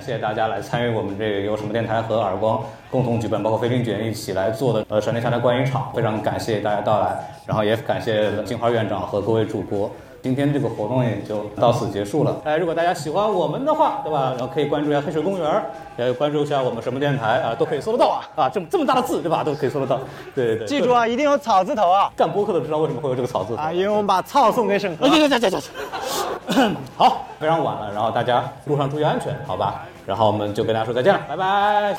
谢大家来参与我们这个由什么电台和耳光共同举办，包括飞行卷一起来做的闪电侠的观影场，非常感谢大家到来，然后也感谢金花院长和各位主播。今天这个活动也就到此结束了。如果大家喜欢我们的话，对吧？然后可以关注一下黑水公园，也关注一下我们什么电台啊，都可以搜得到啊。这么大的字，对吧？都可以搜得到。对， 记住啊，一定有草字头啊。 干播客的知道为什么会有这个草字头啊，因为我们把草送给沈哥。 好，非常晚了，然后大家路上注意安全，好吧？然后我们就跟大家说再见了，拜拜。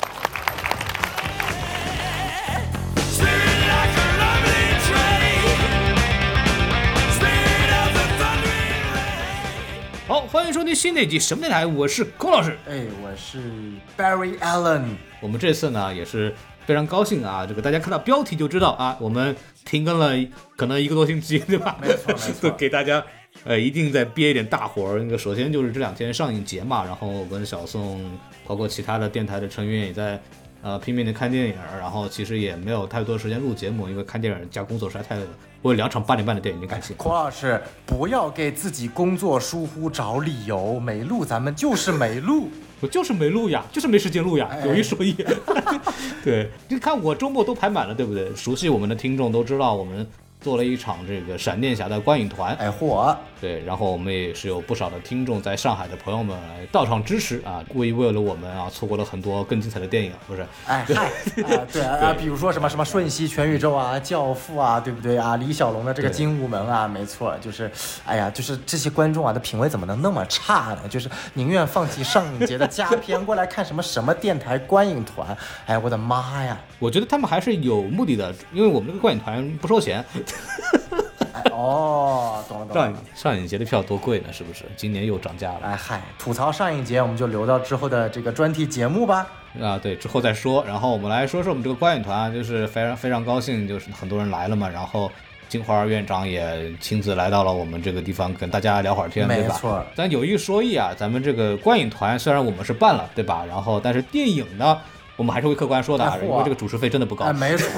好，欢迎收听新的一集什么电台，我是孔老师。 我是 Barry Allen。 我们这次呢也是非常高兴啊，这个大家看到标题就知道啊，我们停更了可能1个多星期，对吧？ 没错。 给大家一定再憋一点大活儿。那个首先就是这2天上映节嘛，然后我跟小宋包括其他的电台的成员也在拼命的看电影，然后其实也没有太多时间录节目，因为看电影加工作实在太累了。我有2场8点半的电影，你敢信？ 孔老师，不要给自己工作疏忽找理由，没录咱们就是没录。 我就是没录呀，就是没时间录呀，有一说一。对，你看我周末都排满了，对不对？熟悉我们的听众都知道，我们做了一场这个闪电侠的观影团，对，然后我们也是有不少的听众在上海的朋友们来到场支持啊，为了我们啊，错过了很多更精彩的电影，不是？ 比如说什么瞬息全宇宙啊，教父啊，对不对啊？李小龙的这个精武门啊，没错，就是，就是这些观众啊的品味怎么能那么差呢？就是宁愿放弃上影节的佳片过来看什么电台观影团，我的妈呀！ 我觉得他们还是有目的的，因为我们这个观影团不收钱。 懂了。 上影节的票多贵呢？是不是？今年又涨价了。 吐槽上影节我们就留到之后的这个专题节目吧。 对，之后再说。然后我们来说说我们这个观影团，就是非常非常高兴，就是很多人来了嘛。然后金花院长也亲自来到了我们这个地方，跟大家聊会儿天，对吧？ 没错。 但有一说一啊，咱们这个观影团虽然我们是办了，对吧？然后但是电影呢，我们还是会客观说的，因为这个主持费真的不高。 没错。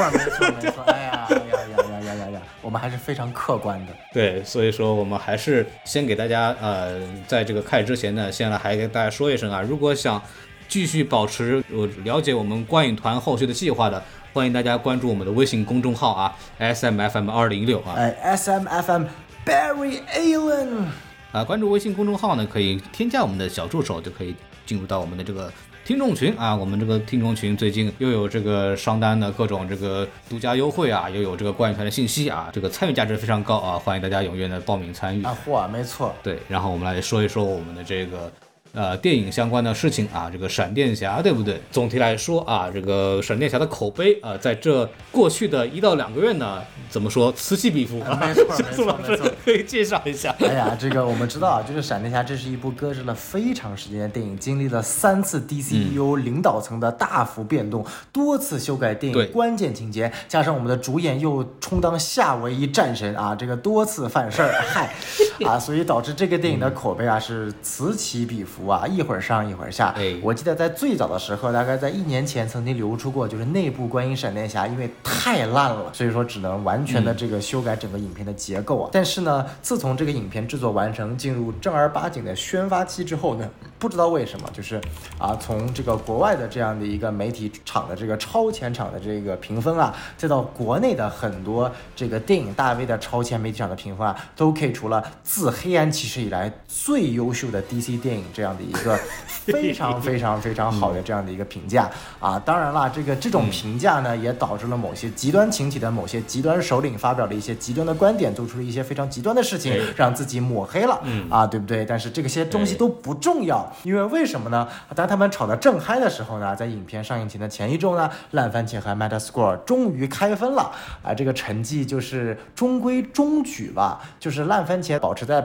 我们还是非常客观的。 对，所以说我们还是先给大家在这个开始之前呢，先来还给大家说一声啊，如果想继续保持了解我们观影团后续的计划的，欢迎大家关注我们的微信公众号啊 ，SMFM206啊 ，SMFM Barry Allen 啊，关注微信公众号呢，可以添加我们的小助手，就可以进入到我们的这个听众群啊，我们这个听众群最近又有这个商单的各种这个独家优惠啊，又有这个观影团的信息啊，这个参与价值非常高啊，欢迎大家踊跃的报名参与没错。 对，然后我们来说一说我们的这个电影相关的事情啊，这个闪电侠对不对？总体来说啊，这个闪电侠的口碑啊，在这过去的1到2个月呢，怎么说此起彼伏啊？ 没错， 宋老师可以介绍一下。 这个我们知道啊，就是闪电侠这是一部搁置了非常时间的电影，经历了3次 DCEU 领导层的大幅变动，多次修改电影关键情节，加上我们的主演又充当夏威夷战神啊，这个多次犯事儿，所以导致这个电影的口碑啊是此起彼伏。一会儿上一会儿下。我记得在最早的时候，大概在1年前曾经流出过，就是内部观影闪电侠因为太烂了，所以说只能完全的这个修改整个影片的结构啊。但是呢，自从这个影片制作完成，进入正儿八经的宣发期之后呢，不知道为什么，就是从这个国外的这样的一个媒体场的这个超前场的这个评分啊，再到国内的很多这个电影大 V 的超前媒体场的评分啊，都给出了自黑暗骑士以来最优秀的 DC 电影这样的一个非常非常非常好的这样的一个评价当然了，这种评价呢，也导致了某些极端群体的某些极端首领发表了一些极端的观点，做出了一些非常极端的事情，让自己抹黑了对不对？但是这些东西都不重要，因为为什么呢？当他们吵得正嗨的时候呢，在影片上映前的前1周呢，烂番茄和 Metascore 终于开分了这个成绩就是中规中矩吧，就是烂番茄保持在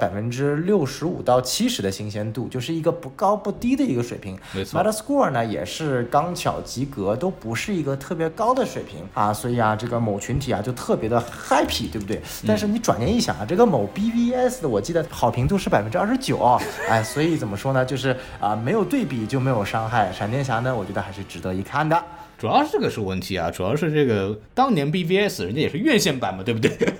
65%到70%的新鲜度，就是一个不高不低的一个水平。 没错 Metascore 呢也是刚巧及格，都不是一个特别高的水平所以这个某群体就特别的 happy， 对不对？但是你转念一想这个某 BVS 的我记得好评度是29%所以怎么说呢，就是没有对比就没有伤害。闪电侠呢，我觉得还是值得一看的。 主要是这个是问题主要是这个当年 BVS 人家也是院线版嘛，对不对？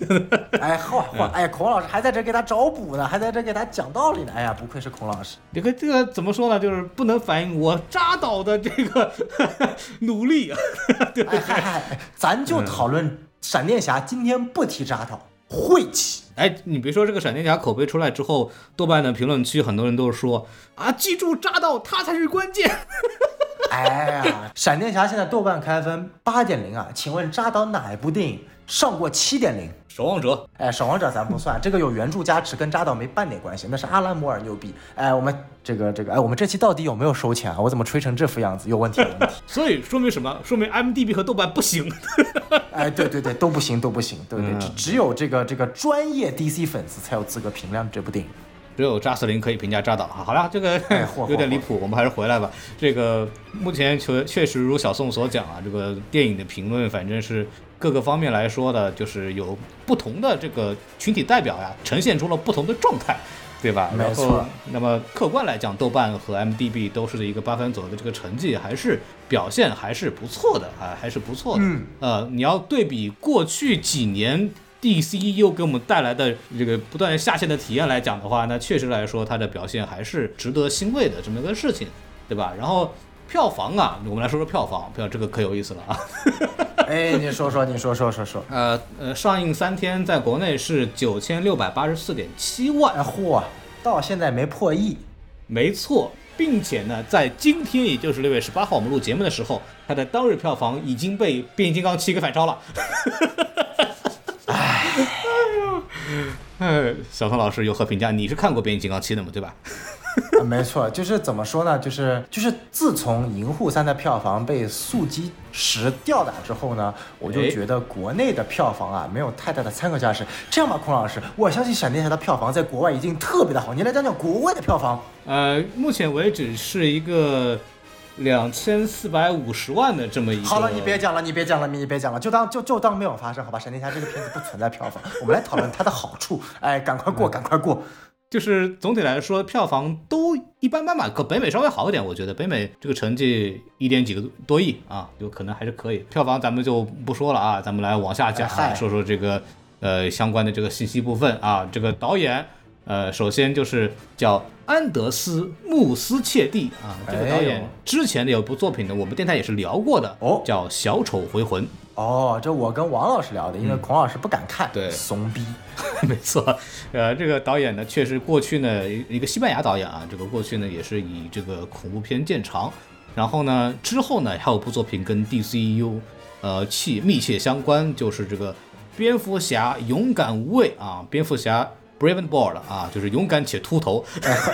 哎，哎，孔老师还在这给他找补呢，还在这给他讲道理呢。哎呀，不愧是孔老师。 这个怎么说呢？就是不能反映我扎导的这个努力啊。对不对？ 咱就讨论闪电侠，今天不提扎导，晦气。 哎，你别说这个闪电侠口碑出来之后，豆瓣的评论区很多人都说啊，记住扎导，他才是关键。 哎呀，闪电侠现在豆瓣开分8.0啊，请问扎导哪一部电影上过7.0？ 守望者。 哎，守望者咱不算，这个有原著加持，跟扎导没半点关系，那是阿兰摩尔牛逼。哎，我们这个，哎，我们这期到底有没有收钱啊？我怎么吹成这副样子？有问题，有问题。 所以说明什么？说明 IMDB 和豆瓣不行。 哎，对，都不行，对，只有这个专业 DC 粉丝才有资格评价这部电影。 只有扎斯林可以评价扎导啊。好了，这个有点离谱，我们还是回来吧。这个目前确实如小宋所讲啊，这个电影的评论反正是各个方面来说的，就是有不同的这个群体代表呀，呈现出了不同的状态，对吧？ 没错。 那么客观来讲，豆瓣和 IMDB 都是一个8分左右的这个成绩，还是表现还是不错的啊，还是不错的。你要对比过去几年DCU 给我们带来的这个不断下线的体验来讲的话，那确实来说它的表现还是值得欣慰的这么一个事情，对吧？然后票房啊，我们来说说票房，这个可有意思了啊。 哎，你说。 上映3天，在国内是9684.7万， 嚯，到现在没破亿。 没错，并且呢，在今天，也就是6月18号，我们录节目的时候，它的当日票房已经被变形金刚7给反超了。小宋老师有何评价？你是看过变形金刚7的吗？对吧？ 没错，就是怎么说呢？就是自从银护3的票房被速激10吊打之后呢，我就觉得国内的票房啊没有太大的参考价值。这样吧，孔老师，我相信闪电侠的票房在国外已经特别的好，你来讲讲国外的票房。 目前为止是一个2450万的这么一个。 好了，你别讲了，就当没有发生，好吧？闪电侠这个片子不存在票房，我们来讨论它的好处。哎，赶快过。 就是总体来说，票房都一般般吧，北美稍微好一点，我觉得北美这个成绩1点几个多亿啊，有可能还是可以。票房咱们就不说了啊，咱们来往下讲啊，说说这个相关的这个信息部分啊。这个导演首先就是叫安德斯·穆斯切蒂啊，这个导演之前的有部作品呢，我们电台也是聊过的，叫《小丑回魂》。 这我跟王老师聊的，因为孔老师不敢看， 对， 怂逼。 没错，这个导演呢，确实过去呢一个西班牙导演啊，这个过去呢也是以这个恐怖片见长，然后呢之后呢还有部作品跟 DCU 密切相关，就是这个蝙蝠侠勇敢无畏啊，蝙蝠侠 Brave and Bold 啊，就是勇敢且秃头。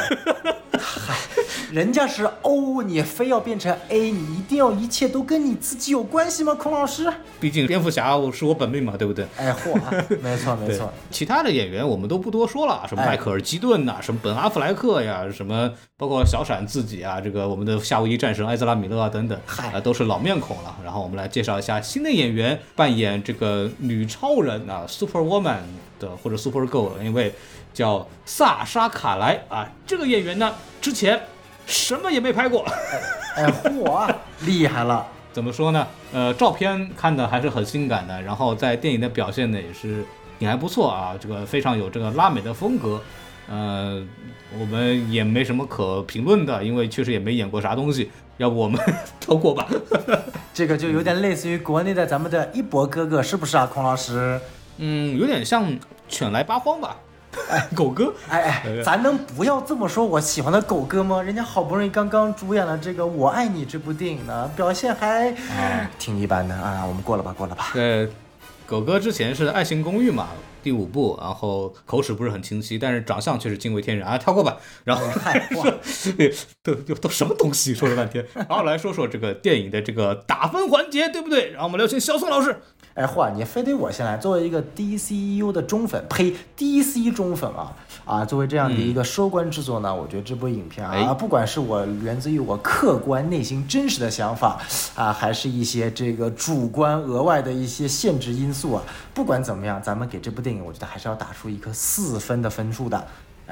人家是 O， 你非要变成 A， 你一定要一切都跟你自己有关系吗？孔老师， 毕竟蝙蝠侠是我本命嘛，对不对？ 哎，没错。 其他的演员我们都不多说了，什么迈克尔基顿呐，什么本阿弗莱克呀，什么包括小闪自己啊，这个我们的夏威夷战神埃兹拉米勒啊等等，都是老面孔了。然后我们来介绍一下新的演员，扮演这个女超人啊 Superwoman 的或者 Supergirl， 因为叫萨莎卡莱啊，这个演员呢之前什么也没拍过。 厉害了。 怎么说呢？照片看的还是很性感的，然后在电影的表现呢也是挺还不错啊，这个非常有这个拉美的风格。我们也没什么可评论的，因为确实也没演过啥东西，要不我们跳过吧。 这个就有点类似于国内的咱们的一博哥哥，是不是啊，孔老师？ 有点像犬来八荒吧。狗哥， 咱能不要这么说我喜欢的狗哥吗？人家好不容易刚刚主演了这个《我爱你》这部电影呢，表现还挺一般的啊。我们过了吧。 狗哥之前是《爱情公寓》嘛，第5部，然后口齿不是很清晰，但是长相却是惊为天人啊，跳过吧。然后都什么东西，说了半天。然后来说说这个电影的这个打分环节，对不对？然后我们有请小宋老师。 你非得我先来。作为一个 DCU 的忠粉，DC 忠粉作为这样的一个收官之作呢，我觉得这部影片不管是我源自于我客观内心真实的想法还是一些这个主观额外的一些限制因素不管怎么样，咱们给这部电影，我觉得还是要打出一颗4分的分数的。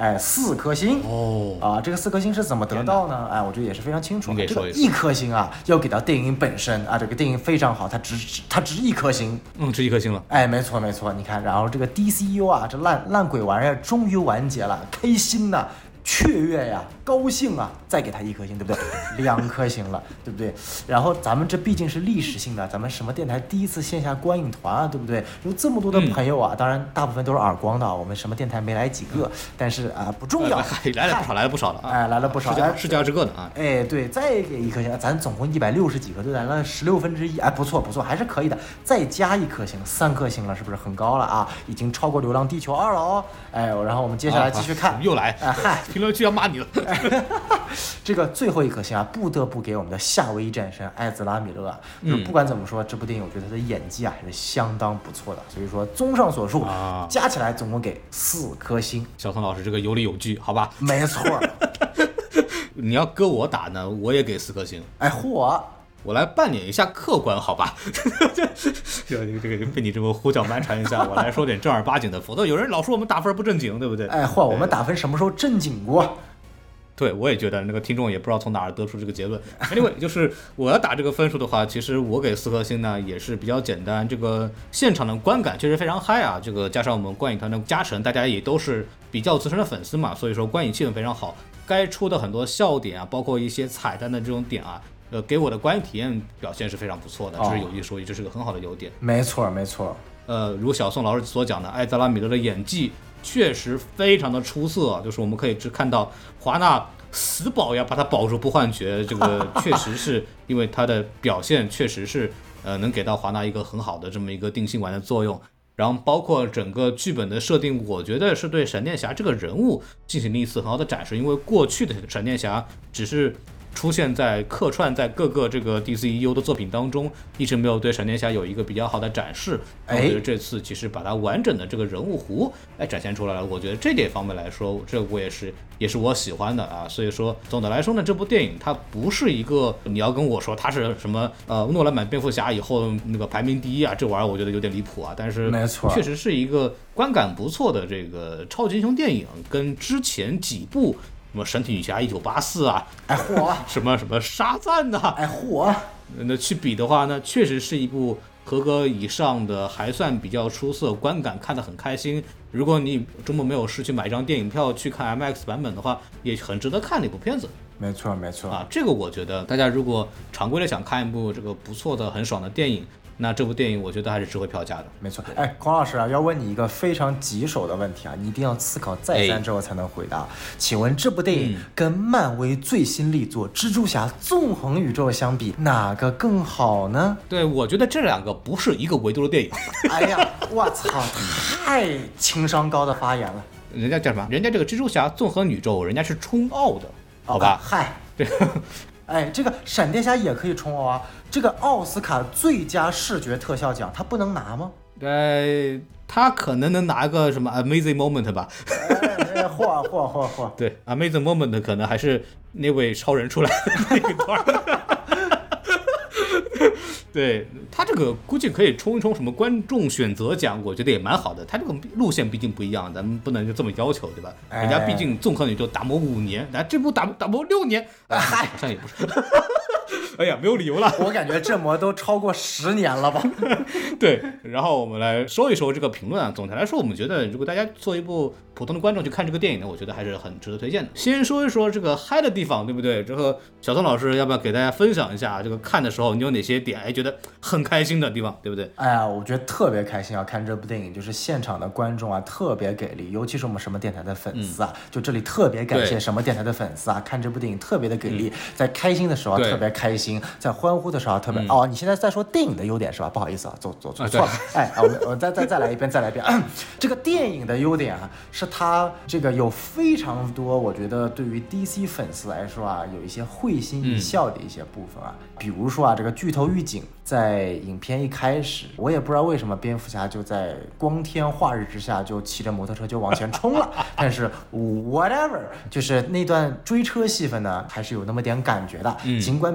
4颗星这个4颗星是怎么得到呢？我觉得也是非常清楚。这个1颗星要给到电影本身这个电影非常好，它值1颗星， 值1颗星了。 没错，你看，然后这个 DCU 这烂鬼玩意儿终于完结了，开心呐！雀跃呀，高兴啊，再给他1颗星，对不对？2颗星了，对不对？然后咱们这毕竟是历史性的，咱们什么电台第一次线下观影团对不对？有这么多的朋友当然大部分都是耳光的，我们什么电台没来几个，但是不重要， 来了不少了来了不少， 世家之个呢对，再给1颗星，咱总共160几个，就来了1/16，不错，还是可以的，再加1颗星，3颗星了，是不是很高了已经超过《流浪地球2》了然后我们接下来继续看， 又来，评论区要骂你了。 这个最后1颗星不得不给我们的夏威夷战神艾兹拉·米勒就是不管怎么说，这部电影我觉得他的演技还是相当不错的，所以说综上所述加起来总共给4颗星。 小宋老师这个有理有据，好吧？ 没错。 你要搁我打呢，我也给4颗星。 我来扮演一下客观，好吧？这个被你这么胡搅蛮缠一下，我来说点正儿八经的，否则有人老说我们打分不正经，对不对？ 我们打分什么时候正经过？ 对，我也觉得那个听众也不知道从哪儿得出这个结论。Anyway， 就是我要打这个分数的话，其实我给4颗星呢也是比较简单。这个现场的观感确实非常嗨这个加上我们观影团的加成，大家也都是比较资深的粉丝嘛，所以说观影气氛非常好。该出的很多笑点包括一些彩蛋的这种点给我的观影体验表现是非常不错的，这是有一说一，这是个很好的优点。 没错。 如小宋老师所讲的，艾泽拉·米勒的演技确实非常的出色，就是我们可以只看到华纳死保要把他保住不换角，这个确实是因为他的表现确实是能给到华纳一个很好的这么一个定心丸的作用。然后包括整个剧本的设定，我觉得是对闪电侠这个人物进行了一次很好的展示，因为过去的闪电侠只是出现在客串在各个这个 DCEU 的作品当中，一直没有对闪电侠有一个比较好的展示。我觉得这次其实把它完整的这个人物弧展现出来了，我觉得这点方面来说，这我也是我喜欢的所以说总的来说呢，这部电影它不是一个你要跟我说它是什么诺兰版蝙蝠侠以后那个排名第一这玩意儿我觉得有点离谱但是没错， 确实是一个观感不错的这个超级英雄电影，跟之前几部什么神奇女侠1984什么沙赞那去比的话呢，确实是一部合格以上的，还算比较出色，观感看得很开心。如果你周末没有事去买张电影票去看 MX 版本的话，也很值得看的一部片子。 没错这个我觉得大家如果常规的想看一部这个不错的很爽的电影，那这部电影我觉得还是值回票价的。 没错。孔老师要问你一个非常棘手的问题你一定要思考再三之后才能回答。请问这部电影跟漫威最新力作《蜘蛛侠：纵横宇宙》相比，哪个更好呢？ 对，我觉得这两个不是一个维度的电影。 我操，太情商高的发言了。 人家叫什么？人家这个蜘蛛侠纵横宇宙，人家是冲奥的，好吧？ 这个闪电侠也可以冲奥这个奥斯卡最佳视觉特效奖他不能拿吗？ 他可能能拿个什么 Amazing Moment 吧。对 Amazing Moment 可能还是那位超人出来的那一段。对，他这个估计可以冲一冲什么观众选择奖，我觉得也蛮好的。他这个路线毕竟不一样，咱们不能就这么要求，对吧？人家毕竟纵横宇宙打磨5年，这部打磨6年，好像也不是。没有理由了。 我感觉这模都超过10年了吧？ 对，然后我们来说一说这个评论总体来说，我们觉得如果大家做一部普通的观众去看这个电影呢，我觉得还是很值得推荐的。先说一说这个嗨的地方，对不对？这个小宋老师要不要给大家分享一下这个看的时候你有哪些点觉得很开心的地方，对不对？ 我觉得特别开心看这部电影，就是现场的观众特别给力，尤其是我们什么电台的粉丝就这里特别感谢什么电台的粉丝看这部电影特别的给力，在开心的时候特别开心，在欢呼的时候特别你现在在说电影的优点是吧？不好意思走错了。我再来一遍。这个电影的优点是它这个有非常多，我觉得对于 DC 粉丝来说有一些会心一笑的一些部分比如说这个剧头预警，在影片一开始，我也不知道为什么蝙蝠侠就在光天化日之下就骑着摩托车就往前冲了，但是 whatever， 就是那段追车戏份呢，还是有那么点感觉的，尽管比新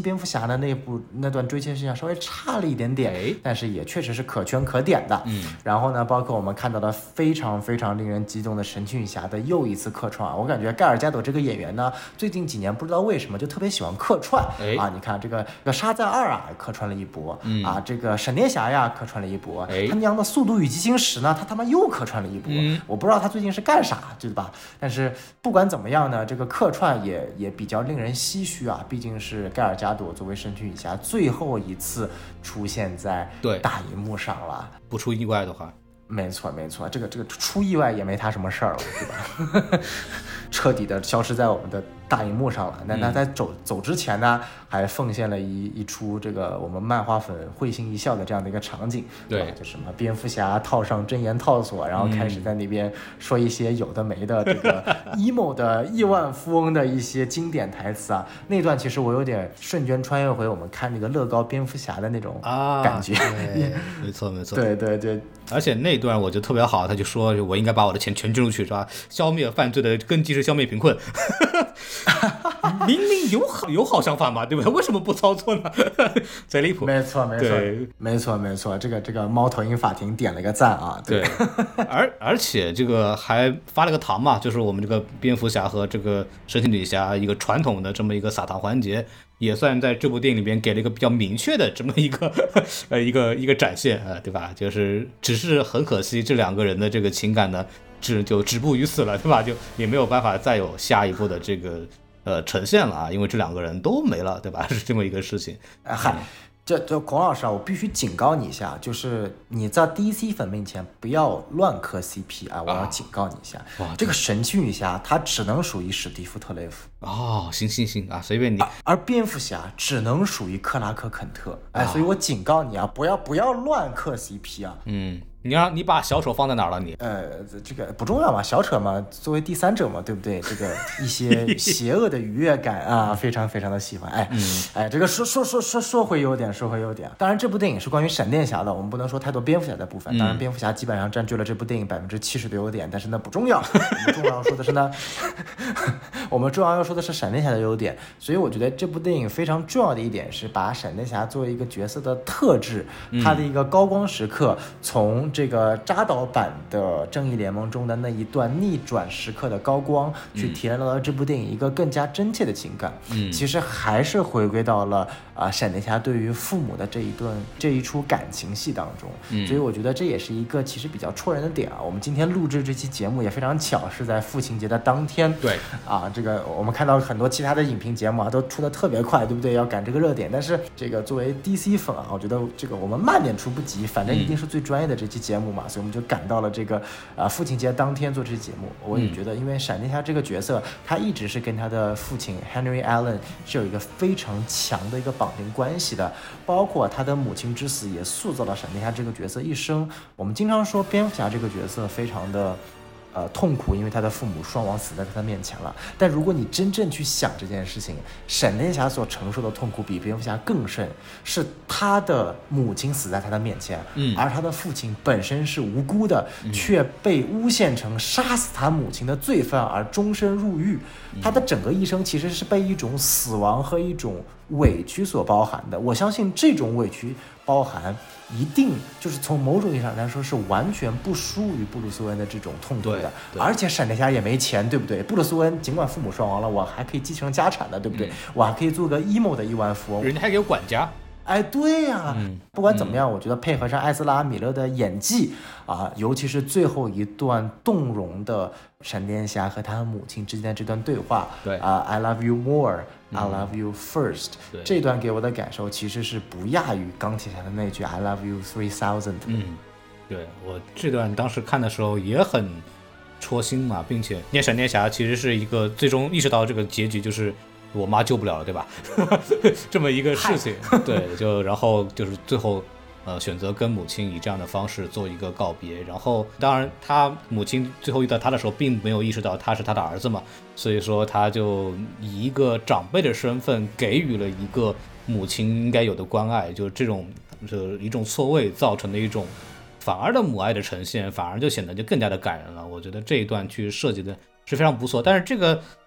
蝙蝠侠的那段追切事情稍微差了一点点，但是也确实是可圈可点的。然后呢，包括我们看到了非常非常令人激动的神奇女侠的又一次客串，我感觉盖尔加朵这个演员呢，最近几年不知道为什么就特别喜欢客串啊。你看这个沙赞2啊客串了一波啊，这个闪电侠呀客串了一波，他娘的速度与激情10呢，他妈又客串了一波。我不知道他最近是干啥，对吧？但是不管怎么样呢，这个客串也比较令人唏嘘啊，毕竟是盖尔加朵作为神奇女侠最后一次出现在大荧幕上了， 不出意外的话。 没错，这个出意外也没他什么事儿了，对吧？彻底的消失在我们的大荧幕上了。那他在走之前呢，还奉献了一出这个我们漫画粉会心一笑的这样的一个场景。 对， 就什么蝙蝠侠套上真言套索，然后开始在那边说一些有的没的这个 emo 的亿万富翁的一些经典台词啊。那段其实我有点瞬间穿越回我们看那个乐高蝙蝠侠的那种感觉。 没错。 对。 而且那段我觉得特别好，他就说我应该把我的钱全捐出去，是吧？消灭犯罪的根基是消灭贫困。明明有好想法嘛，对不对？为什么不操作呢？贼离谱。 没错，这个猫头鹰法庭点了个赞啊。对， 而且这个还发了个糖嘛，就是我们这个蝙蝠侠和这个神奇女侠一个传统的这么一个撒糖环节，也算在这部电影里边给了一个比较明确的这么一个一个展现对吧？就是只是很可惜这两个人的这个情感呢，就止步于此了，对吧？就也没有办法再有下一步的这个呈现了啊，因为这两个人都没了，对吧？是这么一个事情。 这孔老师啊，我必须警告你一下，就是你在 DC 粉面前不要乱磕 CP 啊！我要警告你一下，这个神奇女侠她只能属于史蒂夫特雷弗。 行啊，随便你。 而蝙蝠侠只能属于克拉克肯特。所以我警告你啊，不要乱磕 CP 啊。 你把小丑放在哪儿了你？ 这个不重要嘛，小丑嘛，作为第三者嘛，对不对？这个一些邪恶的愉悦感啊，非常非常的喜欢。这个说回优点。当然，这部电影是关于闪电侠的，我们不能说太多蝙蝠侠的部分。当然，蝙蝠侠基本上占据了这部电影70%的优点，但是那不重要。我们重要要说的是呢，我们重要要说的是闪电侠的优点。所以我觉得这部电影非常重要的一点是把闪电侠作为一个角色的特质，他的一个高光时刻，从这个扎导版的正义联盟中的那一段逆转时刻的高光，去体验到了这部电影一个更加真切的情感。其实还是回归到了闪电侠对于父母的这一出感情戏当中。所以我觉得这也是一个其实比较戳人的点啊。我们今天录制这期节目也非常巧，是在父亲节的当天。 对这个我们看到很多其他的影评节目都出得特别快，对不对？要赶这个热点。但是这个作为 DC 粉我觉得这个我们慢点出不急，反正一定是最专业的这期节目嘛，所以我们就赶到了这个父亲节当天做这期节目。我也觉得，因为闪电侠这个角色，他一直是跟他的父亲 Henry Allen 是有一个非常强的一个绑定关系的，包括他的母亲之死也塑造了闪电侠这个角色一生。我们经常说蝙蝠侠这个角色非常的痛苦，因为他的父母双亡死在他面前了。但如果你真正去想这件事情，闪电侠所承受的痛苦比蝙蝠侠更甚，是他的母亲死在他的面前，而他的父亲本身是无辜的，却被诬陷成杀死他母亲的罪犯而终身入狱。他的整个一生其实是被一种死亡和一种委屈所包含的。我相信这种委屈包含一定就是从某种意义上来说是完全不输于布鲁斯恩的这种痛苦的。而且闪电侠也没钱，对不对？布鲁斯恩尽管父母双亡了，我还可以继承家产的，对不对？我还可以做个 emo 的亿万富翁， 人家还给我管家。 对呀，不管怎么样，我觉得配合上艾兹拉·米勒的演技尤其是最后一段动容的闪电侠和他母亲之间的这段对话，I love you more, I love you first，这段给我的感受其实是不亚于钢铁侠的那句 I love you 3000。 对，我这段当时看的时候也很戳心嘛，并且念闪电侠其实是一个最终意识到这个结局就是我妈救不了了，对吧？这么一个事情，对，然后就是最后选择跟母亲以这样的方式做一个告别。然后当然他母亲最后遇到他的时候并没有意识到他是他的儿子嘛，所以说他就以一个长辈的身份给予了一个母亲应该有的关爱，就这种一种错位造成的一种反而的母爱的呈现，反而就显得就更加的感人了。我觉得这一段去设计的是非常不错。但是这个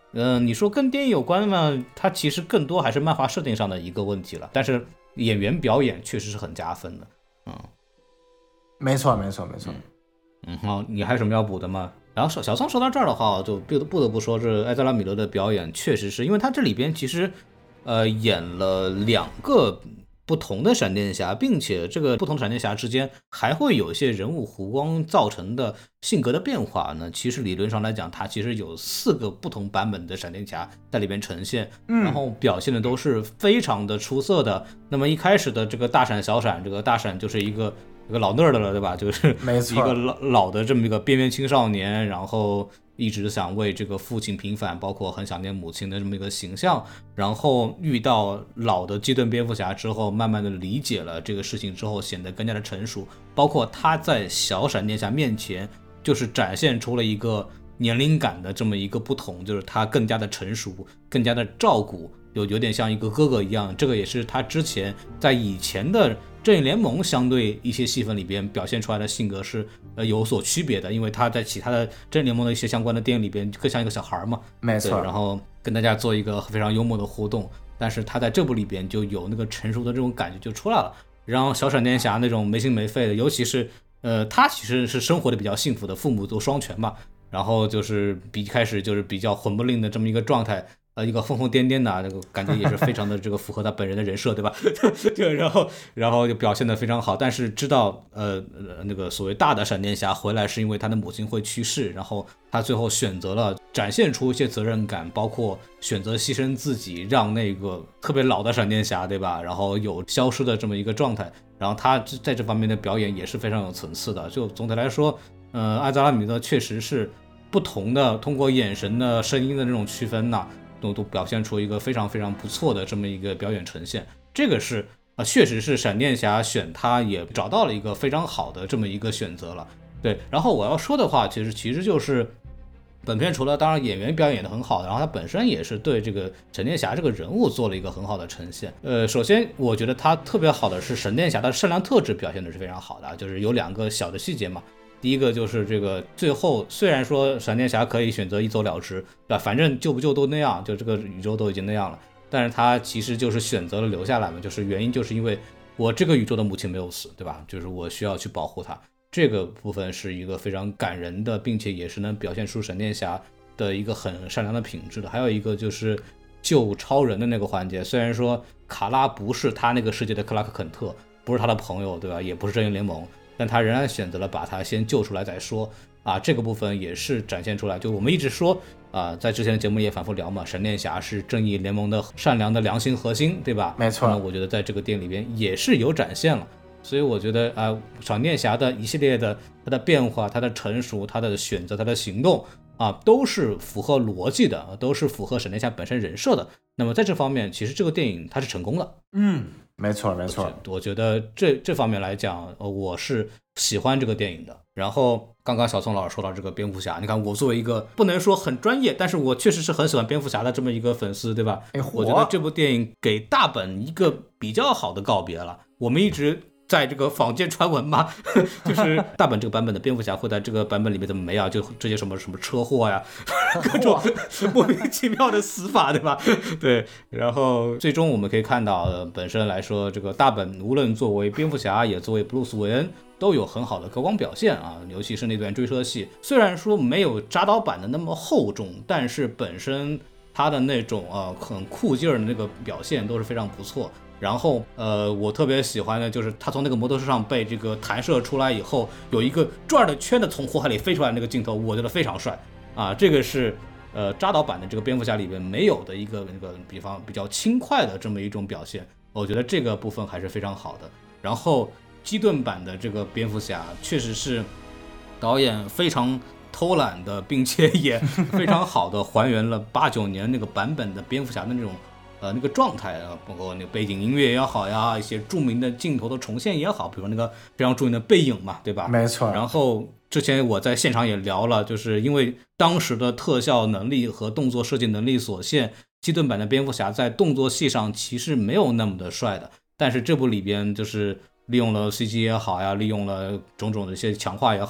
你说跟电影有关吗？它其实更多还是漫画设定上的一个问题了，但是演员表演确实是很加分的。 没错。 好，你还有什么要补的吗？然后小宋说到这儿的话，就不得不说，这埃泽拉·米勒的表演确实是因为他这里边其实演了2个不同的闪电侠，并且这个不同的闪电侠之间还会有一些人物弧光造成的性格的变化呢。其实理论上来讲，它其实有4个不同版本的闪电侠在里边呈现，然后表现的都是非常的出色的。那么一开始的这个大闪小闪，这个大闪就是一个老nerd的了，对吧？就是一个老的这么一个边缘青少年，然后一直想为这个父亲平反，包括很想念母亲的这么一个形象。然后遇到老的基顿蝙蝠侠之后，慢慢的理解了这个事情之后，显得更加的成熟。包括他在小闪电侠面前，就是展现出了一个年龄感的这么一个不同，就是他更加的成熟，更加的照顾，有点像一个哥哥一样。这个也是他之前在以前的正义联盟相对一些戏份里边表现出来的性格是有所区别的，因为他在其他的正义联盟的一些相关的电影里边更像一个小孩嘛， 没错， 然后跟大家做一个非常幽默的互动，但是他在这部里边就有那个成熟的这种感觉就出来了。然后小闪电侠那种没心没肺的，尤其是他其实是生活的比较幸福的，父母都双全嘛，然后就是开始就是比较混不吝的这么一个状态，一个疯疯癫癫的，这个感觉也是非常的这个符合他本人的人设，对吧？对，然后就表现得非常好，但是知道那个所谓大的闪电侠回来是因为他的母亲会去世，然后他最后选择了展现出一些责任感，包括选择牺牲自己，让那个特别老的闪电侠，对吧？然后有消失的这么一个状态，然后他在这方面的表演也是非常有层次的。就总体来说，艾泽拉米勒确实是不同的，通过眼神的、声音的这种区分呐，都表现出一个非常非常不错的这么一个表演呈现。这个是确实是闪电侠选他也找到了一个非常好的这么一个选择了。对，然后我要说的话，其实就是本片除了当然演员表演的很好，然后他本身也是对这个闪电侠这个人物做了一个很好的呈现。首先我觉得他特别好的是闪电侠的善良特质表现的是非常好的，就是有2个小的细节嘛。第一个就是这个最后虽然说闪电侠可以选择一走了之，对吧？反正救不救都那样，就这个宇宙都已经那样了，但是他其实就是选择了留下来嘛，就是原因就是因为我这个宇宙的母亲没有死，对吧？就是我需要去保护她。这个部分是一个非常感人的，并且也是能表现出闪电侠的一个很善良的品质的。还有一个就是救超人的那个环节，虽然说卡拉不是他那个世界的克拉克肯特，不是他的朋友，对吧？也不是正义联盟，但他仍然选择了把他先救出来再说啊。这个部分也是展现出来，就我们一直说在之前的节目也反复聊嘛，闪电侠是正义联盟的善良的良心核心，对吧？ 没错， 我觉得在这个电影里边也是有展现了。所以我觉得闪电侠的一系列的他的变化、他的成熟、他的选择、他的行动都是符合逻辑的，都是符合闪电侠本身人设的。那么在这方面，其实这个电影它是成功的。 没错。 我觉得这方面来讲，我是喜欢这个电影的。然后刚刚小宋老师说到这个蝙蝠侠，你看我作为一个不能说很专业，但是我确实是很喜欢蝙蝠侠的这么一个粉丝，对吧？我觉得这部电影给大本一个比较好的告别了。我们一直在这个坊间传闻嘛，就是大本这个版本的蝙蝠侠会在这个版本里面怎么没啊？就这些什么车祸呀，各种莫名其妙的死法，对吧？对，然后最终我们可以看到，本身来说，这个大本无论作为蝙蝠侠，也作为布鲁斯韦恩，都有很好的高光表现啊。尤其是那段追车戏，虽然说没有扎导版的那么厚重，但是本身他的那种很酷劲儿的那个表现都是非常不错。然后我特别喜欢的就是他从那个摩托车上被这个弹射出来以后，有一个转的圈的从火海里飞出来那个镜头，我觉得非常帅啊！这个是扎导版的这个蝙蝠侠里面没有的一个那个比较轻快的这么一种表现，我觉得这个部分还是非常好的。然后基顿版的这个蝙蝠侠确实是导演非常偷懒的，并且也非常好的还原了89年那个版本的蝙蝠侠的那种那个状态包括那个背景音乐也好呀，一些著名的镜头的重现也好，比如那个非常著名的背影嘛，对吧？ 没错。 然后之前我在现场也聊了，就是因为当时的特效能力和动作设计能力所限，基顿版的蝙蝠侠在动作戏上其实没有那么的帅的，但是这部里边就是利用了 CG 也好呀，利用了种种的一些强化也好，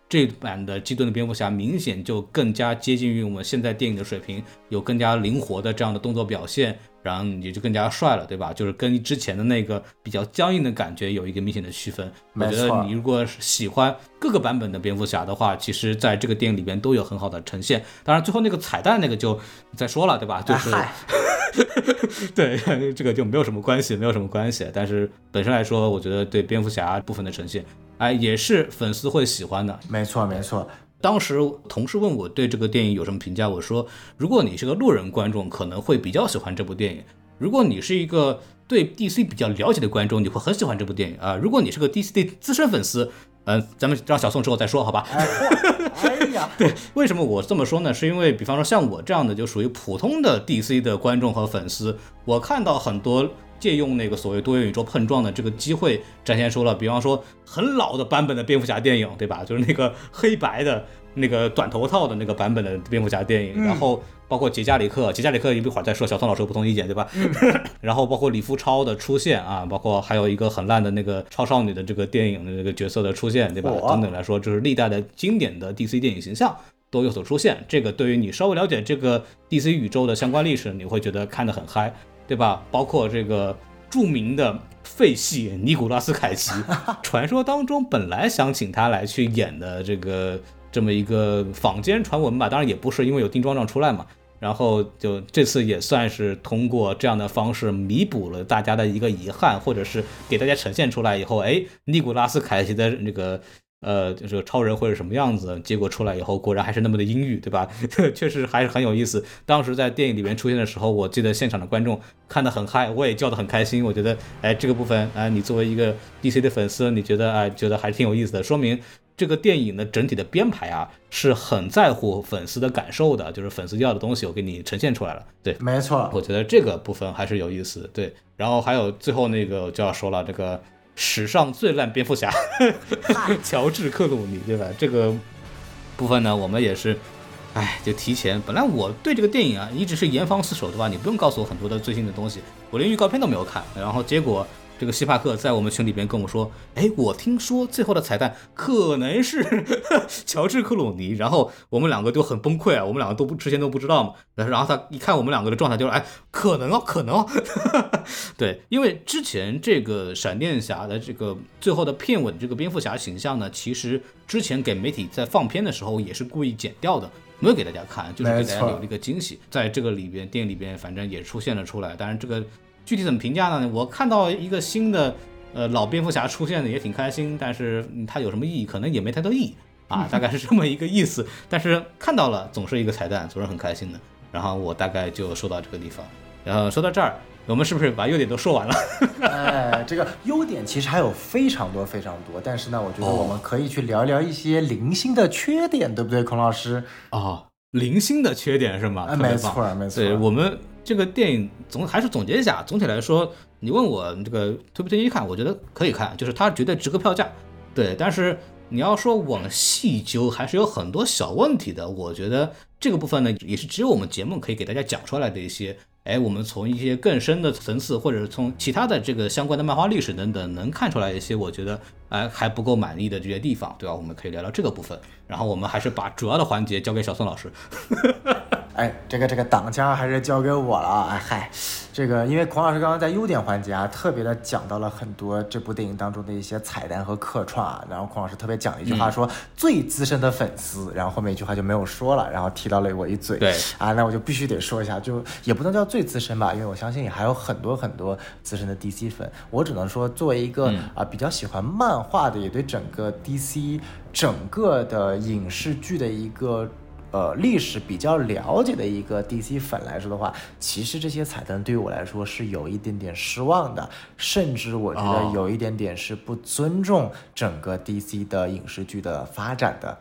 这版的基顿的蝙蝠侠明显就更加接近于我们现在电影的水平，有更加灵活的这样的动作表现，然后也就更加帅了，对吧？就是跟之前的那个比较僵硬的感觉有一个明显的区分。我觉得你如果喜欢各个版本的蝙蝠侠的话，其实在这个电影里边都有很好的呈现。当然最后那个彩蛋那个就再说了，对吧？就是对，这个就没有什么关系，但是本身来说，我觉得对蝙蝠侠部分的呈现也是粉丝会喜欢的。 没错。 当时同事问我对这个电影有什么评价，我说如果你是个路人观众可能会比较喜欢这部电影，如果你是一个对 DC 比较了解的观众，你会很喜欢这部电影如果你是个 DC 的资深粉丝，咱们让小宋之后再说好吧。 哎呀， 对，为什么我这么说呢？是因为比方说像我这样的就属于普通的 DC 的观众和粉丝，我看到很多借用那个所谓多元宇宙碰撞的这个机会展现出了，比方说很老的版本的蝙蝠侠电影，对吧？就是那个黑白的那个短头套的那个版本的蝙蝠侠电影，然后包括杰加里克一会儿再说，小宋老师有不同意见，对吧？然后包括李富超的出现包括还有一个很烂的那个超少女的这个电影的这个角色的出现，对吧？等等来说，就是历代的经典的 DC 电影形象都有所出现。这个对于你稍微了解这个 DC 宇宙的相关历史，你会觉得看得很嗨，对吧？包括这个著名的废系尼古拉斯凯奇，传说当中本来想请他来去演的这么一个坊间传闻吧，当然也不是，因为有丁庄庄出来嘛。然后就这次也算是通过这样的方式弥补了大家的一个遗憾，或者是给大家呈现出来以后，尼古拉斯凯奇的那个就是超人会是什么样子，结果出来以后果然还是那么的阴郁，对吧？确实还是很有意思。当时在电影里面出现的时候，我记得现场的观众看得很嗨，我也叫得很开心。我觉得这个部分你作为一个 DC 的粉丝，你觉得觉得还挺有意思的，说明这个电影的整体的编排是很在乎粉丝的感受的，就是粉丝要的东西我给你呈现出来了。对， 没错， 我觉得这个部分还是有意思。对，然后还有最后那个就要说了，这个史上最烂蝙蝠侠乔治克鲁尼，对吧？这个部分呢我们也是就提前，本来我对这个电影一直是严防死守，对吧？你不用告诉我很多的最新的东西，我连预告片都没有看，然后结果这个希帕克在我们群里边跟我说，我听说最后的彩蛋可能是乔治克鲁尼，然后我们两个就很崩溃我们两个之前都不知道嘛，然后他一看我们两个的状态就是可能哦对，因为之前这个闪电侠的这个最后的片尾这个蝙蝠侠形象呢，其实之前给媒体在放片的时候也是故意剪掉的，没有给大家看，就是给大家留了一个惊喜，在这个里边电影里边反正也出现了出来。当然这个具体怎么评价呢？我看到一个新的老蝙蝠侠出现的也挺开心，但是它有什么意义？可能也没太多意义大概是这么一个意思。但是看到了总是一个彩蛋，总是很开心的。然后我大概就说到这个地方。然后说到这儿，我们是不是把优点都说完了？ 这个优点其实还有非常多，但是呢，我觉得我们可以去聊聊一些零星的缺点，对不对，孔老师？ 零星的缺点是吗？ 没错。 对，我们这个电影还是总结一下，总体来说，你问我这个推不推荐看，我觉得可以看，就是它绝对值个票价。对，但是你要说往细究，还是有很多小问题的。我觉得这个部分呢，也是只有我们节目可以给大家讲出来的一些。我们从一些更深的层次，或者是从其他的这个相关的漫画历史等等，能看出来一些我觉得还不够满意的这些地方，对吧？我们可以聊聊这个部分。然后我们还是把主要的环节交给小宋老师。 这个党章还是交给我了这个因为孔老师刚刚在优点环节特别的讲到了很多这部电影当中的一些彩蛋和客串然后孔老师特别讲了一句话说最资深的粉丝，然后后面一句话就没有说了，然后提到了我一嘴。 对那我就必须得说一下，就也不能叫最资深吧，因为我相信也还有很多资深的 DC 粉，我只能说作为一个比较喜欢漫画的，也对整个 DC 整个的影视剧的一个历史比较了解的一个 DC 粉来说的话，其实这些彩蛋对于我来说是有一点点失望的，甚至我觉得有一点点是不尊重整个 DC 的影视剧的发展的。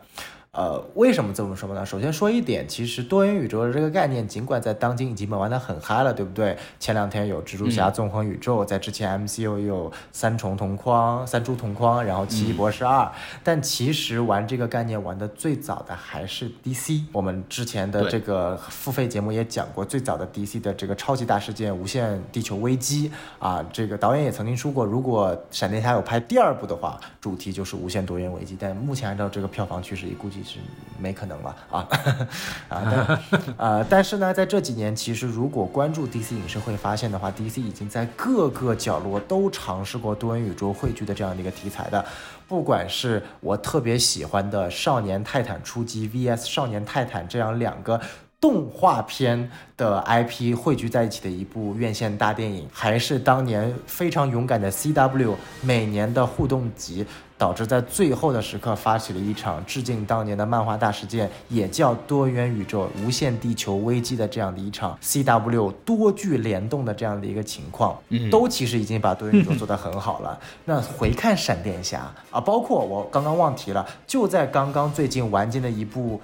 为什么这么说呢？首先说一点，其实多元宇宙的这个概念，尽管在当今已经玩得很嗨了，对不对？前2天有蜘蛛侠纵横宇宙，在之前 MCU 有三蛛同框，然后奇异博士2，但其实玩这个概念玩的最早的还是 DC。我们之前的这个付费节目也讲过，最早的 DC 的这个超级大事件《无限地球危机》啊，这个导演也曾经说过，如果闪电侠有拍第2部的话，主题就是无限多元危机。但目前按照这个票房趋势，估计是没可能了但是呢，在这几年，其实如果关注 DC 影视会发现的话 ，DC 已经在各个角落都尝试过多元宇宙汇聚的这样的一个题材的。不管是我特别喜欢的少年泰坦出击 VS 少年泰坦这样2个动画片的 IP 汇聚在一起的一部院线大电影，还是当年非常勇敢的 CW 每年的互动集，导致在最后的时刻发起了一场致敬当年的漫画大事件，也叫多元宇宙无限地球危机的这样的一场 CW 多剧联动的这样的一个情况，都其实已经把多元宇宙做得很好了。那回看闪电侠啊，包括我刚刚忘提了，就在刚刚最近完结的一部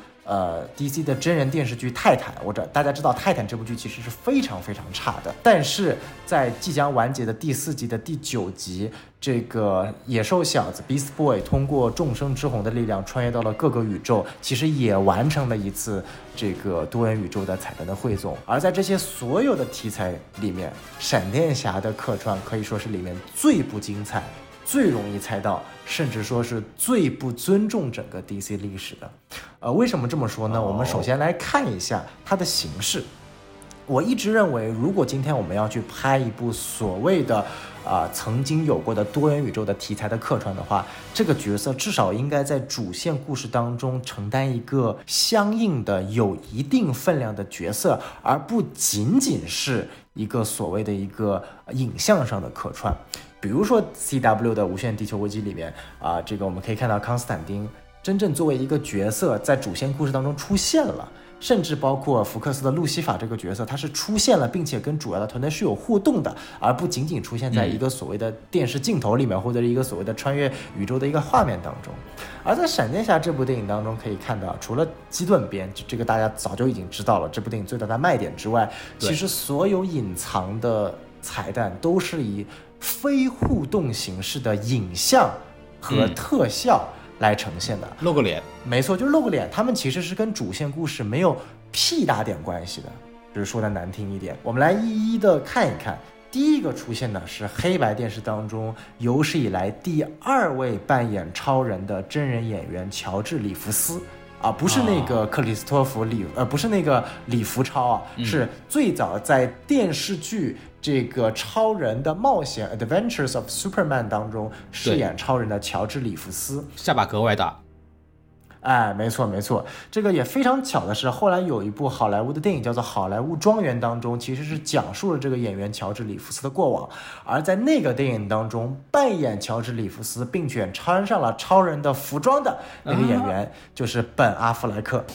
DC 的真人电视剧《泰坦》，大家知道《泰坦》这部剧其实是非常非常差的，但是在即将完结的第4集的第9集，这个野兽小子 Beast Boy 通过众生之虹的力量穿越到了各个宇宙，其实也完成了一次这个多元宇宙的彩蛋的汇总。而在这些所有的题材里面，闪电侠的客串可以说是里面最不精彩，最容易猜到，甚至说是最不尊重整个 DC 历史的。为什么这么说呢？我们首先来看一下它的形式。我一直认为，如果今天我们要去拍一部所谓的曾经有过的多元宇宙的题材的客串的话，这个角色至少应该在主线故事当中承担一个相应的有一定分量的角色，而不仅仅是一个所谓的一个影像上的客串。比如说 CW 的无限地球危机里面这个我们可以看到康斯坦丁真正作为一个角色在主线故事当中出现了，甚至包括福克斯的路西法这个角色，他是出现了并且跟主要的团队是有互动的，而不仅仅出现在一个所谓的电视镜头里面，或者一个所谓的穿越宇宙的一个画面当中。而在闪电侠这部电影当中可以看到，除了基顿边这个大家早就已经知道了这部电影最大的卖点之外，其实所有隐藏的彩蛋都是以非互动形式的影像和特效来呈现的， 露个脸， 没错，就是露个脸。他们其实是跟主线故事没有屁大点关系的，就是说的难听一点。我们来一一的看一看。第一个出现的是黑白电视当中有史以来第2位扮演超人的真人演员乔治·里弗斯不是那个克里斯托弗不是那个李福超是最早在电视剧这个超人的冒险 Adventures of Superman 当中饰演超人的乔治·里弗斯， 下巴格外大。 没错，这个也非常巧的是，后来有一部好莱坞的电影叫做《好莱坞庄园》当中，其实是讲述了这个演员乔治·里弗斯的过往。而在那个电影当中，扮演乔治·里弗斯并且穿上了超人的服装的那个演员，就是本·阿弗莱克。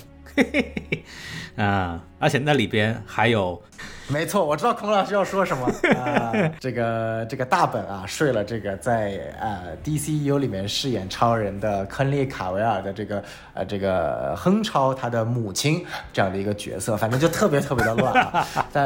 而且那里边还有。 没错，我知道孔老师要说什么这个大本睡了这个在DCU 里面饰演超人的亨利·卡维尔的这个亨超他的母亲这样的一个角色，反正就特别特别的乱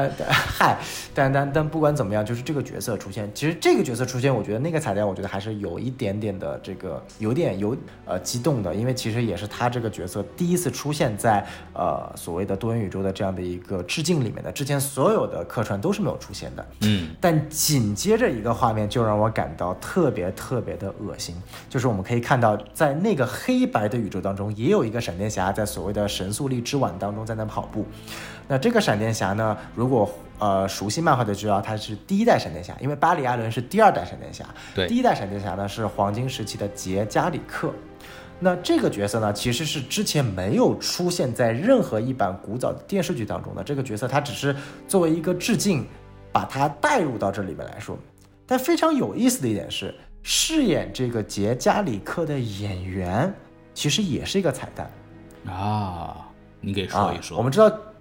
但不管怎么样，就是这个角色出现，其实这个角色出现，我觉得那个彩蛋，我觉得还是有一点点的这个有激动的，因为其实也是他这个角色第一次出现在所谓的多元宇宙的这样的一个致敬里面的，之前所有的客串都是没有出现的。但紧接着一个画面就让我感到特别特别的恶心，就是我们可以看到在那个黑白的宇宙当中也有一个闪电侠在所谓的神速力之碗当中在那跑步。那这个闪电侠呢，如果熟悉漫画的知道他是第1代闪电侠，因为巴里·艾伦是第2代闪电侠。 对， 第1代闪电侠呢是黄金时期的杰·加里克。那这个角色呢，其实是之前没有出现在任何一版古早的电视剧当中的。这个角色他只是作为一个致敬，把它带入到这里面来说。但非常有意思的一点是，饰演这个杰·加里克的演员其实也是一个彩蛋你给说一说。 我们知道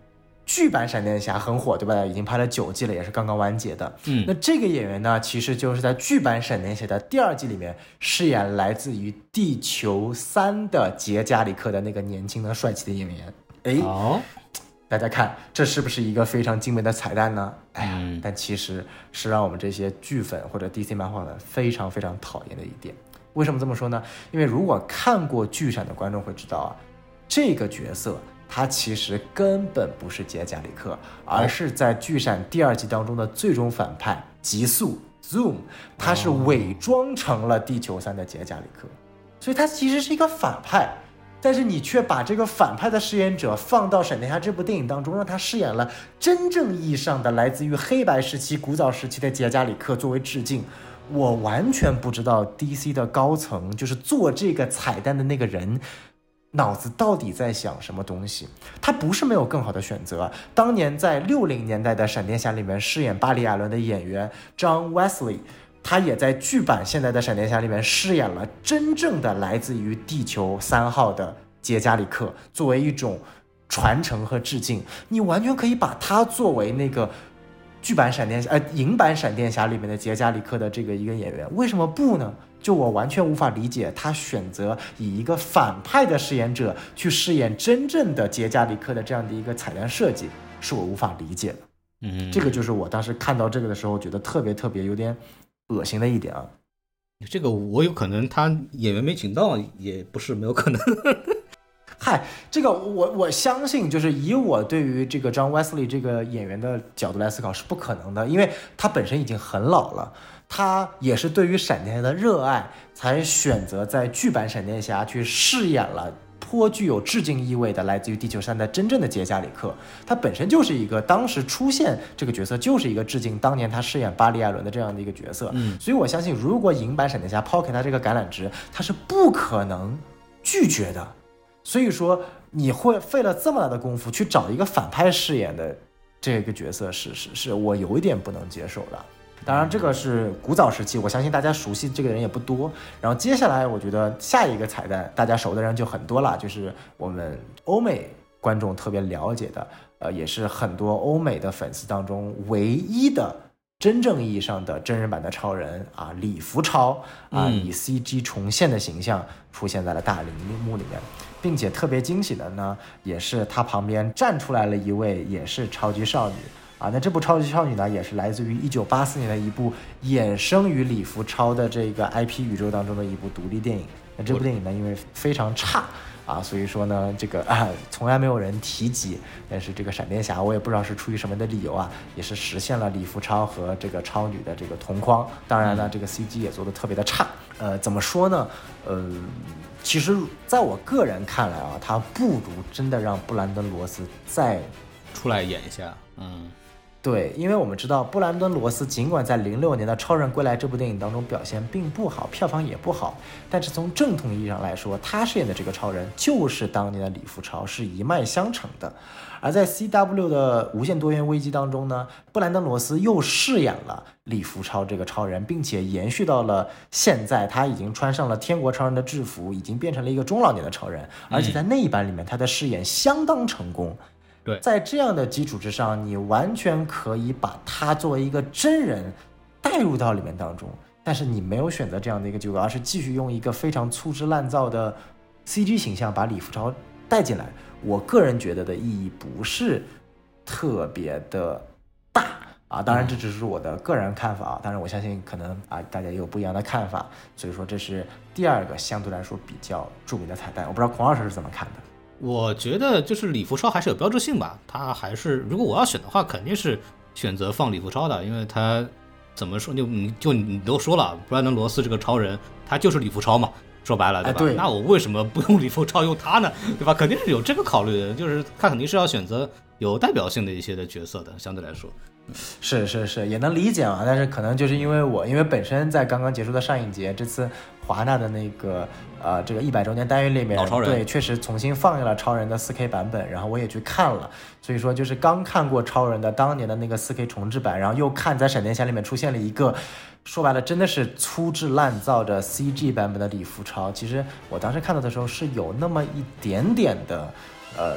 剧版闪电侠很火，对吧？已经拍了9季了，也是刚刚完结的。那这个演员呢，其实就是在剧版闪电侠的第2季里面饰演来自于地球3的杰加里克的那个年轻的帅气的演员。大家看这是不是一个非常精美的彩蛋呢？但其实是让我们这些剧粉或者 DC 漫画粉非常非常讨厌的一点。为什么这么说呢？因为如果看过剧闪的观众会知道啊，这个角色他其实根本不是杰加里克，而是在剧闪第2季当中的最终反派极速 Zoom， 他是伪装成了地球3的杰加里克，所以他其实是一个反派。但是你却把这个反派的饰演者放到闪电侠这部电影当中，让他饰演了真正意义上的来自于黑白时期古早时期的杰加里克作为致敬。我完全不知道 DC 的高层，就是做这个彩蛋的那个人脑子到底在想什么东西。他不是没有更好的选择，当年在60年代的闪电侠里面饰演巴里亚伦的演员 John Wesley，他也在剧版现在的闪电侠里面饰演了真正的来自于地球3号的杰加里克，作为一种传承和致敬。你完全可以把他作为那个剧版闪电侠影版闪电侠里面的杰加里克的这个一个演员，为什么不呢？就我完全无法理解他选择以一个反派的饰演者去饰演真正的杰加里克的这样的一个彩蛋设计，是我无法理解的。这个就是我当时看到这个的时候觉得特别特别有点恶心的一点啊。 这个我有可能他演员没请到，也不是没有可能。 嗨，这个我相信，就是以我对于这个 John Wesley 这个演员的角度来思考是不可能的，因为他本身已经很老了，他也是对于闪电侠的热爱，才选择在剧版闪电侠去饰演了颇具有致敬意味的来自于地球3的真正的杰加里克。他本身就是一个当时出现这个角色就是一个致敬当年他饰演巴里亚伦的这样的一个角色。所以我相信如果影版闪电侠抛开他这个橄榄枝，他是不可能拒绝的。所以说你会费了这么大的功夫去找一个反派饰演的这个角色，是我有一点不能接受的。当然这个是古早时期，我相信大家熟悉这个人也不多。然后接下来我觉得下一个彩蛋大家熟的人就很多了，就是我们欧美观众特别了解的，也是很多欧美的粉丝当中唯一的真正意义上的真人版的超人啊，李福超啊，以 CG 重现的形象出现在了大荧幕里面，并且特别惊喜的呢，也是他旁边站出来了一位也是超级少女啊。那这部超级少女呢，也是来自于1984年的一部衍生于李福超的这个 IP 宇宙当中的一部独立电影。那这部电影呢，因为非常差啊，所以说呢，这个从来没有人提及。但是这个闪电侠，我也不知道是出于什么的理由啊，也是实现了李福超和这个超女的这个同框。当然呢，这个 CG 也做得特别的差。怎么说呢？其实在我个人看来啊，他不如真的让布兰登·罗斯再出来演一下。 对，因为我们知道布兰登·罗斯尽管在06年的《超人归来》这部电影当中表现并不好，票房也不好，但是从正统意义上来说，他饰演的这个超人就是当年的李福超，是一脉相承的。而在 CW 的无限多元危机当中呢，布兰登·罗斯又饰演了李福超这个超人，并且延续到了现在，他已经穿上了天国超人的制服，已经变成了一个中老年的超人，而且在那一版里面他的饰演相当成功。 对， 在这样的基础之上，你完全可以把他作为一个真人带入到里面当中，但是你没有选择这样的一个结果，而是继续用一个非常粗制滥造的 CG 形象把李福超带进来。我个人觉得的意义不是特别的大啊，当然这只是我的个人看法，当然我相信可能大家也有不一样的看法，所以说这是第二个相对来说比较著名的彩蛋，我不知道孔老师是怎么看的。 我觉得就是李福超还是有标志性吧，他还是如果我要选的话，肯定是选择放李福超的，因为他怎么说你都说了，布兰登·罗斯这个超人他就是李福超嘛，说白了对吧？ 对， 那我为什么不用李福超用他呢？对吧？肯定是有这个考虑的，就是他肯定是要选择有代表性的一些的角色的，相对来说。 是也能理解嘛，但是可能就是因为本身在刚刚结束的上影节，这次华纳的那个这个100周年单元里面， 老超人对，确实重新放映了超人的 4K 版本，然后我也去看了，所以说就是刚看过超人的当年的那个 4K 重制版，然后又看在闪电侠里面出现了一个说白了真的是粗制滥造的 CG 版本的李福超，其实我当时看到的时候是有那么一点点的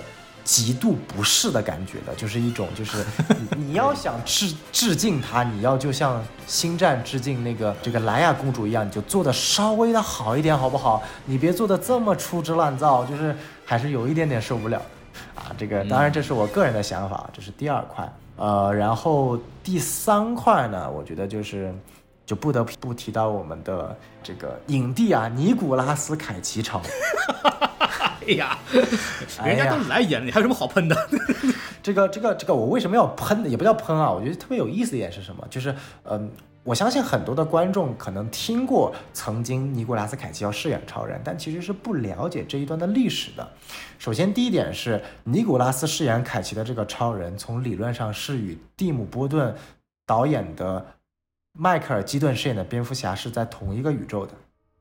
极度不适的感觉的，就是一种就是你要想致敬他，你要就像星战致敬这个莱娅公主一样，你就做的稍微的好一点好不好？你别做的这么粗制滥造，就是还是有一点点受不了啊。这个当然这是我个人的想法，这是第2块。然后第3块呢，我觉得就不得不提到我们的这个影帝啊，尼古拉斯凯奇超。 哎呀，人家都来演了，你还有什么好喷的？ 这个我为什么要喷？也不叫喷啊，我觉得特别有意思的一点是什么？就是我相信很多的观众可能听过曾经尼古拉斯凯奇要饰演超人，但其实是不了解这一段的历史的。首先第一点是尼古拉斯饰演凯奇的这个超人，从理论上是与蒂姆·波顿导演的迈克尔·基顿饰演的蝙蝠侠是在同一个宇宙的。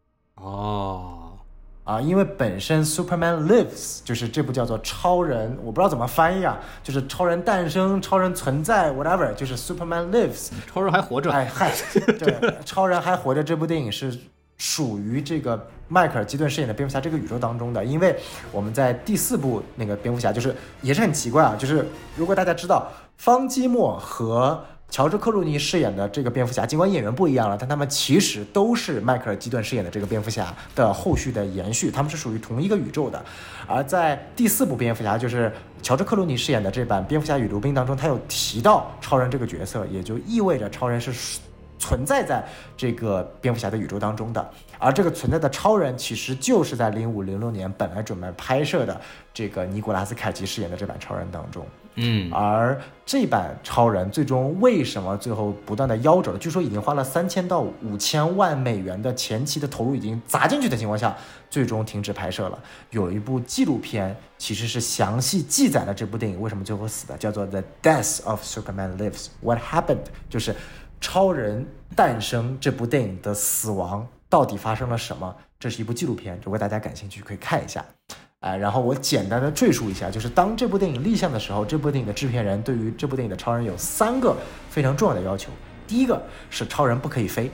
因为本身 Superman Lives 就是这部叫做超人，我不知道怎么翻译啊，就是超人诞生、超人存在 whatever， 就是 Superman Lives， 超人还活着。 对，超人还活着这部电影是属于这个迈克尔·基顿饰演的蝙蝠侠这个宇宙当中的。因为我们在第4部那个蝙蝠侠就是也是很奇怪啊，就是如果大家知道方基莫和乔治·克鲁尼饰演的这个蝙蝠侠，尽管演员不一样了，但他们其实都是迈克尔·基顿饰演的这个蝙蝠侠的后续的延续，他们是属于同一个宇宙的。而在第4部蝙蝠侠，就是乔治·克鲁尼饰演的这版蝙蝠侠与卢宾当中，他有提到超人这个角色，也就意味着超人是存在在这个蝙蝠侠的宇宙当中的。而这个存在的超人其实就是在05、06年本来准备拍摄的这个尼古拉斯凯奇饰演的这版超人当中。而这版超人最终为什么最后不断的夭折了？据说已经花了3000到5000万美元的前期的投入已经砸进去的情况下，最终停止拍摄了。有一部纪录片其实是详细记载了这部电影为什么最后死的，叫做 The Death of Superman Lives What Happened， 就是超人诞生这部电影的死亡到底发生了什么。这是一部纪录片，如果大家感兴趣可以看一下。然后我简单的赘述一下，就是当这部电影立项的时候，这部电影的制片人对于这部电影的超人有3个非常重要的要求。第一个是超人不可以飞，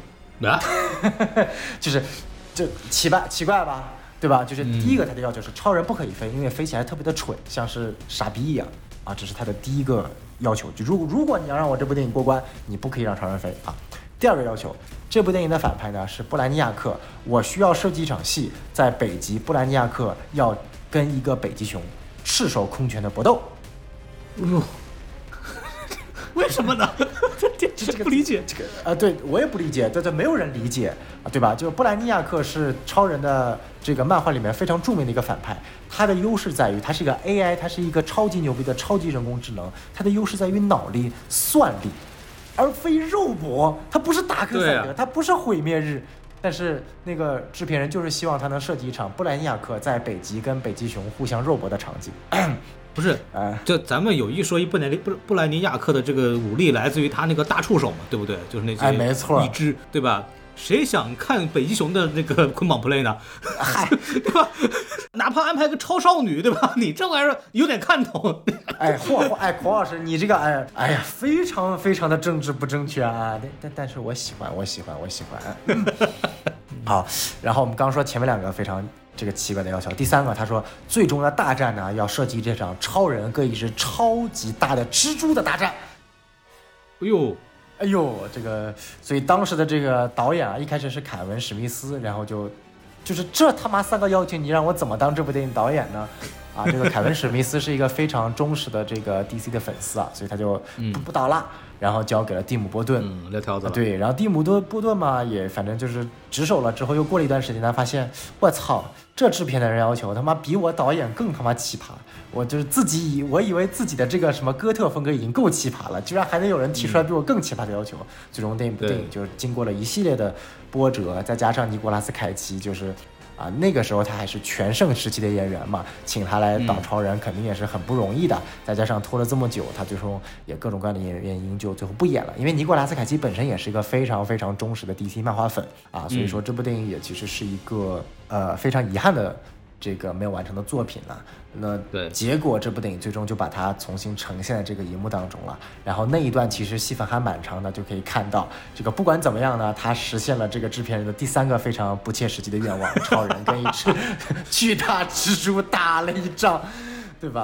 就是这奇怪吧，对吧？就是第一个他的要求是超人不可以飞，因为飞起来特别的蠢，像是傻逼一样啊，这是他的第一个要求。就如果你要让我这部电影过关，你不可以让超人飞啊。第2个要求，这部电影的反派呢是布兰尼亚克，我需要设计一场戏，在北极布兰尼亚克要跟一个北极熊赤手空拳的搏斗。 为什么呢？这不理解。 对我也不理解，这没有人理解啊，对吧？就是布兰尼亚克是超人的这个漫画里面非常著名的一个反派，他的优势在于他是一个 AI， 他是一个超级牛逼的超级人工智能，他的优势在于脑力、算力，而非肉搏。他不是达克赛德，他不是毁灭日。但是那个制片人就是希望他能设计一场布兰尼亚克在北极跟北极熊互相肉搏的场景。 不是，就咱们有一说一，布兰尼亚克的这个武力来自于他那个大触手嘛，对不对？就是那些没错， 一只，对吧？谁想看北极熊的那个捆绑 play 呢？对吧？哪怕安排个超少女，对吧？你这玩意儿有点看头。孔老师，你这个哎呀，非常非常的政治不正确啊！但是我喜欢。好，然后我们刚说前面2个非常这个奇怪的要求，第3个他说最终的大战呢要设计这场超人跟一只超级大的蜘蛛的大战。哎呦，这个，所以当时的这个导演啊，一开始是凯文·史密斯，然后就是这他妈3个要求，你让我怎么当这部电影导演呢？啊，这个凯文·史密斯是一个非常忠实的这个 DC 的粉丝啊，所以他就不导了，然后交给了蒂姆·波顿， 撂挑子了。 对，然后蒂姆·波顿嘛，也反正就是值手了。之后又过了一段时间，他发现，我操，这制片的人要求他妈比我导演更他妈奇葩。我就是我以为自己的这个什么哥特风格已经够奇葩了，居然还能有人提出来比我更奇葩的要求。最终电影就是经过了一系列的波折，再加上尼古拉斯凯奇就是那个时候他还是全盛时期的演员嘛，请他来导超人肯定也是很不容易的。再加上拖了这么久，他最终也各种各样的原因就最后不演了。因为尼古拉斯凯奇本身也是一个非常非常忠实的 DC 漫画粉啊，所以说这部电影也其实是一个非常遗憾的这个没有完成的作品了。那结果这部电影最终就把它重新呈现在这个荧幕当中了。然后那一段其实戏份还蛮长的，就可以看到这个不管怎么样呢，他实现了这个制片人的第3个非常不切实际的愿望，超人跟一只巨大蜘蛛打了一仗，对吧？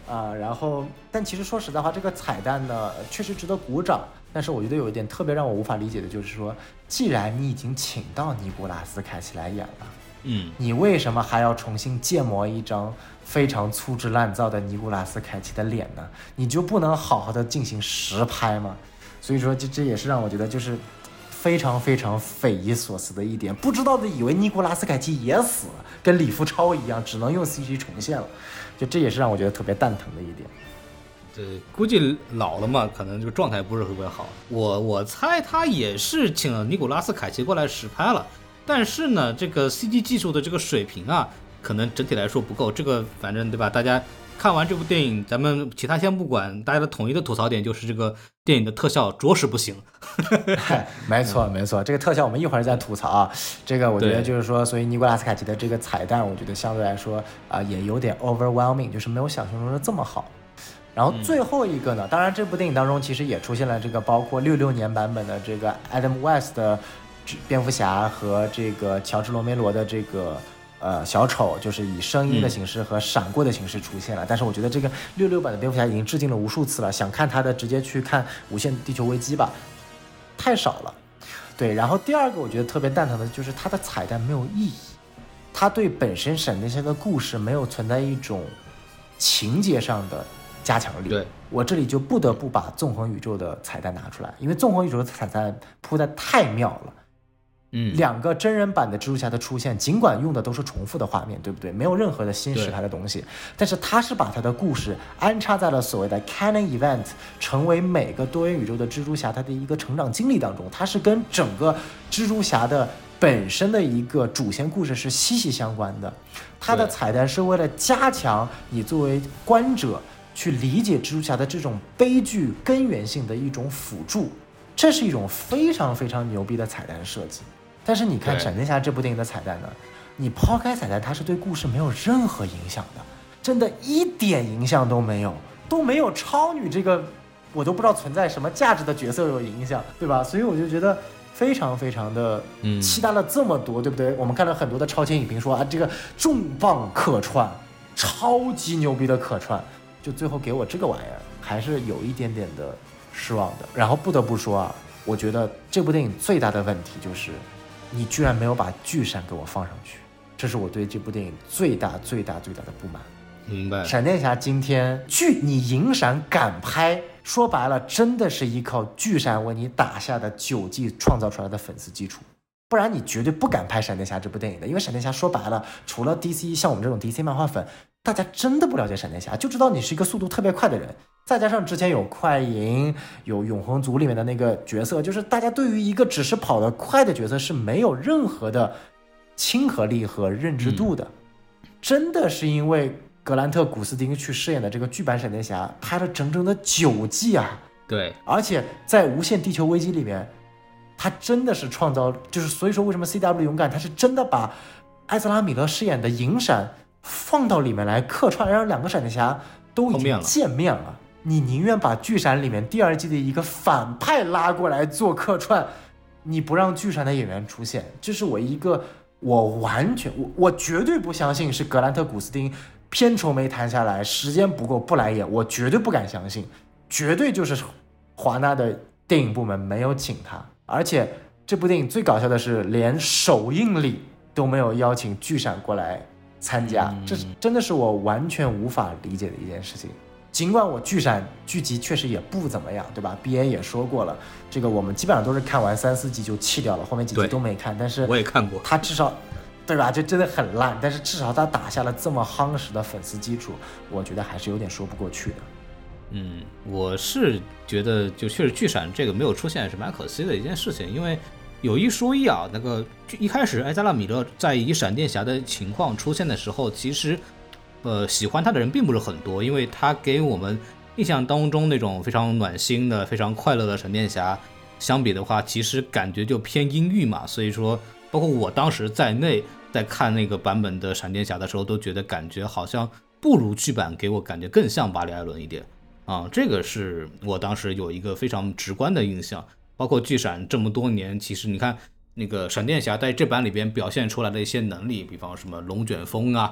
然后但其实说实在话，这个彩蛋呢确实值得鼓掌，但是我觉得有一点特别让我无法理解的就是说，既然你已经请到尼古拉斯凯奇来演了，你为什么还要重新建模一张非常粗制滥造的尼古拉斯凯奇的脸呢？你就不能好好的进行实拍吗？所以说这也是让我觉得就是非常非常匪夷所思的一点，不知道的以为尼古拉斯凯奇也死了，跟李富超一样，只能用 CG 重现了，就这也是让我觉得特别蛋疼的一点。 对，估计老了嘛，可能这个状态不是特别好。我猜他也是请了尼古拉斯凯奇过来实拍了，但是呢，这个 CG 技术的这个水平啊，可能整体来说不够。这个反正对吧？大家看完这部电影，咱们其他先不管，大家的统一的吐槽点就是这个电影的特效着实不行。 没错，这个特效我们一会儿再吐槽啊。这个我觉得就是说，所以尼古拉斯凯奇的这个彩蛋，我觉得相对来说也有点 overwhelming， 就是没有想象中的这么好。然后最后一个呢，当然这部电影当中其实也出现了这个包括66年版本的这个 Adam West 的蝙蝠侠和这个乔治罗梅罗的这个小丑，就是以声音的形式和闪过的形式出现了。但是我觉得这个66版的蝙蝠侠已经致敬了无数次了，想看他的直接去看无限地球危机吧，太少了。对，然后第二个我觉得特别蛋疼的就是他的彩蛋没有意义，他对本身闪电侠的故事没有存在一种情节上的加强力。 对， 我这里就不得不把纵横宇宙的彩蛋拿出来，因为纵横宇宙的彩蛋铺得太妙了。两个真人版的蜘蛛侠的出现，尽管用的都是重复的画面，对不对？没有任何的新时态的东西，但是他是把他的故事安插在了所谓的 canon event， 成为每个多元宇宙的蜘蛛侠他的一个成长经历当中，他是跟整个蜘蛛侠的本身的一个主线故事是息息相关的。他的彩蛋是为了加强你作为观者去理解蜘蛛侠的这种悲剧根源性的一种辅助，这是一种非常非常牛逼的彩蛋设计。但是你看闪电侠这部电影的彩蛋呢，你抛开彩蛋，它是对故事没有任何影响的，真的一点影响都没有，都没有超女这个我都不知道存在什么价值的角色有影响，对吧？所以我就觉得非常非常的期待了这么多，对不对？我们看了很多的超前影评说这个重磅客串，超级牛逼的客串，就最后给我这个玩意儿，还是有一点点的失望的。然后不得不说我觉得这部电影最大的问题就是你居然没有把巨闪给我放上去，这是我对这部电影最大的不满。 明白。 闪电侠今天你银闪敢拍，说白了真的是依靠巨闪为你打下的9季创造出来的粉丝基础，不然你绝对不敢拍闪电侠这部电影的。因为闪电侠说白了，除了 DC 像我们这种 DC 漫画粉，大家真的不了解闪电侠，就知道你是一个速度特别快的人，再加上之前有快银，有永恒族里面的那个角色，就是大家对于一个只是跑得快的角色是没有任何的亲和力和认知度的。真的是因为格兰特·古斯丁去饰演的这个剧版闪电侠拍了整整的9季啊。 对， 而且在无限地球危机里面，他真的是创造，就是所以说为什么 CW 勇敢，他是真的把艾泽拉·米勒饰演的银闪放到里面来客串，让两个闪电侠都已经见面了。你宁愿把巨闪里面第2季的一个反派拉过来做客串，你不让巨闪的演员出现，这是我一个我绝对不相信是格兰特·古斯丁片酬没谈下来，时间不够不来演，我绝对不敢相信，绝对就是华纳的电影部门没有请他。而且这部电影最搞笑的是连首映礼都没有邀请巨闪过来参加，这真的是我完全无法理解的一件事情。尽管我巨闪剧集确实也不怎么样，对吧？ BA 也说过了，这个我们基本上都是看完3、4集就弃掉了，后面几集都没看。但是我也看过， 他至少对吧，就真的很烂，但是至少他打下了这么夯实的粉丝基础，我觉得还是有点说不过去的。 我是觉得就确实巨闪这个没有出现是蛮可惜的一件事情，因为有一说一那个一开始埃扎拉米勒在以闪电侠的情况出现的时候，其实喜欢他的人并不是很多，因为他给我们印象当中那种非常暖心的非常快乐的闪电侠相比的话，其实感觉就偏阴郁嘛，所以说包括我当时在内在看那个版本的闪电侠的时候，都觉得感觉好像不如剧版给我感觉更像巴里·艾伦一点这个是我当时有一个非常直观的印象。包括巨闪这么多年，其实你看那个闪电侠在这版里边表现出来的一些能力，比方什么龙卷风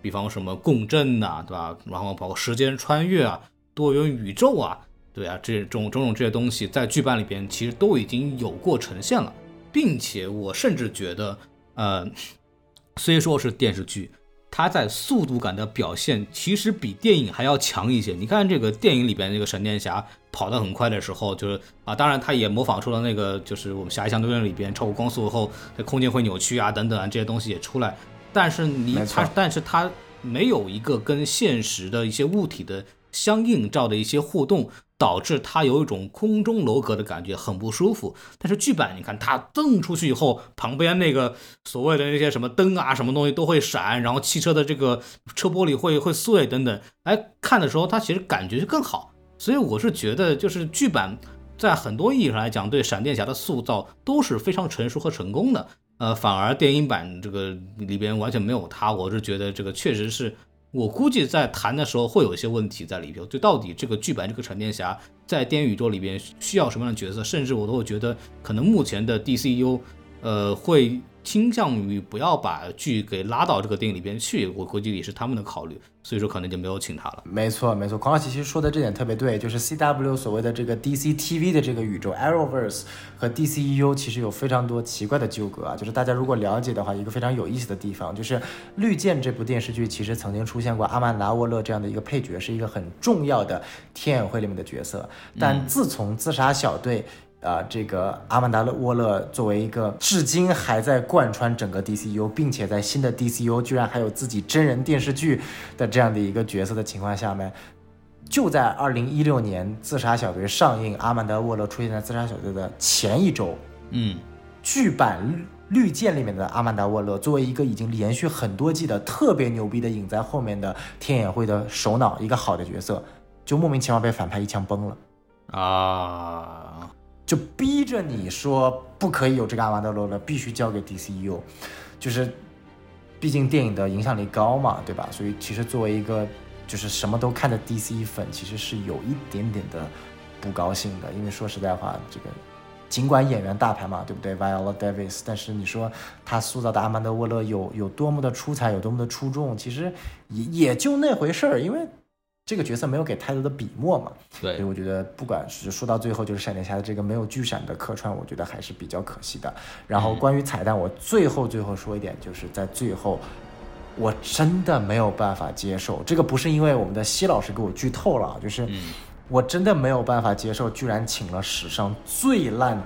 比方什么共振啊，对吧？然后包括时间穿越啊、多元宇宙啊，对啊，这种这些东西在剧版里边其实都已经有过呈现了，并且我甚至觉得，虽说是电视剧，它在速度感的表现其实比电影还要强一些。你看这个电影里边那个闪电侠跑得很快的时候，就是当然他也模仿出了那个就是我们狭义相对论里边超过光速后空间会扭曲啊等等啊这些东西也出来，但是它没有一个跟现实的一些物体的相映照的一些互动，导致它有一种空中楼阁的感觉，很不舒服。但是剧版你看它蹬出去以后，旁边那个所谓的那些什么灯啊什么东西都会闪，然后汽车的这个车玻璃会碎等等，看的时候它其实感觉就更好。所以我是觉得就是剧版在很多意义上来讲对闪电侠的塑造都是非常成熟和成功的，反而电影版这个里边完全没有它，我是觉得这个确实是我估计在谈的时候会有一些问题在里边，就到底这个剧版这个闪电侠在电影宇宙里边需要什么样的角色，甚至我都会觉得可能目前的 DCU 会倾向于不要把剧给拉到这个电影里边去，我估计也是他们的考虑，所以说可能就没有请他了。 没错，狂老其实说的这点特别对，就是 CW 所谓的这个 DC TV 的这个宇宙 Arrowverse 和 DCEU 其实有非常多奇怪的纠葛啊。就是大家如果了解的话，一个非常有意思的地方就是绿箭这部电视剧其实曾经出现过阿曼达沃勒这样的一个配角，是一个很重要的天眼会里面的角色，但自从自杀小队这个阿曼达沃勒作为一个至今还在贯穿整个 DCU， 并且在新的 DCU 居然还有自己真人电视剧的这样的一个角色的情况下面，就在2016年自杀小队上映，阿曼达沃勒出现在自杀小队的前一周，剧版绿箭里面的阿曼达沃勒作为一个已经连续很多季的特别牛逼的隐在后面的天眼会的首脑，一个好的角色，就莫名其妙被反派一枪崩了啊！就逼着你说不可以有这个阿曼达沃勒，必须交给 DCU， 就是毕竟电影的影响力高嘛，对吧？所以其实作为一个就是什么都看的 DC 粉，其实是有一点点的不高兴的，因为说实在话，这个尽管演员大牌嘛，对不对 ？Viola Davis， 但是你说他塑造的阿曼达沃勒有多么的出彩，有多么的出众，其实也就那回事儿，因为这个角色没有给太多的笔墨嘛， 对， 所以我觉得不管是说到最后，就是闪电侠的这个没有剧闪的客串，我觉得还是比较可惜的。然后关于彩蛋，我最后说一点，就是在最后，我真的没有办法接受，这个不是因为我们的西老师给我剧透了，就是我真的没有办法接受，居然请了史上最烂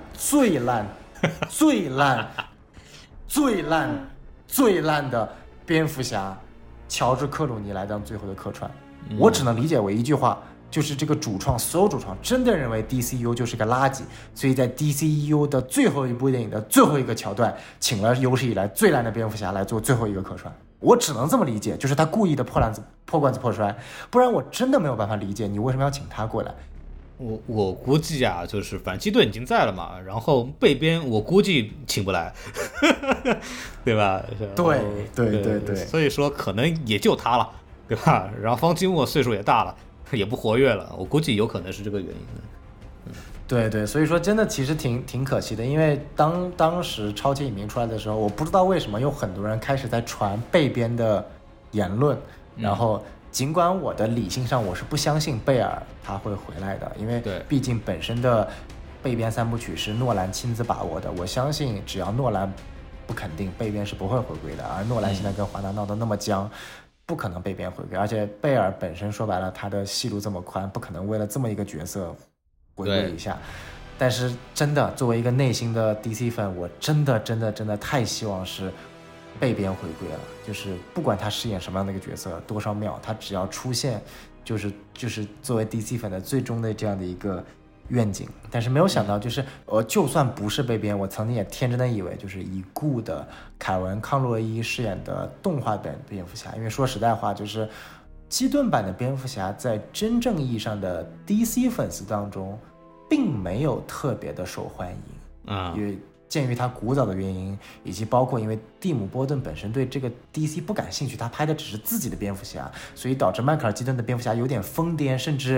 的蝙蝠侠乔治克鲁尼来当最后的客串。我只能理解为一句话，就是这个所有主创真的认为 DCU 就是个垃圾，所以在 DCEU 的最后一部电影的最后一个桥段，请了有史以来最烂的蝙蝠侠来做最后一个客串。我只能这么理解，就是他故意的破罐子破摔，不然我真的没有办法理解你为什么要请他过来。 我估计啊，就是反正基顿已经在了嘛，然后被编我估计请不来，对吧？ 对， 所以说可能也就他了。对吧？然后方清墨岁数也大了，也不活跃了，我估计有可能是这个原因。 对，所以说真的其实挺可惜的，因为当时超级影迷出来的时候，我不知道为什么有很多人开始在传被编的言论，然后尽管我的理性上我是不相信贝尔他会回来的，因为毕竟本身的被编3部曲是诺兰亲自把握的，我相信只要诺兰不肯定，被编是不会回归的，而诺兰现在跟华纳闹得那么僵。不可能被编回归，而且贝尔本身说白了，他的戏路这么宽，不可能为了这么一个角色回归一下。但是真的，作为一个内心的 DC 粉，我真的太希望是被编回归了。就是不管他饰演什么样的一个角色，多少秒，他只要出现，就是作为 DC 粉的最终的这样的一个愿景。但是没有想到，就是就算不是被编，我曾经也天真的以为就是已故的凯文·康洛伊饰演的动画版蝙蝠侠，因为说实在话，就是基顿版的蝙蝠侠在真正意义上的 DC 粉丝当中并没有特别的受欢迎因为鉴于他古早的原因，以及包括因为蒂姆·波顿本身对这个 DC 不感兴趣，他拍的只是自己的蝙蝠侠，所以导致迈克尔·基顿的蝙蝠侠有点疯癫，甚至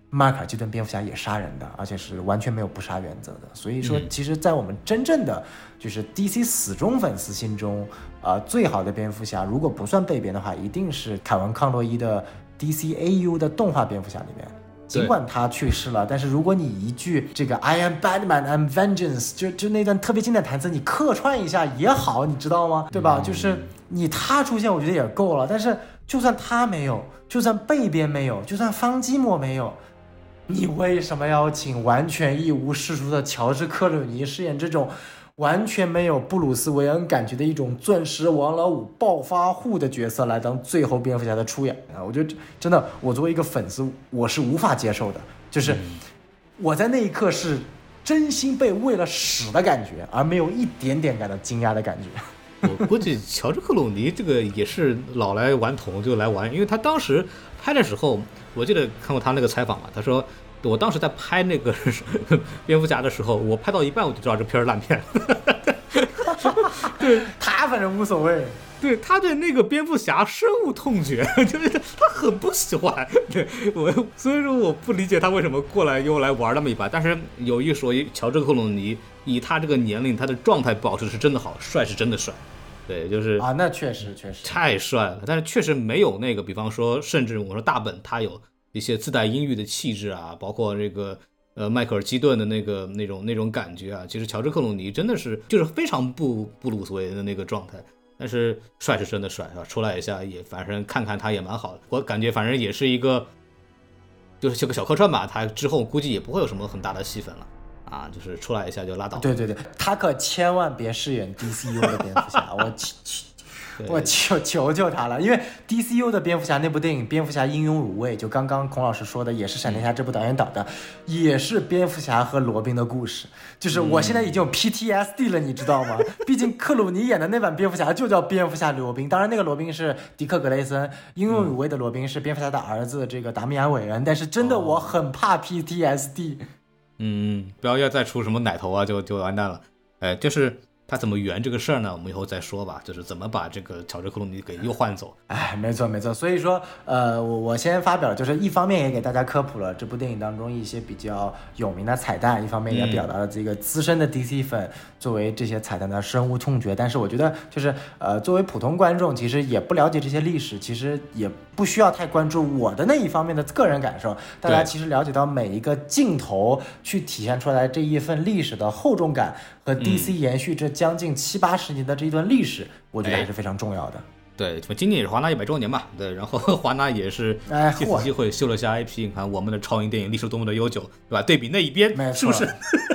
迈克尔基顿蝙蝠侠也杀人的，而且是完全没有不杀原则的。所以说其实在我们真正的就是 DC 死忠粉丝心中最好的蝙蝠侠如果不算被编的话，一定是凯文康洛伊的 DCAU 的动画蝙蝠侠里面。尽管他去世了，但是如果你一句这个 I am Batman, I'm Vengeance 就那段特别经典台词你客串一下也好，你知道吗？对吧？就是他出现我觉得也够了，但是就算他没有，就算贝边没有，就算方基莫没有，你为什么要请完全一无是处的乔治克鲁尼饰演这种完全没有布鲁斯韦恩感觉的一种钻石王老五暴发户的角色来当最后蝙蝠侠的出演啊？我觉得真的，我作为一个粉丝，我是无法接受的。就是我在那一刻是真心被喂了屎的感觉，而没有一点点感到惊讶的感觉。 我估计乔治克鲁尼这个也是老来顽童就来玩，因为他当时拍的时候，我记得看过他那个采访嘛，他说我当时在拍那个蝙蝠侠的时候，我拍到一半我就知道这片烂片。对， 他反正无所谓。 对，他对那个蝙蝠侠深恶痛绝，就是他很不喜欢。对所以说我不理解他为什么过来又来玩那么一把。但是有一说一，乔治克鲁尼以他这个年龄，他的状态保持是真的好，帅是真的帅。对，就是那确实太帅了。但是确实没有那个，比方说，甚至我说大本他有一些自带阴郁的气质啊，包括这个迈克尔基顿的那种感觉啊。其实乔治克鲁尼真的是就是非常布鲁斯韦恩的那个状态。但是帅是真的帅啊，出来一下也反正看看他也蛮好的，我感觉反正也是一个就是个小客串吧，他之后估计也不会有什么很大的戏份了啊，就是出来一下就拉倒。 对，他可千万别饰演 DCU 的蝙蝠侠，我求他了，因为 DCU 的蝙蝠侠那部电影《蝙蝠侠英勇无畏》，就刚刚孔老师说的，也是闪电侠这部导演导的，也是蝙蝠侠和罗宾的故事。就是我现在已经有 PTSD 了，你知道吗？毕竟克鲁尼演的那版蝙蝠侠就叫蝙蝠侠罗宾，当然那个罗宾是迪克·格雷森，英勇无畏的罗宾是蝙蝠侠的儿子这个达米安·韦恩。但是真的我很怕 PTSD。 不要再出什么奶头啊，就完蛋了。就是他怎么圆这个事儿呢？我们以后再说吧。就是怎么把这个乔治克鲁尼给又换走。 没错。所以说，我先发表，就是一方面也给大家科普了这部电影当中一些比较有名的彩蛋，一方面也表达了这个资深的 DC 粉作为这些彩蛋的深恶痛绝。但是我觉得，就是作为普通观众，其实也不了解这些历史，其实也不需要太关注我的那一方面的个人感受。大家其实了解到每一个镜头去体现出来这一份历史的厚重感和 DC 延续这将近70-80年的这一段历史，我觉得还是非常重要的。 对，今年也是华纳100周年嘛，对，然后华纳也是借此机会秀了下 IP， 你看我们的超英电影历史多么的悠久，对吧？对比那一边，是不是？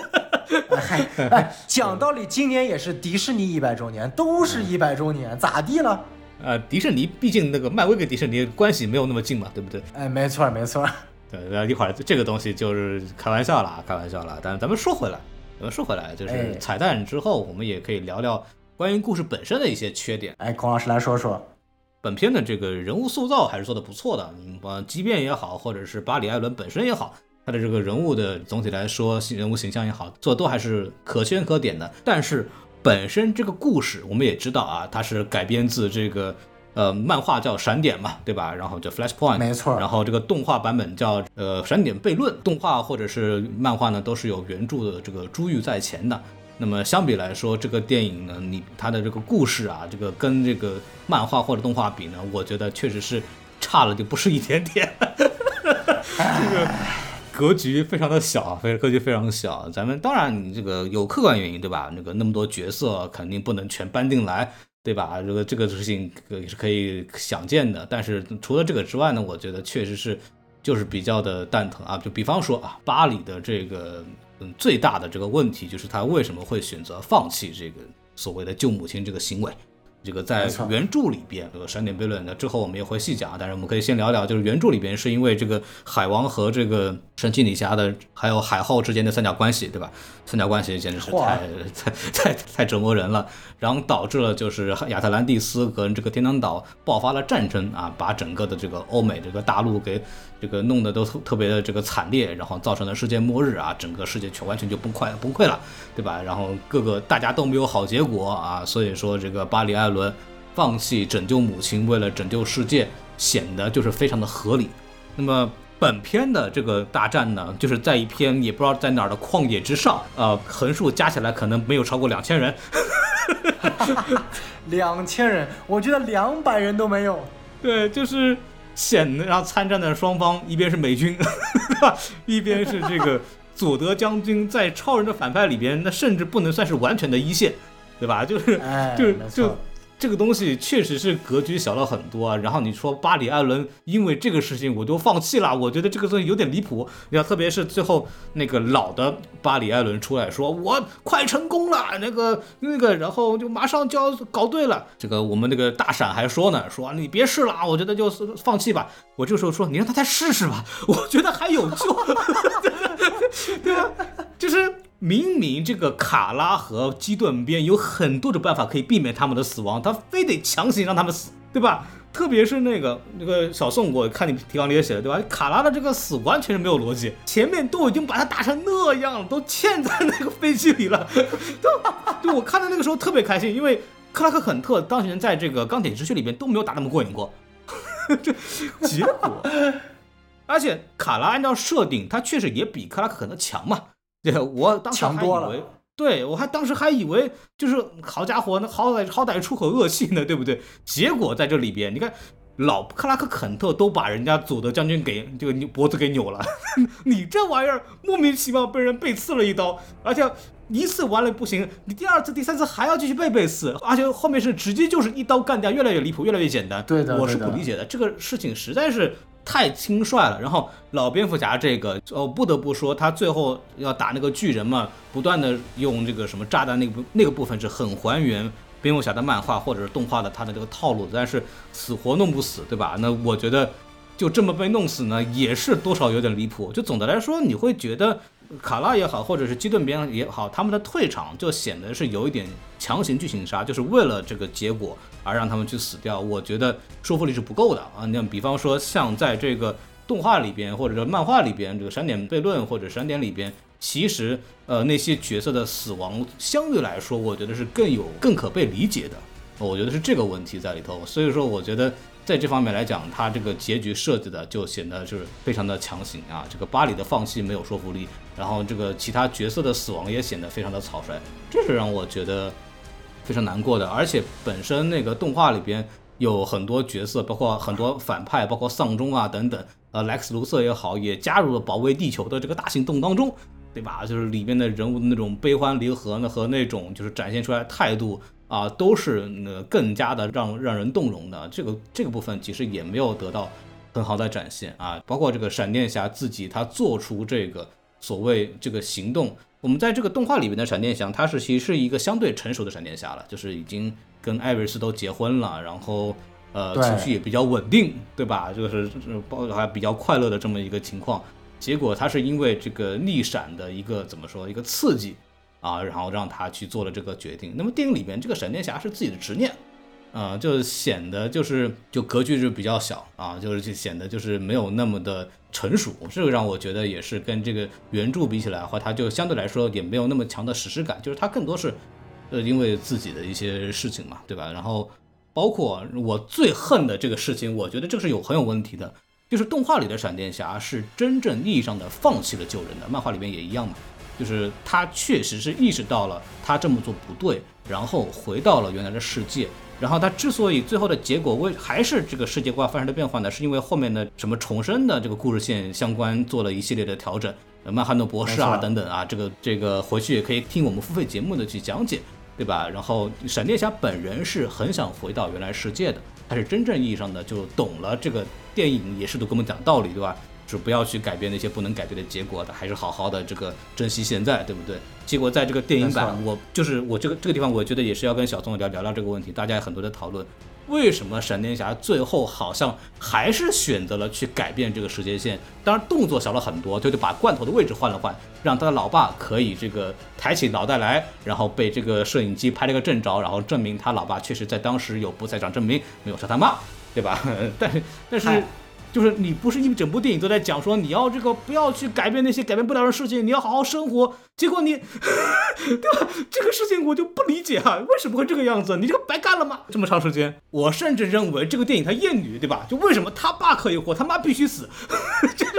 讲道理，今年也是迪士尼100周年，都是100周年，咋地了？ 迪士尼毕竟那个漫威跟迪士尼关系没有那么近嘛，对不对？ 没错。 对，一会儿这个东西就是开玩笑啦。但咱们说回来，就是彩蛋之后，我们也可以聊聊关于故事本身的一些缺点。 孔老师来说说。 本片的这个人物塑造还是做的不错的，即便也好，或者是巴里·艾伦本身也好，他的这个人物的总体来说人物形象也好，做的都还是可圈可点的。但是本身这个故事我们也知道啊，它是改编自这个漫画叫闪点嘛，对吧？然后叫 Flashpoint， 没错。 然后这个动画版本叫闪点悖论。动画或者是漫画呢，都是有原著的这个珠玉在前的。那么相比来说，这个电影呢，它的这个故事啊，这个跟这个漫画或者动画比呢，我觉得确实是差了就不是一点点。这个格局非常的小，格局非常小。咱们当然你这个有客观原因，对吧？那么多角色肯定不能全搬进来，对吧？这个事情也是可以想见的。但是除了这个之外呢，我觉得确实是就是比较的蛋疼啊。就比方说啊，巴里的这个最大的这个问题就是他为什么会选择放弃这个所谓的救母亲这个行为。这个在原著里边，这个闪点悖论呢之后我们也会细讲，但是我们可以先聊聊，就是原著里边是因为这个海王和这个神奇女侠的还有海后之间的三角关系，对吧？三角关系简直是太折磨人了，然后导致了就是亚特兰蒂斯跟这个天堂岛爆发了战争啊，把整个的这个欧美这个大陆给这个弄得都特别的这个惨烈，然后造成了世界末日啊，整个世界完全就崩溃了，对吧？然后大家都没有好结果啊，所以说这个巴里·艾伦放弃拯救母亲，为了拯救世界，显得就是非常的合理。那么本片的这个大战呢，就是在一片也不知道在哪儿的旷野之上，横竖加起来可能没有超过2000人。 2000人，我觉得200人都没有。 对，就是显得，然后参战的双方一边是美军，对吧？一边是这个佐德将军，在超人的反派里边，那甚至不能算是完全的一线，对吧？就这个东西确实是格局小了很多啊。然后你说巴里·艾伦因为这个事情我就放弃了，我觉得这个东西有点离谱。你看，特别是最后那个老的巴里·艾伦出来说我快成功了，那个，然后就马上就要搞对了。这个我们那个大闪还说呢，说你别试了，我觉得就放弃吧。我这时候说你让他再试试吧，我觉得还有救，对吧？就是明明这个卡拉和基顿边有很多的办法可以避免他们的死亡，他非得强行让他们死，对吧？特别是那个小宋，我看你提纲里也写了，对吧？卡拉的这个死完全是没有逻辑，前面都已经把他打成那样了，都嵌在那个飞机里了，对，我看到那个时候特别开心，因为克拉克肯特当年在这个钢铁之躯里边都没有打那么过瘾过，结果，而且卡拉按照设定，他确实也比克拉克肯特强嘛。对，我当时还以为，对，我当时还以为就是好家伙，那好歹出口恶气呢，对不对？结果在这里边，你看老克拉克肯特都把人家佐德将军给这个脖子给扭了，你这玩意儿莫名其妙被人背刺了一刀，而且一次完了不行，你第二次、第三次还要继续背刺，而且后面是直接就是一刀干掉，越来越离谱，越来越简单。 对的， 我是不理解的，这个事情实在是太轻率了。然后老蝙蝠侠这个不得不说，他最后要打那个巨人嘛，不断的用这个什么炸弹那个部分是很还原蝙蝠侠的漫画或者是动画的他的这个套路，但是死活弄不死，对吧？那我觉得就这么被弄死呢，也是多少有点离谱。就总的来说，你会觉得卡拉也好，或者是基顿边也好，他们的退场就显得是有一点强行剧情杀，就是为了这个结果而让他们去死掉，我觉得说服力是不够的啊。那比方说像在这个动画里边或者是漫画里边，这个闪点悖论或者闪点里边，其实那些角色的死亡相对来说，我觉得是更可被理解的。我觉得是这个问题在里头，所以说我觉得在这方面来讲，他这个结局设计的就显得就是非常的强行啊。这个巴里的放弃没有说服力，然后这个其他角色的死亡也显得非常的草率，这是让我觉得非常难过的。而且本身那个动画里边有很多角色，包括很多反派，包括丧钟啊等等，莱克斯卢瑟也好，也加入了保卫地球的这个大行动当中，对吧？就是里面的人物的那种悲欢离合呢，和那种就是展现出来的态度啊，都是更加的让人动容的。这个部分其实也没有得到很好的展现啊。包括这个闪电侠自己他做出这个所谓这个行动，我们在这个动画里面的闪电侠，他是其实是一个相对成熟的闪电侠了，就是已经跟艾瑞斯都结婚了，然后情绪也比较稳定，对吧？就是还比较快乐的这么一个情况。结果他是因为这个逆闪的一个怎么说一个刺激啊，然后让他去做了这个决定。那么电影里面这个闪电侠是自己的执念，就显得就格局就比较小啊，就显得就是没有那么的成熟。这个让我觉得也是跟这个原著比起来的话，它就相对来说也没有那么强的史诗感，就是它更多是因为自己的一些事情嘛，对吧？然后包括我最恨的这个事情，我觉得这个是很有问题的，就是动画里的闪电侠是真正意义上的放弃了救人的，漫画里面也一样嘛。就是他确实是意识到了他这么做不对，然后回到了原来的世界。然后他之所以最后的结果还是这个世界观发生的变化呢，是因为后面的什么重生的这个故事线相关做了一系列的调整，曼汉诺博士啊等等啊，这个回去也可以听我们付费节目的去讲解，对吧？然后闪电侠本人是很想回到原来世界的，他是真正意义上的就懂了这个电影也是都跟我们讲道理，对吧？是不要去改变那些不能改变的结果的，还是好好的这个珍惜现在，对不对？结果在这个电影版，我这个地方，我觉得也是要跟小宋聊聊这个问题。大家有很多的讨论，为什么闪电侠最后好像还是选择了去改变这个时间线？当然动作小了很多，就得把罐头的位置换了换，让他的老爸可以这个抬起脑袋来，然后被这个摄影机拍了个正着，然后证明他老爸确实在当时有不在场证明，没有杀他妈，对吧？但是。就是你不是一整部电影都在讲说你要这个不要去改变那些改变不了的事情，你要好好生活，结果你对吧？这个事情我就不理解啊，为什么会这个样子？你这个白干了吗？这么长时间，我甚至认为这个电影它厌女，对吧？就为什么他爸可以活，他妈必须死？这个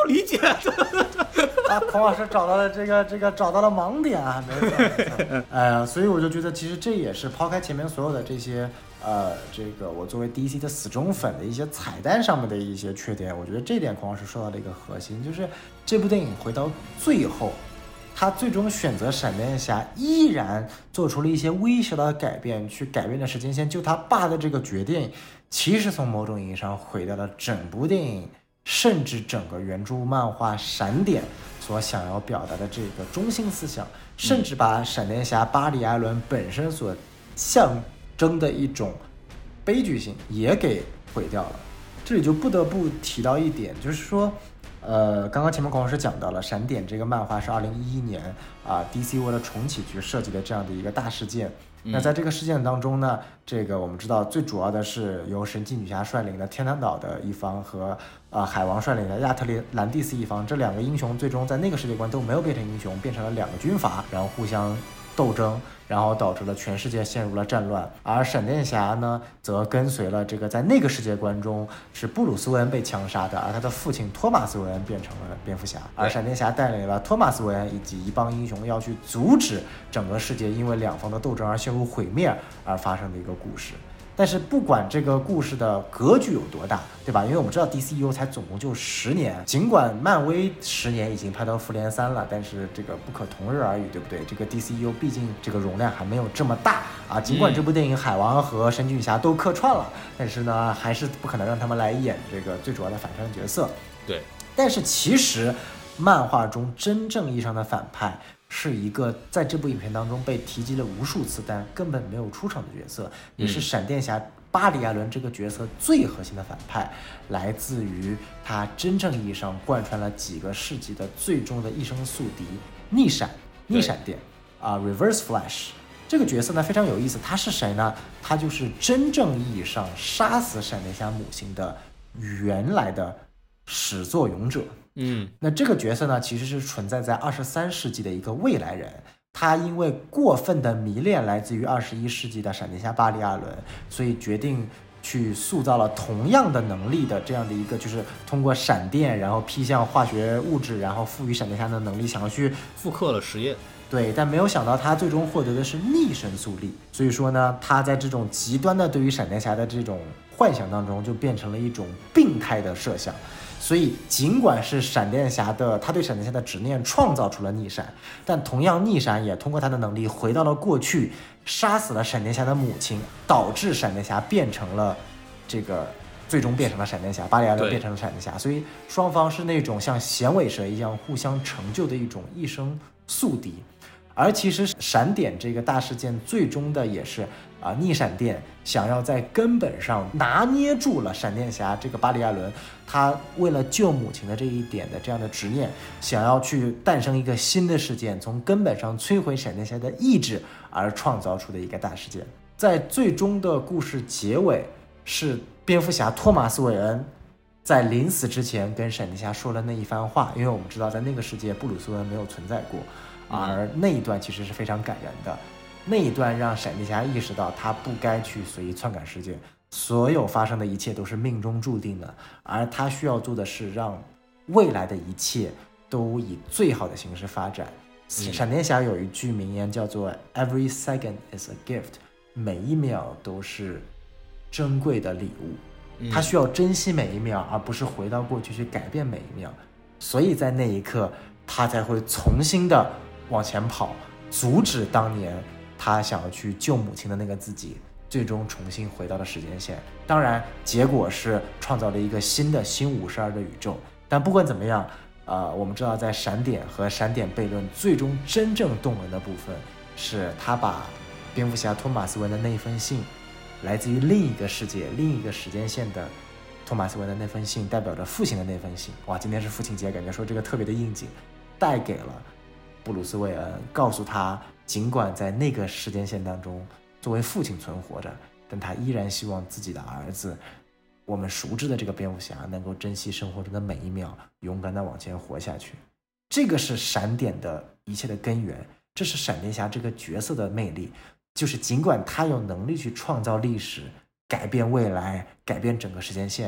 理解。 孔老师找到了找到了盲点啊，没错。所以我就觉得其实这也是抛开前面所有的这些我作为 DC 的死忠粉的一些彩蛋上面的一些缺点，我觉得这点孔老师说到了一个核心，就是这部电影回到最后，他最终选择闪电侠依然做出了一些微小的改变，去改变了时间线救他爸的这个决定，其实从某种意义上毁掉了整部电影甚至整个原著漫画闪点所想要表达的这个中心思想，甚至把闪电侠巴里·艾伦本身所象征的一种悲剧性也给毁掉了。这里就不得不提到一点，就是说刚刚前面孔老师讲到了闪点这个漫画是2011年DC 为了重启去设计的这样的一个大事件。那在这个事件当中呢，我们知道最主要的是由神奇女侠率领的天堂岛的一方和海王率领的亚特兰蒂斯一方，这两个英雄最终在那个世界观都没有变成英雄，变成了两个军阀，然后互相斗争，然后导致了全世界陷入了战乱。而闪电侠呢，则跟随了在那个世界观中是布鲁斯·韦恩被枪杀的，而他的父亲托马斯·韦恩变成了蝙蝠侠，而闪电侠带领了托马斯·韦恩以及一帮英雄要去阻止整个世界因为两方的斗争而陷入毁灭而发生的一个故事。但是不管这个故事的格局有多大，对吧？因为我们知道 DCU 才总共就10年，尽管漫威10年已经拍到复联3了，但是这个不可同日而语，对不对？这个 DCU 毕竟这个容量还没有这么大啊。尽管这部电影海王和神奇女侠都客串了，但是呢，还是不可能让他们来演这个最主要的反派角色。 对。 但是其实漫画中真正意义上的反派是一个在这部影片当中被提及了无数次但根本没有出场的角色，也是闪电侠巴里·艾伦这个角色最核心的反派，来自于他真正意义上贯穿了几个世纪的最终的一生宿敌逆闪电Reverse Flash。这个角色呢非常有意思，他是谁呢？他就是真正意义上杀死闪电侠母亲的原来的始作俑者。那这个角色呢，其实是存在在23世纪的一个未来人，他因为过分的迷恋来自于21世纪的闪电侠巴里·艾伦，所以决定去塑造了同样的能力的这样的一个，就是通过闪电，然后劈向化学物质，然后赋予闪电侠的能力，想要去复刻了实验。 对，但没有想到他最终获得的是逆神速力，所以说呢，他在这种极端的对于闪电侠的这种幻想当中，就变成了一种病态的设想。所以尽管是他对闪电侠的执念创造出了逆闪，但同样逆闪也通过他的能力回到了过去，杀死了闪电侠的母亲，导致闪电侠变成了最终变成了闪电侠，巴里·艾伦变成了闪电侠。所以双方是那种像响尾蛇一样互相成就的一种一生宿敌。而其实闪点这个大事件最终的也是逆闪电想要在根本上拿捏住了闪电侠这个巴里·艾伦，他为了救母亲的这一点的这样的执念，想要去诞生一个新的事件，从根本上摧毁闪电侠的意志而创造出的一个大事件。在最终的故事结尾，是蝙蝠侠托马斯·韦恩在临死之前跟闪电侠说了那一番话，因为我们知道在那个世界布鲁斯·韦恩没有存在过，而那一段其实是非常感人的。那一段让闪电侠意识到他不该去随意篡改世界，所有发生的一切都是命中注定的，而他需要做的是让未来的一切都以最好的形式发展。闪电侠有一句名言叫做 Every second is a gift， 每一秒都是珍贵的礼物，他需要珍惜每一秒，而不是回到过去去改变每一秒。所以在那一刻他才会重新的往前跑，阻止当年他想要去救母亲的那个自己最终重新回到了时间线。当然结果是创造了一个新的新52的宇宙。但不管怎么样我们知道在闪点和闪点悖论最终真正动人的部分，是他把蝙蝠侠托马斯·韦恩的那一封信，来自于另一个世界另一个时间线的托马斯·韦恩的那封信，代表着父亲的那封信。哇，今天是父亲节，感觉说这个特别的应景，带给了布鲁斯·韦恩，告诉他尽管在那个时间线当中作为父亲存活着，但他依然希望自己的儿子，我们熟知的这个蝙蝠侠，能够珍惜生活中的每一秒，勇敢地往前活下去。这个是闪点的一切的根源，这是闪电侠这个角色的魅力，就是尽管他有能力去创造历史，改变未来，改变整个时间线，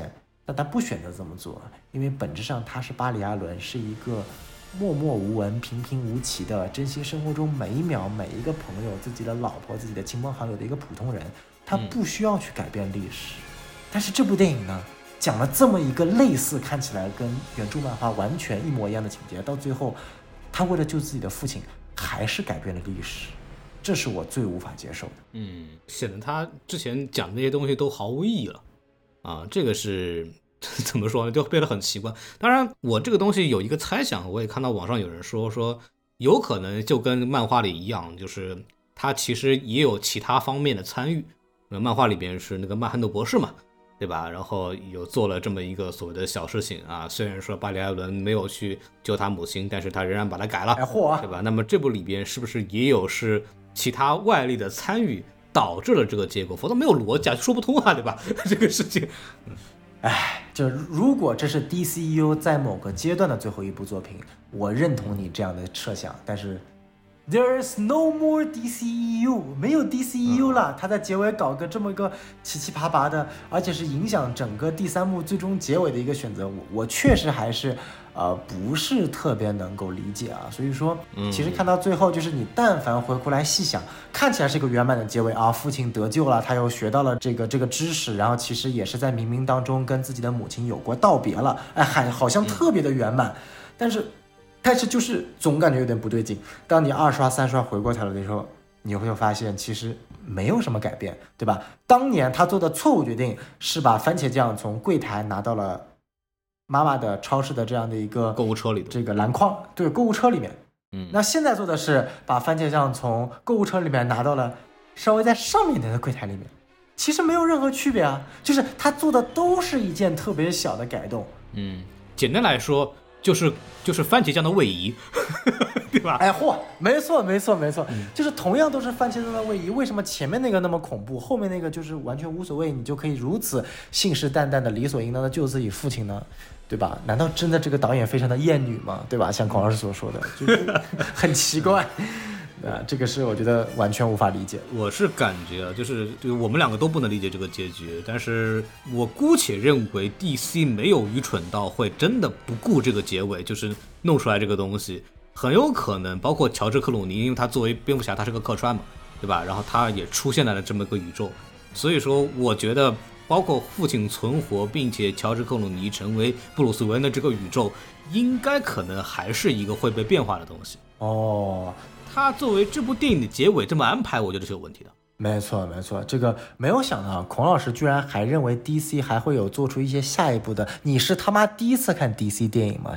但他不选择这么做，因为本质上他是巴里·阿伦，是一个默默无闻、平平无奇的，珍惜生活中每一秒、每一个朋友、自己的老婆、自己的亲朋好友的一个普通人。他不需要去改变历史。但是这部电影呢，讲了这么一个类似看起来跟原著漫画完全一模一样的情节，到最后他为了救自己的父亲还是改变了历史，这是我最无法接受的。 显得他之前讲的那些东西都毫无意义了啊，这个是怎么说呢，就变得很奇怪。当然我这个东西有一个猜想，我也看到网上有人说有可能就跟漫画里一样，就是他其实也有其他方面的参与。漫画里边是那个曼汉顿博士嘛，对吧？然后有做了这么一个所谓的小事情啊，虽然说巴里·艾伦没有去救他母亲，但是他仍然把它改了，对吧？那么这部里边是不是也有是其他外力的参与导致了这个结果？否则没有逻辑，说不通啊，对吧？这个事情， 就如果这是 DCU 在某个阶段的最后一部作品，我认同你这样的设想，但是There's no more DCEU， 没有 DCEU 了。他在结尾搞个这么个七七八八的，而且是影响整个第三部最终结尾的一个选择，我确实还是不是特别能够理解啊。所以说，其实看到最后，就是你但凡回过来细想，看起来是一个圆满的结尾啊，父亲得救了，他又学到了这个知识，然后其实也是在冥冥当中跟自己的母亲有过道别了，好像特别的圆满，但是就是总感觉有点不对劲。当你2刷3刷回过头来的时候，你会发现其实没有什么改变，对吧？当年他做的错误决定是把番茄酱从柜台拿到了妈妈的超市的这样的一个购物车里的这个篮筐，对，购物车里面。那现在做的是把番茄酱从购物车里面拿到了稍微在上面一点的柜台里面，其实没有任何区别啊，就是他做的都是一件特别小的改动。 简单来说就是番茄酱的位移对吧？ 没错，就是同样都是番茄酱的位移，为什么前面那个那么恐怖，后面那个就是完全无所谓，你就可以如此信誓旦旦的理所应当的救自己父亲呢？对吧？难道真的这个导演非常的厌女吗？对吧？像孔老师所说的，就是很奇怪。这个是我觉得完全无法理解。 我是感觉就是我们两个都不能理解这个结局，但是我姑且认为 DC 没有愚蠢到会真的不顾这个结尾，就是弄出来这个东西。很有可能包括乔治克鲁尼，因为他作为蝙蝠侠他是个客串嘛，对吧？然后他也出现在了这么个宇宙，所以说我觉得包括父亲存活并且乔治克鲁尼成为布鲁斯韦恩的这个宇宙，应该可能还是一个会被变化的东西。他作为这部电影的结尾这么安排，我觉得是有问题的。 没错，这个没有想到孔老师居然还认为 DC 还会有做出一些下一步的。你是他妈第一次看 DC 电影吗？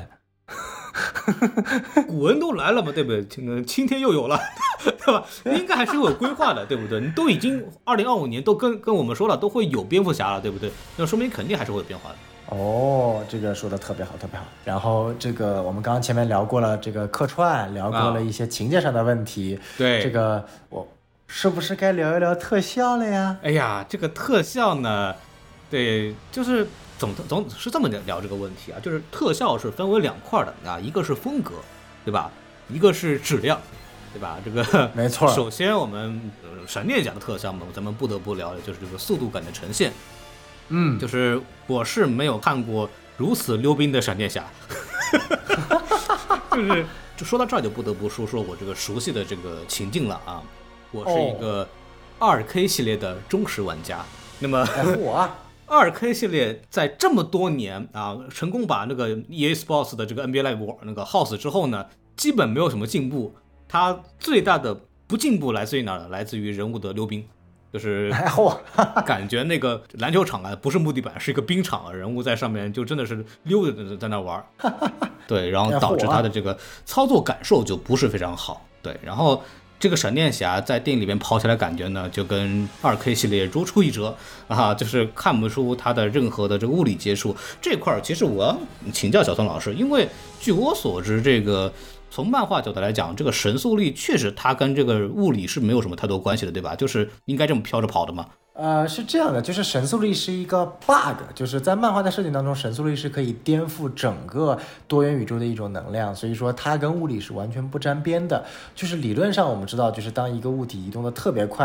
古恩都来了嘛，对不对？青天又有了，对吧？应该还是有规划的，对不对？你都已经2025年都跟我们说了，都会有蝙蝠侠了，对不对？那说明肯定还是会有变化的。 这个说的特别好。然后这个我们刚刚前面聊过了这个客串，聊过了一些情节上的问题。 对， 这个我是不是该聊一聊特效了呀？ 哎呀，这个特效呢，对，就是总是这么聊这个问题啊，就是特效是分为2块的啊，一个是风格，对吧？一个是质量，对吧？这个没错。 首先我们闪电侠的特效嘛，咱们不得不聊的就是这个速度感的呈现。就是我是没有看过如此溜冰的闪电侠，就说到这儿就不得不说我这个熟悉的这个情境了啊。我是一个2K 系列的忠实玩家，那么2K 系列在这么多年啊，成功把那个 EA Sports 的这个 NBA Live 那个耗死之后呢，基本没有什么进步。它最大的不进步来自于哪儿呢？来自于人物的溜冰。就是感觉那个篮球场啊，不是木地板，是一个冰场啊，人物在上面就真的是溜着在那玩，对，然后导致他的这个操作感受就不是非常好，对，然后这个闪电侠在电影里面跑起来感觉呢，就跟2K 系列如出一辙啊，就是看不出他的任何的这个物理接触这块。其实我要请教小宋老师，因为据我所知，这个从漫画角度来讲，这个神速力确实它跟这个物理是没有什么太多关系的，对吧？就是应该这么飘着跑的嘛。 是这样的，就是神速力是一个 bug， 就是在漫画的设定当中，神速力是可以颠覆整个多元宇宙的一种能量，所以说它跟物理是完全不沾边的。就是理论上我们知道，就是当一个物体移动的特别快，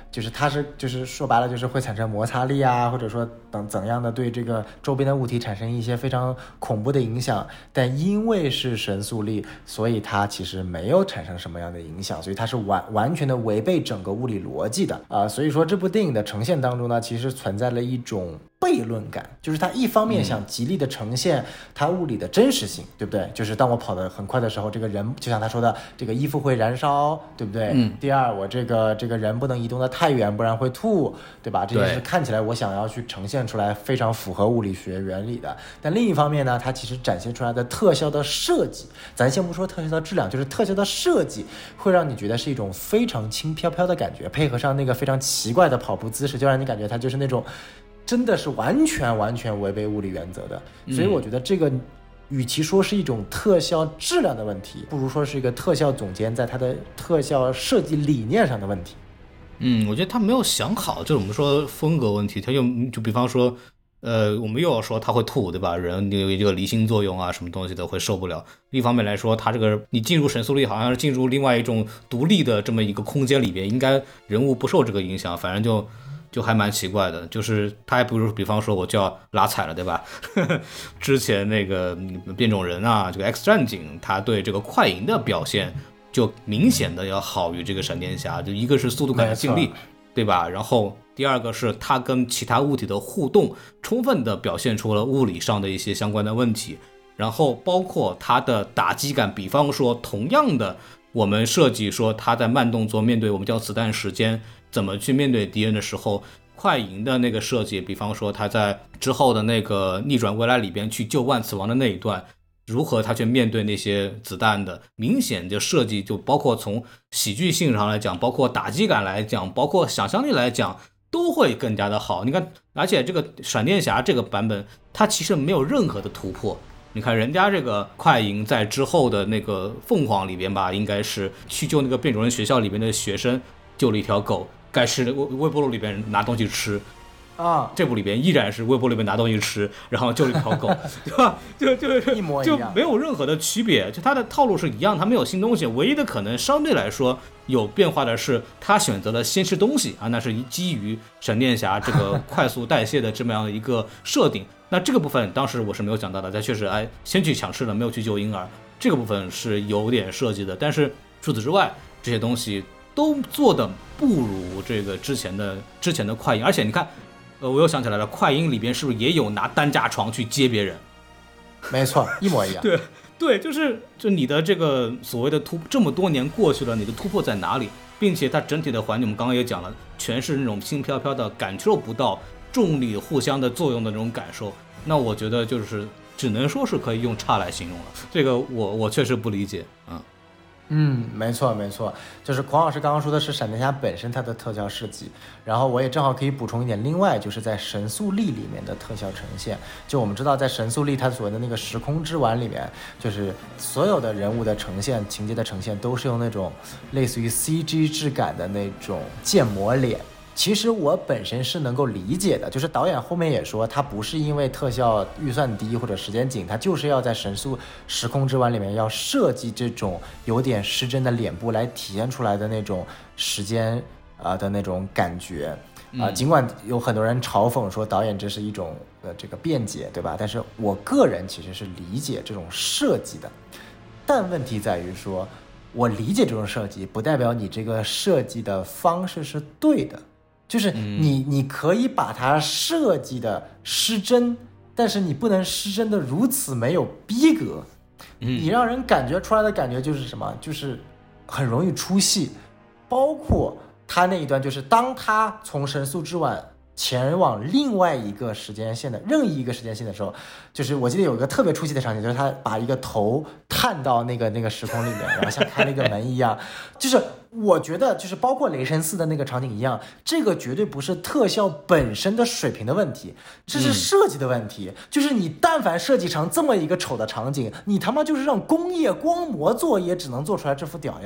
就是它就是说白了就是会产生摩擦力啊，或者说怎样的对这个周边的物体产生一些非常恐怖的影响，但因为是神速力，所以它其实没有产生什么样的影响，所以它是完全的违背整个物理逻辑的所以说这部电影的呈现当中呢，其实存在了一种悖论感，就是它一方面想极力的呈现它物理的真实性，对不对？就是当我跑得很快的时候，这个人就像他说的，这个衣服会燃烧，对不对？第二，我这个人不能移动的太远，不然会吐，对吧？这件事看起来我想要去呈现出来非常符合物理学原理的。但另一方面呢，它其实展现出来的特效的设计，咱先不说特效的质量，就是特效的设计会让你觉得是一种非常轻飘飘的感觉，配合上那个非常奇怪的跑步姿势，就让你感觉它就是那种真的是完全违背物理原则的。所以我觉得这个与其说是一种特效质量的问题，不如说是一个特效总监在他的特效设计理念上的问题。 我觉得他没有想好，就是我们说风格问题，他就比方说我们又要说他会吐，对吧？人有这个离心作用啊，什么东西的会受不了。一方面来说，他这个你进入神速力好像是进入另外一种独立的这么一个空间里边，应该人物不受这个影响，反正就还蛮奇怪的。就是他还不如比方说我就要拉踩了，对吧？之前那个变种人啊，这个 X 战警，他对这个快银的表现就明显的要好于这个闪电侠，就一个是速度感的尽力，对吧？然后第二个是它跟其他物体的互动充分的表现出了物理上的一些相关的问题，然后包括它的打击感，比方说同样的我们设计说它在慢动作面对我们叫子弹时间怎么去面对敌人的时候，快银的那个设计，比方说他在之后的那个逆转未来里边去救万磁王的那一段，如何他去面对那些子弹的明显的设计，就包括从喜剧性上来讲，包括打击感来讲，包括想象力来讲，都会更加的好。你看，而且这个闪电侠这个版本它其实没有任何的突破。你看人家这个快银在之后的那个凤凰里边吧，应该是去救那个变种人学校里边的学生，救了一条狗，该是微波炉里边拿东西吃啊，这部里边依然是微波炉里边拿东西吃，然后救了一条狗，对吧？就一模一样， 就没有任何的区别，就它的套路是一样，它没有新东西，唯一的可能相对来说有变化的是，他选择了先吃东西啊，那是基于闪电侠这个快速代谢的这么样的一个设定。那这个部分当时我是没有讲到的，他确实先去抢吃了，没有去救婴儿，这个部分是有点设计的，但是除此之外，这些东西都做的不如这个之前的快银。而且你看，我又想起来了，快银里边是不是也有拿担架床去接别人？ 没错，一模一样。 对，就你的这个所谓的这么多年过去了，你的突破在哪里？并且它整体的环境我们刚刚也讲了，全是那种轻飘飘的，感受不到重力互相的作用的那种感受。那我觉得就是只能说是可以用差来形容了，这个我确实不理解啊。 没错，就是孔老师刚刚说的是闪电侠本身它的特效设计，然后我也正好可以补充一点，另外就是在神速力里面的特效呈现。就我们知道在神速力它所谓的那个时空之丸里面，就是所有的人物的呈现、情节的呈现都是用那种类似于 CG 质感的那种建模脸。其实我本身是能够理解的，就是导演后面也说他不是因为特效预算低或者时间紧，他就是要在神速时空之丸里面要设计这种有点失真的脸部来体现出来的那种时间的那种感觉尽管有很多人嘲讽说导演这是一种这个辩解，对吧？但是我个人其实是理解这种设计的，但问题在于说我理解这种设计不代表你这个设计的方式是对的，就是你可以把它设计的失真，但是你不能失真的如此没有逼格。你让人感觉出来的感觉就是什么？就是很容易出戏。包括他那一段，就是当他从神速之丸前往另外一个时间线的任意一个时间线的时候，就是我记得有一个特别出戏的场景，就是他把一个头探到那个时空里面，然后像开了一个门一样。就是我觉得就是包括雷神4的那个场景一样，这个绝对不是特效本身的水平的问题，这是设计的问题。就是你但凡设计成这么一个丑的场景，你他妈就是让工业光魔做也只能做出来这副屌样。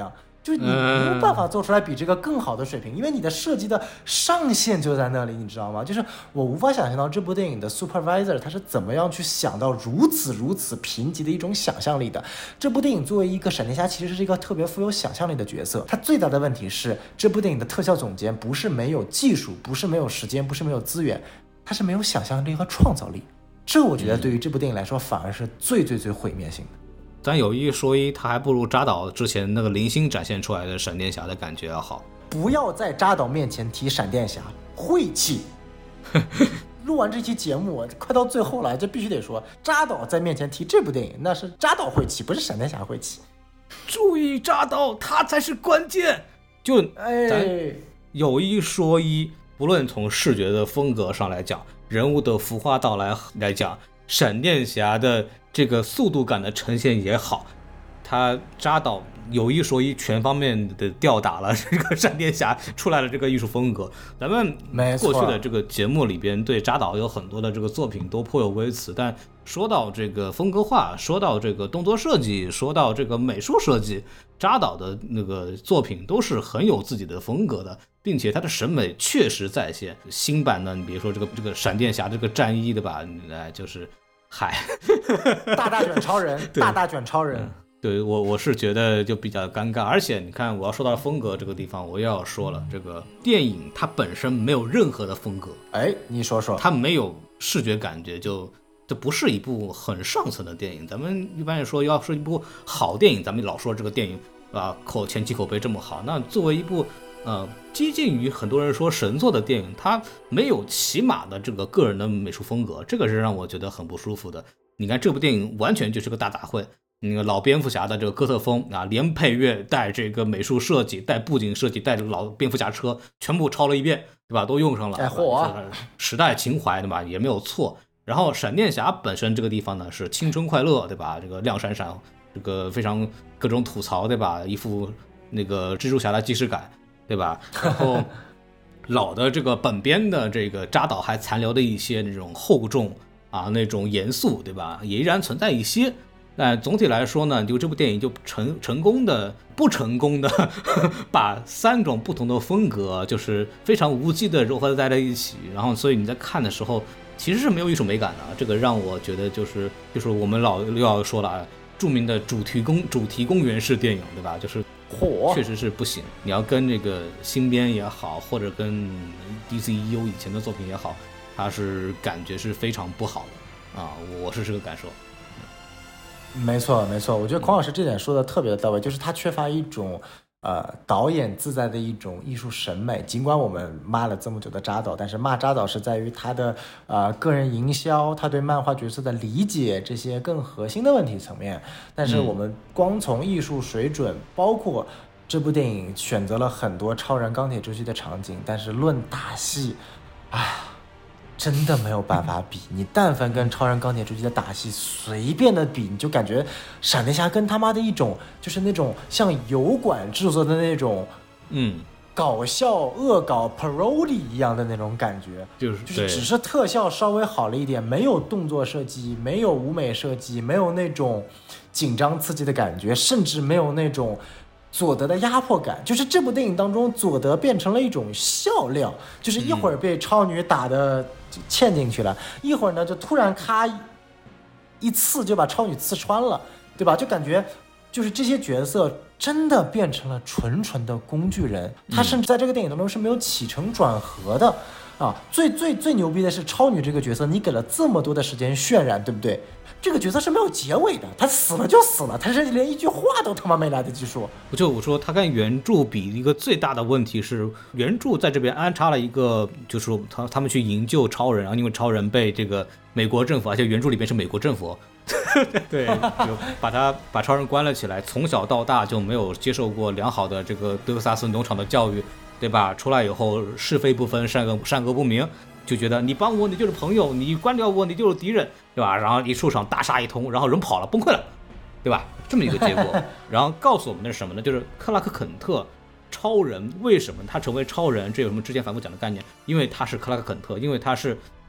就你没有办法做出来比这个更好的水平，因为你的设计的上限就在那里，你知道吗？就是我无法想象到这部电影的 supervisor 他是怎么样去想到如此贫瘠的一种想象力的。这部电影作为一个闪电侠，其实是一个特别富有想象力的角色。他最大的问题是，这部电影的特效总监不是没有技术，不是没有时间，不是没有资源，他是没有想象力和创造力。这我觉得对于这部电影来说，反而是最毁灭性的。 咱有一说一，他还不如扎导之前那个零星展现出来的闪电侠的感觉要好。 不要在扎导面前提闪电侠，晦气。录完这期节目快到最后了，这必须得说，扎导在面前提这部电影，那是扎导晦气，不是闪电侠晦气。 注意扎导，他才是关键。就咱有一说一，不论从视觉的风格上来讲，人物的浮夸到来讲，闪电侠的这个速度感的呈现也好，他扎导有一说一，全方面的吊打了这个闪电侠出来的这个艺术风格。咱们过去的这个节目里边对扎导有很多的这个作品都颇有微词，但说到这个风格化，说到这个动作设计，说到这个美术设计，扎导的那个作品都是很有自己的风格的，并且他的审美确实在线。新版呢，你比如说这个闪电侠这个战衣，对吧？就是大卷超人，大卷超人。 对，我是觉得就比较尴尬。而且你看，我要说到风格这个地方，我又要说了，这个电影它本身没有任何的风格。 你说说， 它没有视觉感觉，这不是一部很上层的电影。咱们一般说要是一部好电影，咱们老说这个电影啊前期口碑这么好，那作为一部接近于很多人说神作的电影，它没有起码的这个个人的美术风格，这个是让我觉得很不舒服的。你看这部电影完全就是个大杂烩，那个老蝙蝠侠的这个哥特风啊，连配乐带这个美术设计带布景设计带这个老蝙蝠侠车全部抄了一遍，对吧？都用上了，时代情怀，对吧？也没有错。然后闪电侠本身这个地方呢是青春快乐，对吧？这个亮闪闪，这个非常各种吐槽，对吧？一副那个蜘蛛侠的既视感，对吧？然后老的这个本编的这个扎导还残留的一些那种厚重啊，那种严肃，对吧？也依然存在一些。但总体来说呢，就这部电影就成功的不成功的把3种不同的风格就是非常无稽的糅合在了一起，然后所以你在看的时候其实是没有艺术美感的。这个让我觉得就是我们又要说了，著名的主题公园式电影，对吧？就是确实是不行。你要跟这个新编也好，或者跟 DCEU 以前的作品也好，它是感觉是非常不好的啊，我是这个感受。 没错，我觉得孔老师这点说的特别的到位，就是他缺乏一种导演自在的一种艺术审美。尽管我们骂了这么久的扎导，但是骂扎导是在于他的个人营销，他对漫画角色的理解这些更核心的问题层面。但是我们光从艺术水准，包括这部电影选择了很多超人钢铁之躯的场景，但是论打戏，真的没有办法比。你但凡跟超人钢铁之躯的打戏随便的比，你就感觉闪电侠跟他妈的一种就是那种像油管制作的那种搞笑恶搞 parody 一样的那种感觉，就是只是特效稍微好了一点，没有动作设计，没有舞美设计，没有那种紧张刺激的感觉，甚至没有那种佐德的压迫感。就是这部电影当中，佐德变成了一种笑料，就是一会儿被超女打的嵌进去了，一会儿呢就突然咔一刺就把超女刺穿了，对吧？就感觉就是这些角色真的变成了纯的工具人，他甚至在这个电影当中是没有起承转合的啊。最牛逼的是超女这个角色，你给了这么多的时间渲染，对不对？这个角色是没有结尾的，他死了就死了，他是连一句话都他妈没来得及说。 我说他跟原著比，一个最大的问题是原著在这边安插了一个，就是他们去营救超人，然后因为超人被这个美国政府，而且原著里边是美国政府对，就把超人关了起来，从小到大就没有接受过良好的这个德克萨斯农场的教育，对吧？出来以后是非不分，善恶不明，就觉得你帮我你就是朋友，你关掉我你就是敌人，对吧？然后一出场大杀一通，然后人跑了，崩溃了，对吧？这么一个结果。然后告诉我们的是什么呢？就是克拉克肯特超人为什么他成为超人，这有什么之前反复讲的概念？因为他是克拉克肯特，因为他是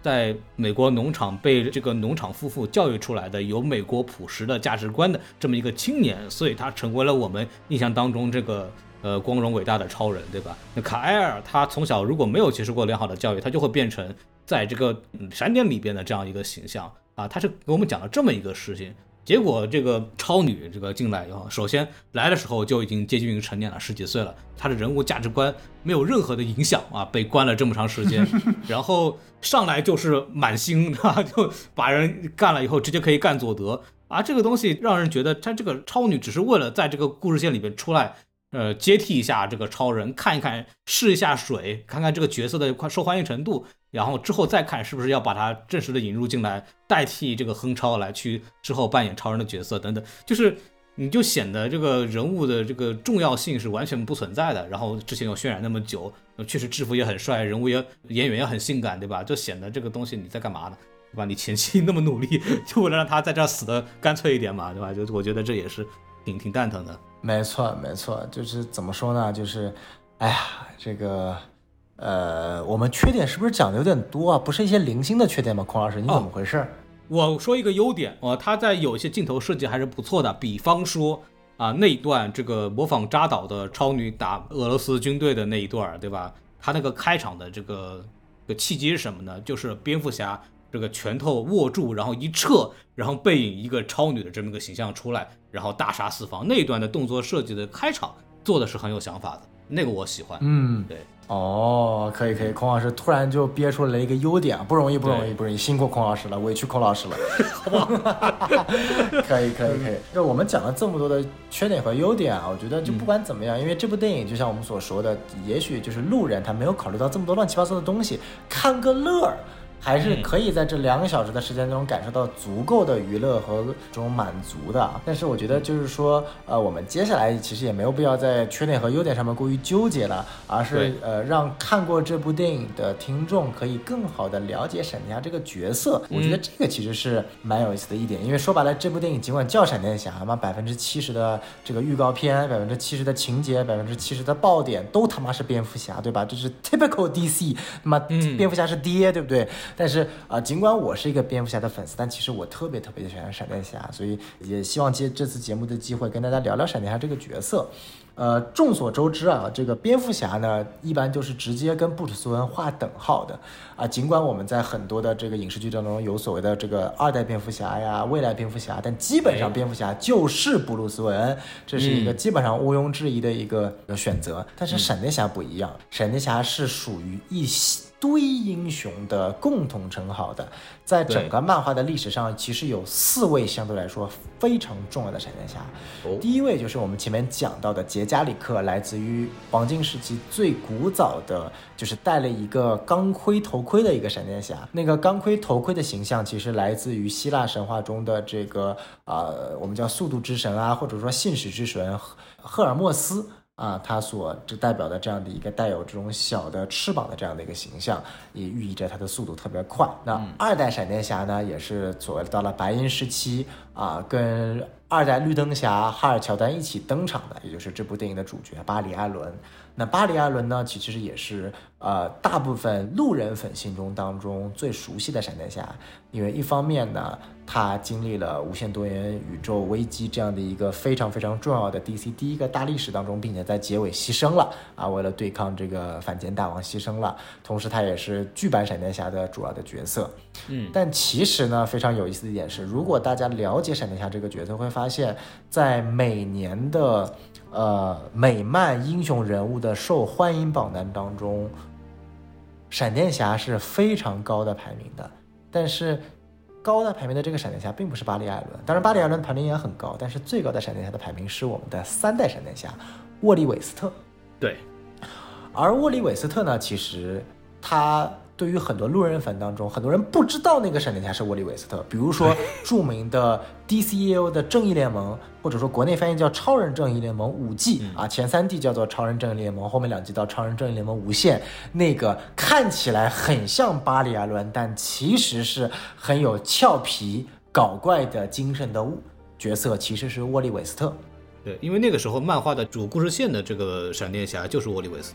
在美国农场被这个农场夫妇教育出来的有美国朴实的价值观的这么一个青年，所以他成为了我们印象当中这个光荣伟大的超人，对吧？那卡埃尔他从小如果没有接受过良好的教育，他就会变成在这个闪电里边的这样一个形象啊。他是给我们讲了这么一个事情，结果这个超女这个进来以后，首先来的时候就已经接近于成年了，10几岁了，她的人物价值观没有任何的影响啊，被关了这么长时间，然后上来就是满星啊，就把人干了以后直接可以干佐德啊，这个东西让人觉得她这个超女只是为了在这个故事线里面出来。接替一下这个超人，看一看，试一下水，看看这个角色的受欢迎程度，然后之后再看是不是要把他正式的引入进来，代替这个亨超来去之后扮演超人的角色等等，就是你就显得这个人物的这个重要性是完全不存在的。然后之前有渲染那么久，确实制服也很帅，人物也演员也很性感，对吧？就显得这个东西你在干嘛呢？对吧？你前期那么努力，就为了让他在这死的干脆一点嘛，对吧？就我觉得这也是挺蛋疼的。 没错，就是怎么说呢？就是，哎呀，这个，我们缺点是不是讲的有点多啊？不是一些零星的缺点吗？孔老师，你怎么回事？ 我说一个优点，他在有一些镜头设计还是不错的，比方说啊那一段这个模仿扎导的超女打俄罗斯军队的那一段，对吧？他那个开场的这个契机是什么呢？就是蝙蝠侠这个拳头握住，然后一撤，然后背影一个超女的这么一个形象出来，然后大杀四方。那一段的动作设计的开场做的是很有想法的，那个我喜欢。对。 哦，可以，孔老师突然就憋出了一个优点，不容易，辛苦孔老师了，委屈孔老师了，好不好？可以。就我们讲了这么多的缺点和优点啊，我觉得就不管怎么样，因为这部电影就像我们所说的，也许就是路人他没有考虑到这么多乱七八糟的东西，看个乐儿。还是可以在这2个小时的时间中感受到足够的娱乐和这种满足的。但是我觉得就是说，我们接下来其实也没有必要在缺点和优点上面过于纠结了，而是让看过这部电影的听众可以更好的了解闪电侠这个角色。我觉得这个其实是蛮有意思的一点，因为说白了，这部电影尽管叫闪电侠嘛，70%的这个预告片，70%的情节，70%的爆点都他妈是蝙蝠侠，对吧？这是 typical DC， 那么蝙蝠侠是爹，对不对？但是尽管我是一个蝙蝠侠的粉丝，但其实我特别喜欢闪电侠，所以也希望借这次节目的机会跟大家聊聊闪电侠这个角色。众所周知啊，这个蝙蝠侠呢，一般就是直接跟布鲁斯·韦恩划等号的啊。尽管我们在很多的这个影视剧当中有所谓的这个2代蝙蝠侠呀、未来蝙蝠侠，但基本上蝙蝠侠就是布鲁斯·韦恩，这是一个基本上毋庸置疑的一个选择。但是闪电侠不一样，闪电侠是属于一堆英雄的共同称号的，在整个漫画的历史上，其实有4位相对来说非常重要的闪电侠。第一位就是我们前面讲到的杰加里克，来自于黄金时期最古早的，就是戴了一个钢盔头盔的一个闪电侠。那个钢盔头盔的形象其实来自于希腊神话中的这个我们叫速度之神啊，或者说信使之神赫尔墨斯。他所代表的这样的一个带有这种小的翅膀的这样的一个形象，也寓意着他的速度特别快。那2代闪电侠呢，也是所谓到了白银时期跟2代绿灯侠哈尔乔丹一起登场的，也就是这部电影的主角巴里·艾伦。那巴里·艾伦呢，其实也是大部分路人粉心中当中最熟悉的闪电侠，因为一方面呢，他经历了无限多元宇宙危机这样的一个非常重要的 DC 第一个大历史当中，并且在结尾牺牲了为了对抗这个反间大王牺牲了。同时他也是剧版闪电侠的主要的角色。但其实呢，非常有意思的一点是，如果大家了解闪电侠这个角色，会发现在每年的美漫英雄人物的受欢迎榜单当中，闪电侠是非常高的排名的。但是高的排名的这个闪电侠并不是巴里·艾伦，当然巴里·艾伦的排名也很高，但是最高的闪电侠的排名是我们的3代闪电侠沃利·韦斯特。 对，而沃利·韦斯特呢，其实他对于很多路人粉当中，很多人不知道那个闪电侠是沃利·韦斯特。比如说著名的 DCEU 的正义联盟，或者说国内翻译叫超人正义联盟5季前3季叫做超人正义联盟，后面2季到超人正义联盟无限，那个看起来很像巴里·艾伦，但其实是很有俏皮搞怪的精神的角色，其实是沃利·韦斯特。 对，因为那个时候漫画的主故事线的这个闪电侠就是沃利·韦斯特。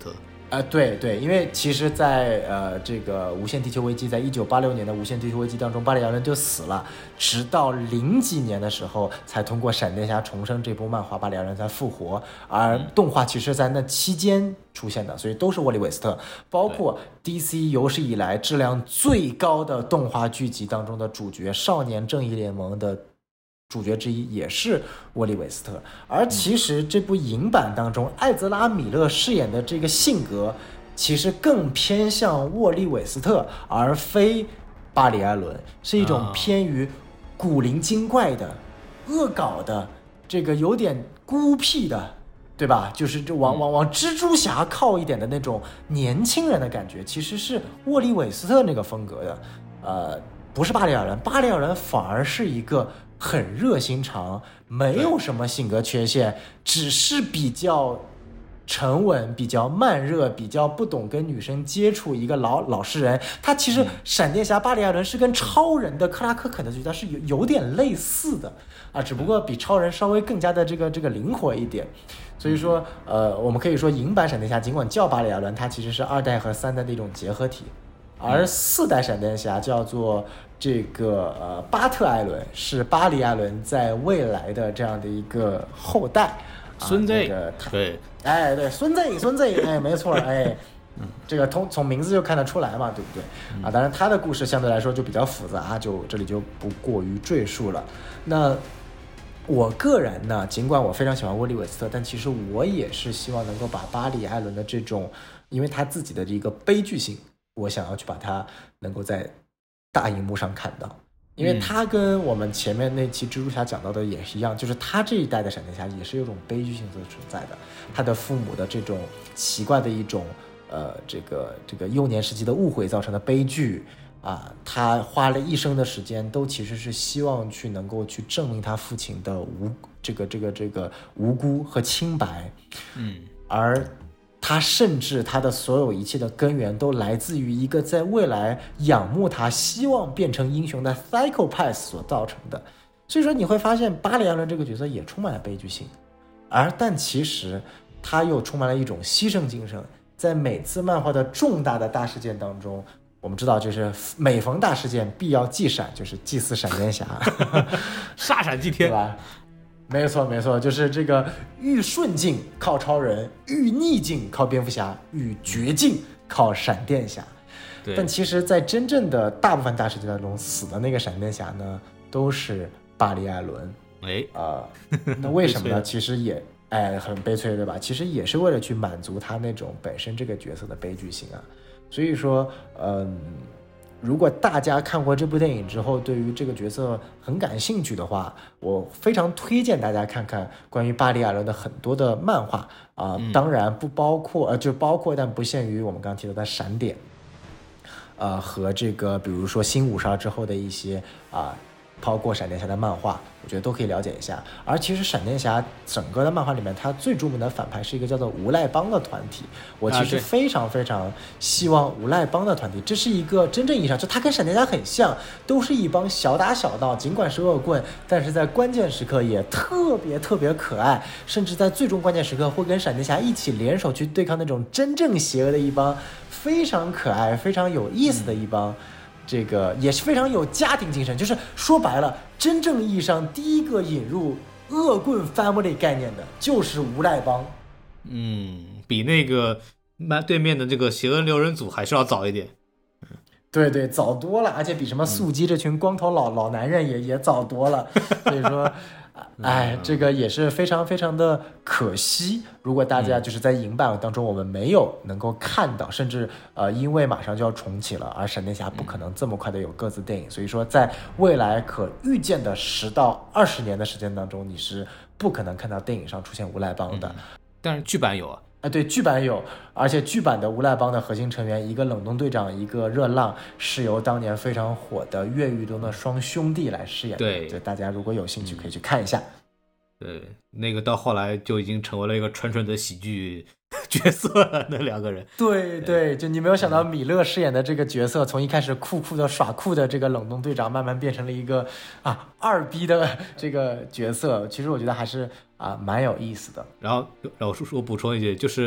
对，因为其实在这个无限地球危机，在1986年的无限地球危机当中，巴里·亚伦就死了，直到零几年的时候才通过闪电侠重生这部漫画，巴里·亚伦才复活，而动画其实在那期间出现的，所以都是沃利·韦斯特，包括 DC 有史以来质量最高的动画剧集当中的主角，少年正义联盟的主角之一也是沃利·韦斯特，而其实这部影版当中，艾泽拉·米勒饰演的这个性格，其实更偏向沃利·韦斯特，而非巴里·艾伦，是一种偏于古灵精怪的、恶搞的，这个有点孤僻的，对吧？就是往蜘蛛侠靠一点的那种年轻人的感觉，其实是沃利·韦斯特那个风格的，不是巴里·艾伦，巴里·艾伦反而是一个很热心肠，没有什么性格缺陷，只是比较沉稳，比较慢热，比较不懂跟女生接触，一个老实人。他其实闪电侠巴里·艾伦是跟超人的克拉克肯的角色是有点类似的啊，只不过比超人稍微更加的这个灵活一点。所以说我们可以说影版闪电侠尽管叫巴里·艾伦，它其实是2代和3代的一种结合体，而4代闪电侠叫做这个巴特艾伦，是巴里艾伦在未来的这样的一个后代， 孙子， 对，对，孙子，没错，这个从名字就看得出来嘛，对不对？啊，当然他的故事相对来说就比较复杂，就这里就不过于赘述了。那我个人呢，尽管我非常喜欢沃利·韦斯特，但其实我也是希望能够把巴里艾伦的这种，因为他自己的这个悲剧性，我想要去把它能够在大荧幕上看到，因为他跟我们前面那期蜘蛛侠讲到的也是一样，就是他这一代的闪电侠也是有种悲剧性所存在的，他的父母的这种奇怪的一种这个幼年时期的误会造成的悲剧啊，他花了一生的时间都其实是希望去能够去证明他父亲的这个无辜和清白，而他甚至他的所有一切的根源都来自于一个在未来仰慕他、希望变成英雄的 psychopath 所造成的。所以说你会发现巴里·艾伦这个角色也充满了悲剧性，但其实他又充满了一种牺牲精神。在每次漫画的重大的大事件当中，我们知道就是每逢大事件必要祭闪，就是祭祀闪电侠， 煞闪祭天， 对吧？没错，就是这个遇顺境靠超人，遇逆境靠蝙蝠侠，遇绝境靠闪电侠。但其实在真正的大部分大事件当中，死的那个闪电侠呢都是巴里·艾伦。那为什么呢？其实也很悲催，对吧？其实也是为了去满足他那种本身这个角色的悲剧性啊。所以说如果大家看过这部电影之后，对于这个角色很感兴趣的话，我非常推荐大家看看关于巴里·艾伦的很多的漫画当然不包括就包括但不限于我们刚刚提到的闪点和这个比如说新5杀之后的一些包括闪电侠的漫画，我觉得都可以了解一下。而其实闪电侠整个的漫画里面，它最著名的反派是一个叫做无赖帮的团体。我其实非常非常希望无赖帮的团体，这是一个真正意义上，就它跟闪电侠很像，都是一帮小打小闹，尽管是恶棍，但是在关键时刻也特别可爱，甚至在最终关键时刻会跟闪电侠一起联手去对抗那种真正邪恶的一帮非常可爱、非常有意思的一帮。这个也是非常有家庭精神，就是说白了，真正意义上第一个引入恶棍 family 概念的就是无赖帮。 比那个对面的这个邪恶6人组还是要早一点。 对，早多了，而且比什么速激这群光头老男人也早多了。所以说这个也是非常非常的可惜，如果大家就是在影版当中我们没有能够看到，甚至因为马上就要重启了，而闪电侠不可能这么快的有各自电影，所以说在未来可预见的10到20年的时间当中，你是不可能看到电影上出现无赖帮的。 但是剧版有对，剧版有，而且剧版的无赖帮的核心成员，一个冷冻队长，一个热浪，是由当年非常火的越狱中的双兄弟来饰演的。 对， 就大家如果有兴趣可以去看一下。 对，那个到后来就已经成为了一个纯纯的喜剧角色了，那2个人。 对，就你没有想到米勒饰演的这个角色，从一开始酷的耍酷的这个冷冻队长，慢慢变成了一个二逼的这个角色。其实我觉得还是蛮有意思的。 然后我补充一句，就是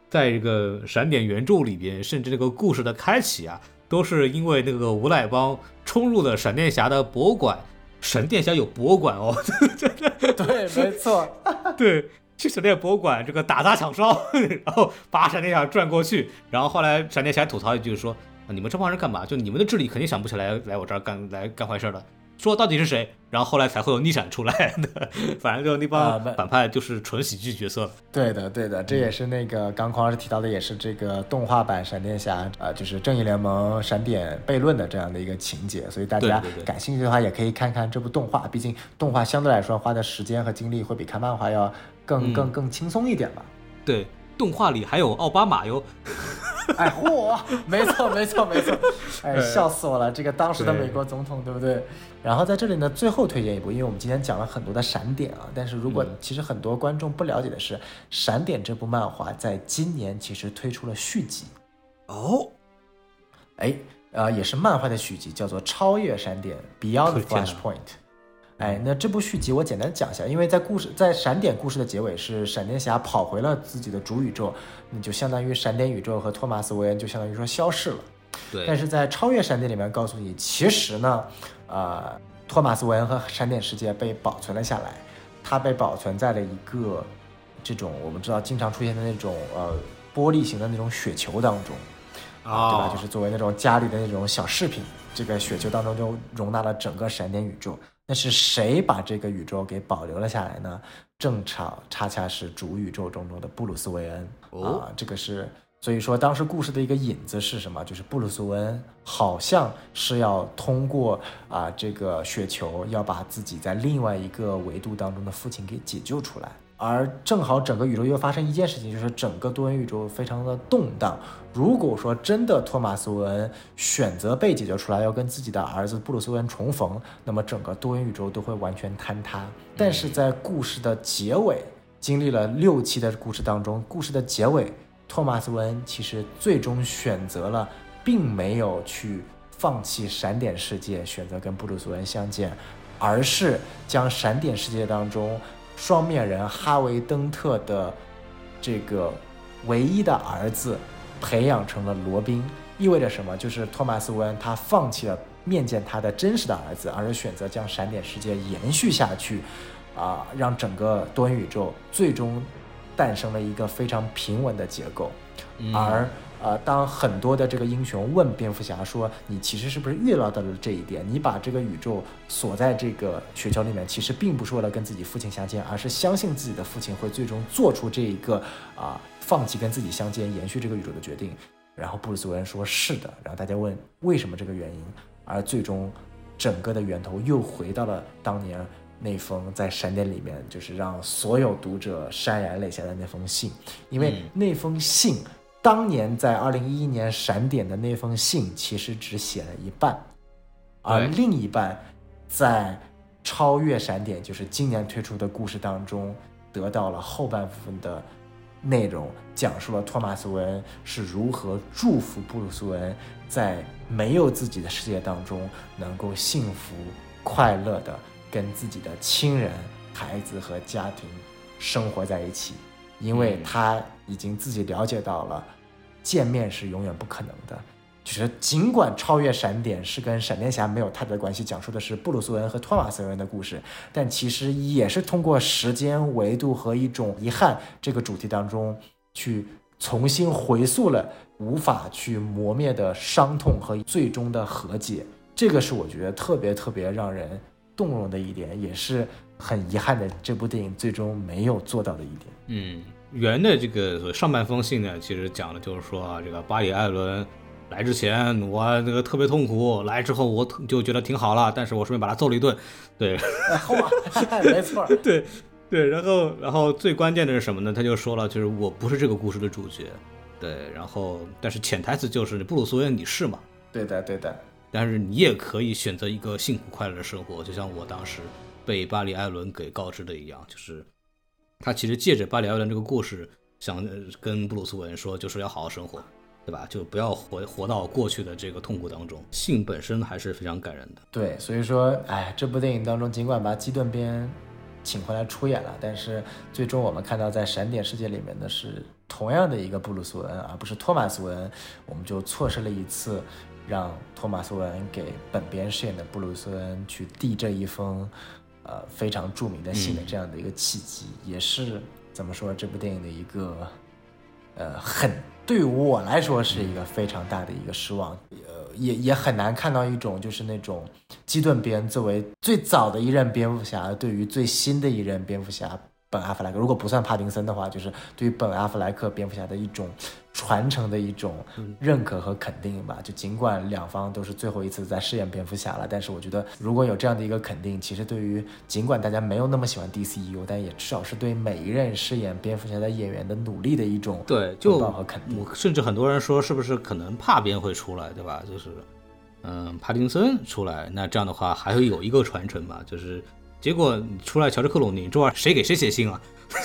在这个闪点原著里边，甚至这个故事的开启啊，都是因为那个无赖帮冲入了闪电侠的博物馆。闪电侠有博物馆哦， 对，没错， 对，去闪电博物馆这个打砸抢烧，然后把闪电侠转过去，然后后来闪电侠吐槽一句说：“你们这帮人干嘛？就你们的智力肯定想不起来来我这儿干坏事的。”说到底是谁，然后后来才会有逆闪出来的，反正就那帮反派就是纯喜剧角色。 对的，对的，这也是那个刚孔老师提到的，也是这个动画版闪电侠就是正义联盟闪点悖论的这样的一个情节，所以大家感兴趣的话也可以看看这部动画，毕竟动画相对来说花的时间和精力会比看漫画要更轻松一点吧。 对，动画里还有奥巴马哟。 哎嚯，没错，哎，笑死我了！这个当时的美国总统，对不对？然后在这里呢，最后推荐一部，因为我们今天讲了很多的闪点啊，但是如果其实很多观众不了解的是，闪点这部漫画在今年其实推出了续集。 哦， 哎，也是漫画的续集，叫做《超越闪点》（Beyond Flashpoint）。哎，那这部续集我简单讲一下，因为在闪点故事的结尾是闪电侠跑回了自己的主宇宙，你就相当于闪点宇宙和托马斯·韦恩就相当于说消逝了。 对。 但是在超越闪点里面告诉你，其实呢，托马斯·韦恩和闪点世界被保存了下来，它被保存在了一个这种我们知道经常出现的那种玻璃型的那种雪球当中，对吧？就是作为那种家里的那种小饰品，这个雪球当中就容纳了整个闪点宇宙。那是谁把这个宇宙给保留了下来呢？正巧恰是主宇宙中的布鲁斯·韦恩这个是，所以说当时故事的一个引子是什么？就是布鲁斯·韦恩好像是要通过这个雪球，要把自己在另外一个维度当中的父亲给解救出来。而正好整个宇宙又发生一件事情，就是整个多元宇宙非常的动荡。如果说真的托马斯·韦恩选择被解救出来，要跟自己的儿子布鲁斯·韦恩重逢，那么整个多元宇宙都会完全坍塌。但是在故事的结尾，经历了6期的故事当中，故事的结尾，托马斯·韦恩其实最终选择了，并没有去放弃闪点世界，选择跟布鲁斯·韦恩相见，而是将闪点世界当中双面人哈维·登特的这个唯一的儿子培养成了罗宾。意味着什么？就是托马斯·韦恩他放弃了面见他的真实的儿子，而是选择将闪点世界延续下去，让整个多元宇宙最终诞生了一个非常平稳的结构。而当很多的这个英雄问蝙蝠侠说，你其实是不是预料到了这一点？你把这个宇宙锁在这个雪球里面，其实并不是为了跟自己父亲相见，而是相信自己的父亲会最终做出这一个放弃跟自己相见，延续这个宇宙的决定。然后布鲁斯·韦恩说是的，然后大家问为什么这个原因，而最终整个的源头又回到了当年那封在闪点里面，就是让所有读者潸然泪下的那封信。因为那封信当年在2011年闪点的那封信其实只写了一半，而另一半在超越闪点，就是今年推出的故事当中得到了后半部分的内容，讲述了托马斯·韦恩是如何祝福布鲁斯·韦恩在没有自己的世界当中能够幸福快乐的跟自己的亲人、孩子和家庭生活在一起。因为他已经自己了解到了见面是永远不可能的，就是尽管超越闪点是跟闪电侠没有太大的关系，讲述的是布鲁斯·韦恩和托马斯·韦恩的故事，但其实也是通过时间维度和一种遗憾这个主题当中去重新回溯了无法去磨灭的伤痛和最终的和解。这个是我觉得特别让人动容的一点，也是很遗憾的这部电影最终没有做到的一点。 原的这个上半封信呢，其实讲的就是说这个巴里·艾伦来之前我那个特别痛苦，来之后我就觉得挺好了，但是我顺便把他揍了一顿。对， 没错， 对，然后最关键的是什么呢？他就说了，就是我不是这个故事的主角。对，然后但是潜台词就是布鲁斯·韦恩你是嘛？ 对的。 但是你也可以选择一个幸福快乐的生活，就像我当时被巴里·艾伦给告知的一样，就是他其实借着巴里·艾伦这个故事，想跟布鲁斯·韦恩说，就是要好好生活，对吧？就不要活到过去的这个痛苦当中。信本身还是非常感人的。 对，所以说，这部电影当中，尽管把基顿边请回来出演了，但是最终我们看到在闪点世界里面的是同样的一个布鲁斯·韦恩，而不是托马斯·韦恩，我们就错失了一次让托马斯·韦恩给本边饰演的布鲁斯·韦恩去递这一封非常著名的信的这样的一个契机，也是怎么说这部电影的一个对于我来说是一个非常大的一个失望，也很难看到一种就是那种基顿边作为最早的一任蝙蝠侠对于最新的一任蝙蝠侠本阿弗莱克，如果不算帕丁森的话，就是对于本阿弗莱克蝙蝠侠的一种传承的一种认可和肯定吧。就尽管两方都是最后一次在饰演蝙蝠侠了，但是我觉得如果有这样的一个肯定，其实对于尽管大家没有那么喜欢 DCU， 但也至少是对每一任饰演蝙蝠侠的演员的努力的一种拥抱和肯定。 甚至很多人说是不是可能帕边会出来，对吧？就是帕丁森出来，那这样的话还会有一个传承吧，就是结果出来乔治克鲁尼，这玩意谁给谁写信啊？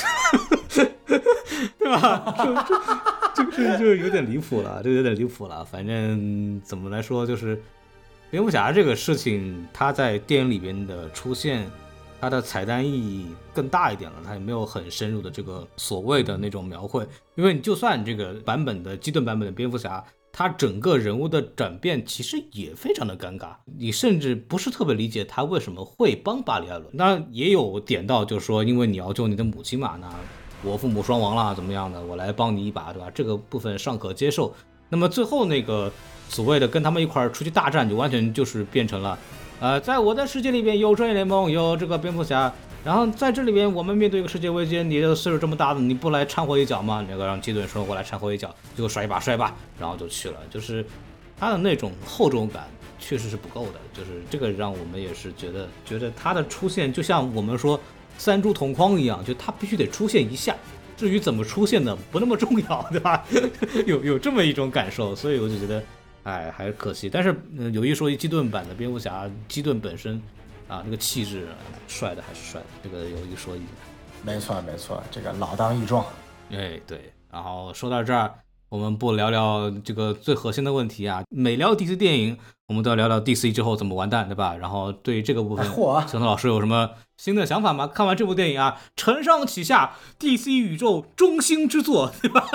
对吧？就有点离谱了，有点离谱了。反正怎么来说，就是蝙蝠侠这个事情，它在电影里边的出现，它的彩蛋意义更大一点了，它也没有很深入的这个所谓的那种描绘。因为你就算这个版本的基顿版本的蝙蝠侠，他整个人物的转变其实也非常的尴尬，你甚至不是特别理解他为什么会帮巴里艾伦。当然也有点到就是说因为你要救你的母亲嘛，那我父母双亡了怎么样的，我来帮你一把，对吧？这个部分尚可接受。那么最后那个所谓的跟他们一块出去大战，就完全就是变成了在我的世界里边有正义联盟，有这个蝙蝠侠，然后在这里边我们面对一个世界危机，你的岁数这么大的，你不来掺和一脚吗？那个让基顿说我来掺和一脚，就甩一把摔吧，然后就去了。就是他的那种厚重感确实是不够的，就是这个让我们也是觉得他的出现就像我们说三株同框一样，就他必须得出现一下，至于怎么出现的不那么重要，对吧？有这么一种感受，所以我就觉得还是可惜。但是有一说一，基顿版的蝙蝠侠，基顿本身那个气质帅的还是帅的，这个有一说一。 没错，这个老当益壮。 对。然后说到这儿，我们不聊聊这个最核心的问题啊。每聊 DC 电影，我们都要聊聊 DC 之后怎么完蛋，对吧？然后对于这个部分，陈涛老师有什么新的想法吗？看完这部电影啊，承上启下 DC 宇宙中兴之作，对吧？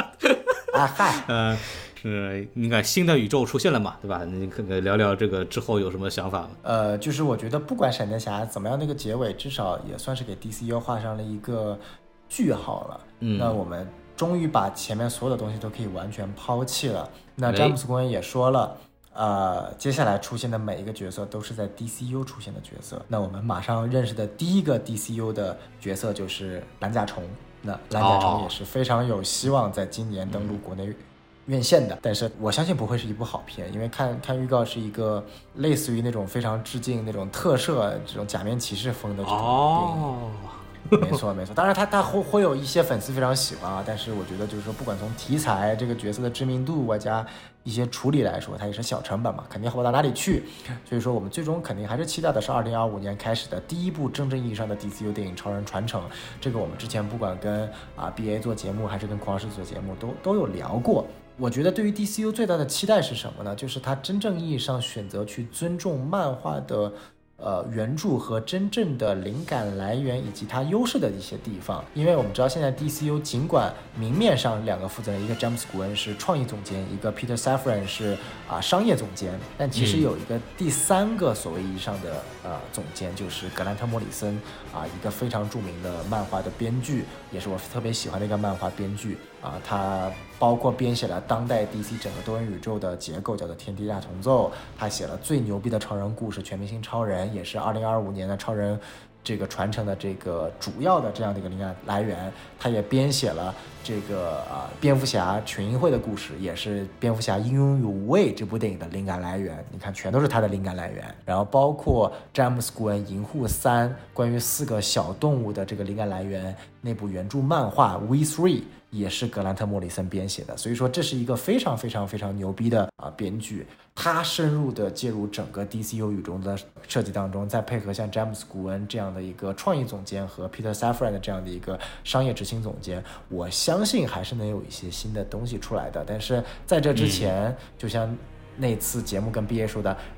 是应该新的宇宙出现了嘛，对吧？你可以聊聊这个之后有什么想法吗？ 就是我觉得不管闪电侠怎么样，那个结尾至少也算是给 DCU 画上了一个句号了。那我们终于把前面所有的东西都可以完全抛弃了。那詹姆斯·公恩也说了，接下来出现的每一个角色都是在 DCU 出现的角色。那我们马上认识的第一个 DCU 的角色就是蓝甲虫。那蓝甲虫也是非常有希望在今年登陆国内院线的，但是我相信不会是一部好片，因为看预告是一个类似于那种非常致敬那种特摄这种假面骑士风的这种电影。没错，当然他会有一些粉丝非常喜欢啊，但是我觉得就是说不管从题材这个角色的知名度外加一些处理来说，它也是小成本嘛，肯定好不到哪里去。所以说我们最终肯定还是期待的是2025年开始的第一部真正意义上的 DCU 电影《超人传承》。这个我们之前不管跟BA 做节目还是跟狂狮做节目都有聊过。我觉得对于 DCU 最大的期待是什么呢？就是它真正意义上选择去尊重漫画的原著和真正的灵感来源以及它优势的一些地方。因为我们知道现在 DCU 尽管明面上两个负责人，一个詹姆斯·古恩是创意总监，一个 Peter Safran 是商业总监，但其实有一个第三个所谓意义上的总监，就是格兰特·莫里森一个非常著名的漫画的编剧，也是我特别喜欢的一个漫画编剧他包括编写了当代 DC 整个多元宇宙的结构，叫做天地大重奏。他写了最牛逼的超人故事《全明星超人》，也是2025年的超人这个传承的这个主要的这样的一个灵感来源。他也编写了这个蝙蝠侠群英会的故事，也是蝙蝠侠英勇有为这部电影的灵感来源。你看全都是他的灵感来源。然后包括詹姆斯·古恩银护3关于4个小动物的这个灵感来源，那部原著漫画 V3也是格兰特·莫里森编写的。所以说这是一个非常非常非常牛逼的编剧，他深入的介入整个 DCU 宇宙的设计当中，再配合像詹姆斯·古恩这样的一个创意总监和 Peter Safran 的这样的一个商业执行总监，我相信还是能有一些新的东西出来的。但是在这之前就像那次节目跟 BA 说的，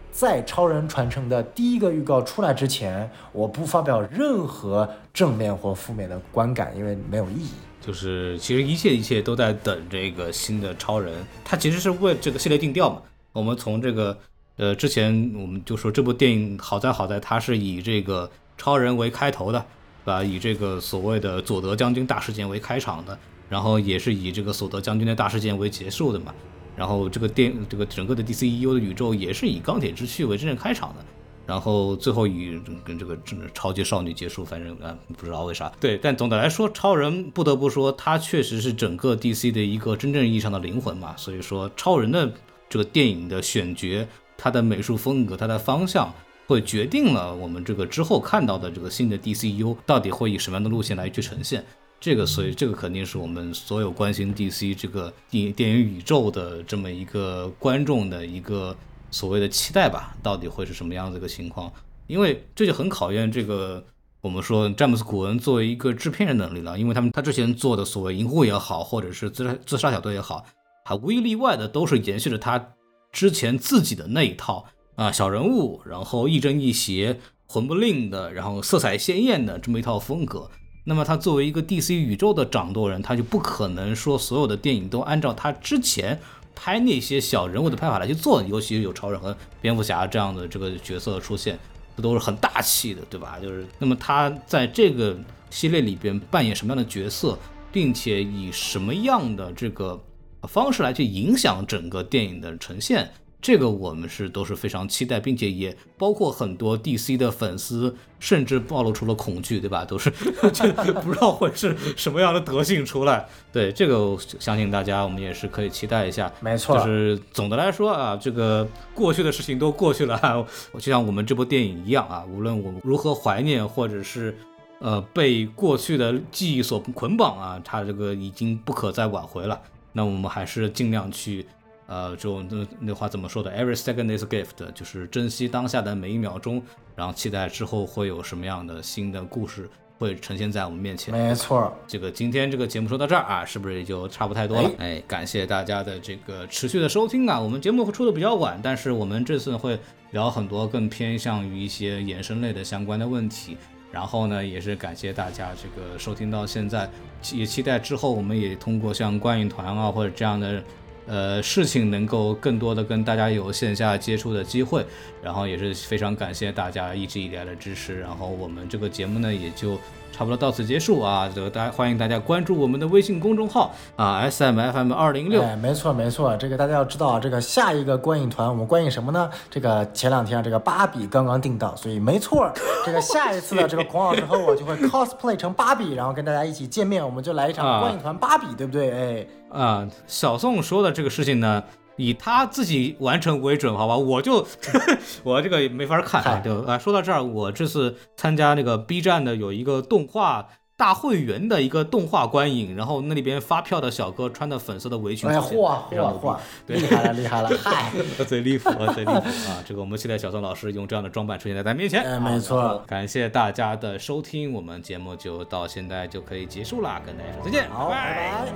在超人传承的第一个预告出来之前，我不发表任何正面或负面的观感，因为没有意义。 就是其实一切都在等这个新的超人，他其实是为这个系列定调嘛。我们从这个之前我们就说这部电影好在它是以这个超人为开头的，对吧？以这个所谓的佐德将军大事件为开场的，然后也是以这个佐德将军的大事件为结束的嘛。然后这个整个的 DCEU 的宇宙也是以钢铁之躯为真正开场的。然后最后以跟这个超级少女结束，反正不知道为啥。对，但总的来说，超人不得不说，他确实是整个 DC 的一个真正意义上的灵魂嘛。所以说，超人的这个电影的选角，他的美术风格，他的方向，会决定了我们这个之后看到的这个新的 DCU 到底会以什么样的路线来去呈现。所以这个肯定是我们所有关心 DC 这个电影宇宙的这么一个观众的一个所谓的期待吧，到底会是什么样的一个情况？因为这就很考验这个我们说詹姆斯·古恩作为一个制片人能力了，因为他之前做的所谓银护也好，或者是自杀小队也好，还无一例外的都是延续了他之前自己的那一套小人物，然后亦正亦邪、魂不吝的，然后色彩鲜艳的这么一套风格。那么他作为一个 DC 宇宙的掌舵人，他就不可能说所有的电影都按照他之前拍那些小人物的拍法来去做，尤其有超人和蝙蝠侠这样的这个角色出现，这都是很大气的，对吧？就是那么他在这个系列里边扮演什么样的角色，并且以什么样的这个方式来去影响整个电影的呈现，这个我们都是非常期待，并且也包括很多 DC 的粉丝甚至暴露出了恐惧，对吧？都是不知道会是什么样的德性出来。对，这个我相信大家我们也是可以期待一下。 没错， 就是总的来说啊，这个过去的事情都过去了，就像我们这部电影一样啊，无论我们如何怀念或者是被过去的记忆所捆绑啊，它这个已经不可再挽回了。那我们还是尽量去就那话怎么说的 ？Every second is a gift， 就是珍惜当下的每一秒钟，然后期待之后会有什么样的新的故事会呈现在我们面前。 没错， 这个今天这个节目说到这儿啊，是不是也就差不太多了？感谢大家的这个持续的收听啊。我们节目会出的比较晚，但是我们这次会聊很多更偏向于一些衍生类的相关的问题。然后呢，也是感谢大家这个收听到现在，也期待之后我们也通过像观影团啊或者这样的事情能够更多的跟大家有线下接触的机会，然后也是非常感谢大家一直以来的支持，然后我们这个节目呢也就差不多到此结束啊！这个欢迎大家关注我们的微信公众号啊 ，SMFM206。 没错没错，这个大家要知道啊，这个下一个观影团我们观影什么呢？这个前两天这个芭比刚刚定档，所以没错，这个下一次的这个孔老师和我就会 cosplay 成芭比，然后跟大家一起见面，我们就来一场观影团芭比，对不对？ 小宋说的这个事情呢，以他自己完成为准，好吧？我这个没法看。对说到这儿，我这次参加那个 B 站的有一个动画大会员的一个动画观影，然后那里边发票的小哥穿的粉色的围裙， 嚯，厉害了，嗨， 贼离谱啊！这个我们期待小宋老师用这样的装扮出现在咱面前。 没错， 感谢大家的收听，我们节目就到现在就可以结束了，跟大家说再见， 好，拜拜。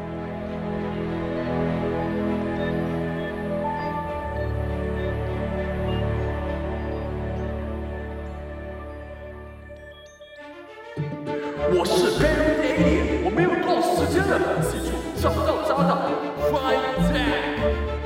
我是 Barry the Alien， 我没有多少时间了，记住找到渣打 Fire Attack。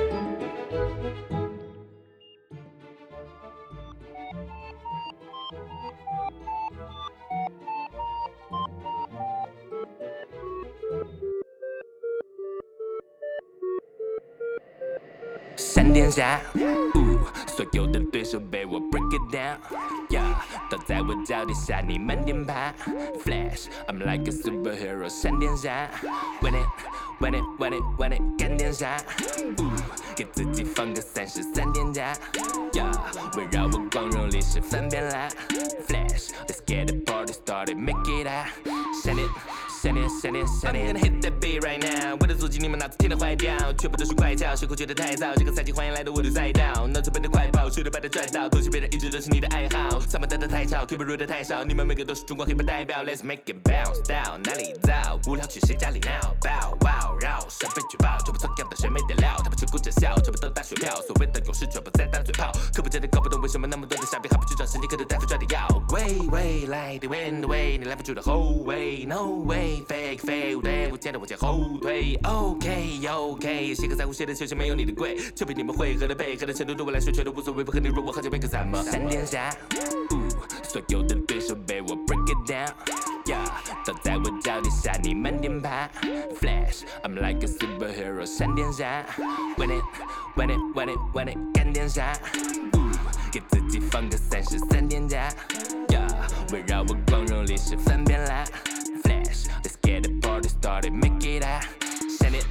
闪电侠，所有的对手被我 break it down， 都在我脚底下，你慢点爬。Flash，I'm like a superhero， 闪电侠 ，Win it，干点啥？给自己放个33点假，围绕我光荣历史翻遍啦。Flash，let's get the party started，make it hot，闪电。 闪电闪电闪电 I'm gonna hit that beat right now 我的足迹你们脑子听得坏掉全部都是怪叫时空觉得太早这个赛季欢迎来到我的赛道脑子变得快跑水都把它赚到恭喜别人一直都是你的爱好上班待得太吵 Keep it real 的太少你们每个都是中国黑帮代表 Let's make it bounce down 哪里造无聊去谁家里闹爆wow 绕身份举报全部这样的谁没得料他们只顾着笑全部都打水漂所谓的勇士全部在打嘴炮可不真的搞不懂为什么那么多的傻逼还不去找神经科的大夫抓的药未来的 win the way 你来不及的后卫 No way fake fake 对我见到我前后退 OK 写个在乎写的球鞋没有你的贵就比你们会喝的配合的程度对我来说全都无所谓不和你弱我好久没个咱们闪电侠所有的对手被我 break it down yeah 都在我脚底下你慢点爬 Flash I'm like a superhero 闪电侠 Win it 干电侠给自己放个33点加 yeah 围绕我光荣历史翻遍啦 Flash Let's get the party started make it out 闪电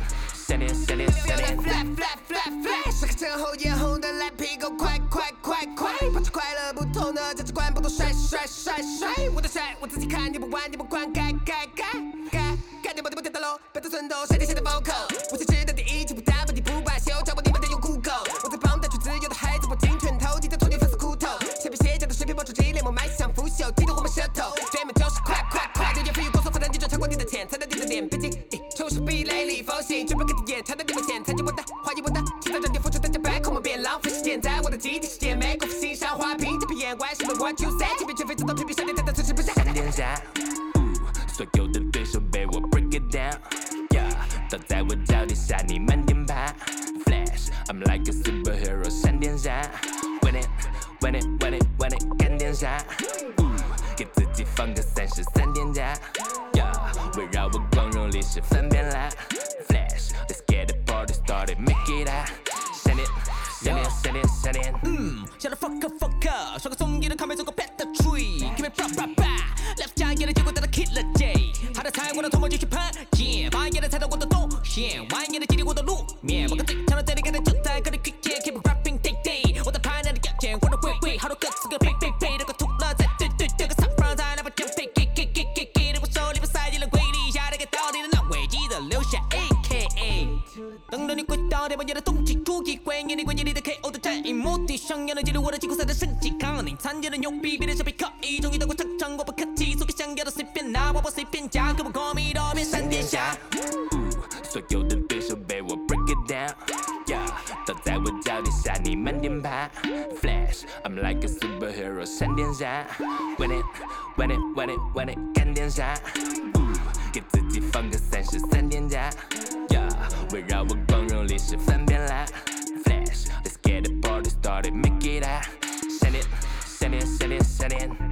是个趁后眼红的烂屁狗快保持快乐不同的价值观不都帅我的帅我自己看你不玩你不管该你们跌到喽别做寸头闪电侠的暴口我才知道第一季不打本地不罢休找我你们得用酷狗我在帮带去自由的孩子我金拳头记得童年粉丝裤头前面写着的视频爆出激烈我迈向腐朽记得我们舌头对面就是快流言蜚语过速发展地转超过你的钱才能你的脸毕竟出手壁垒里风行绝不给你演谈到你们前参与我的怀疑我的期待让你付出代价白空别浪费时间在我的基地世界美国欣赏花瓶这边眼歪什么 what you say 这边全非自动批评闪电但存世不下闪电侠所有的对手被我 break it down yeah 都在我脚底下你慢点爬 Flash I'm like a superhero 闪电侠 Win it 干电侠给自己放个33点加 yeah 围绕我光荣历史翻遍啦 Flash Let's get the party started make it out 闪电shut the fuck up 说个综艺的看没做过 pet the tree Give me left 家也的结果带到 killer J 他的菜我的头毛继续喷溅把眼的踩到我的动线蜿蜒的经历我的路面我跟最强的这里干的就在跟你遇见 Keep rapping day 我在拍那里要见我的会好多歌词个呸那个吐了在对这个上方在那把奖杯给我手里把塞进了柜里下那个到底的那位记得留下 AKA 等到你跪倒天把你的动机注意观念你关键你的 KO 的战役目的想要能记录我的季后赛的升级抗你参加的牛逼别人是被刻意终于到过场我不客气送给想要的随便拿我随便加可不 call me 都变闪电侠所有的对手被我 break it down yeah 都在我脚底下你慢点爬 Flash I'm like a superhero 闪电侠 Win it 干电侠给自己放个33点加 yeah 围绕我光荣历史翻遍啦 Flash Let's get the party started make it out 闪电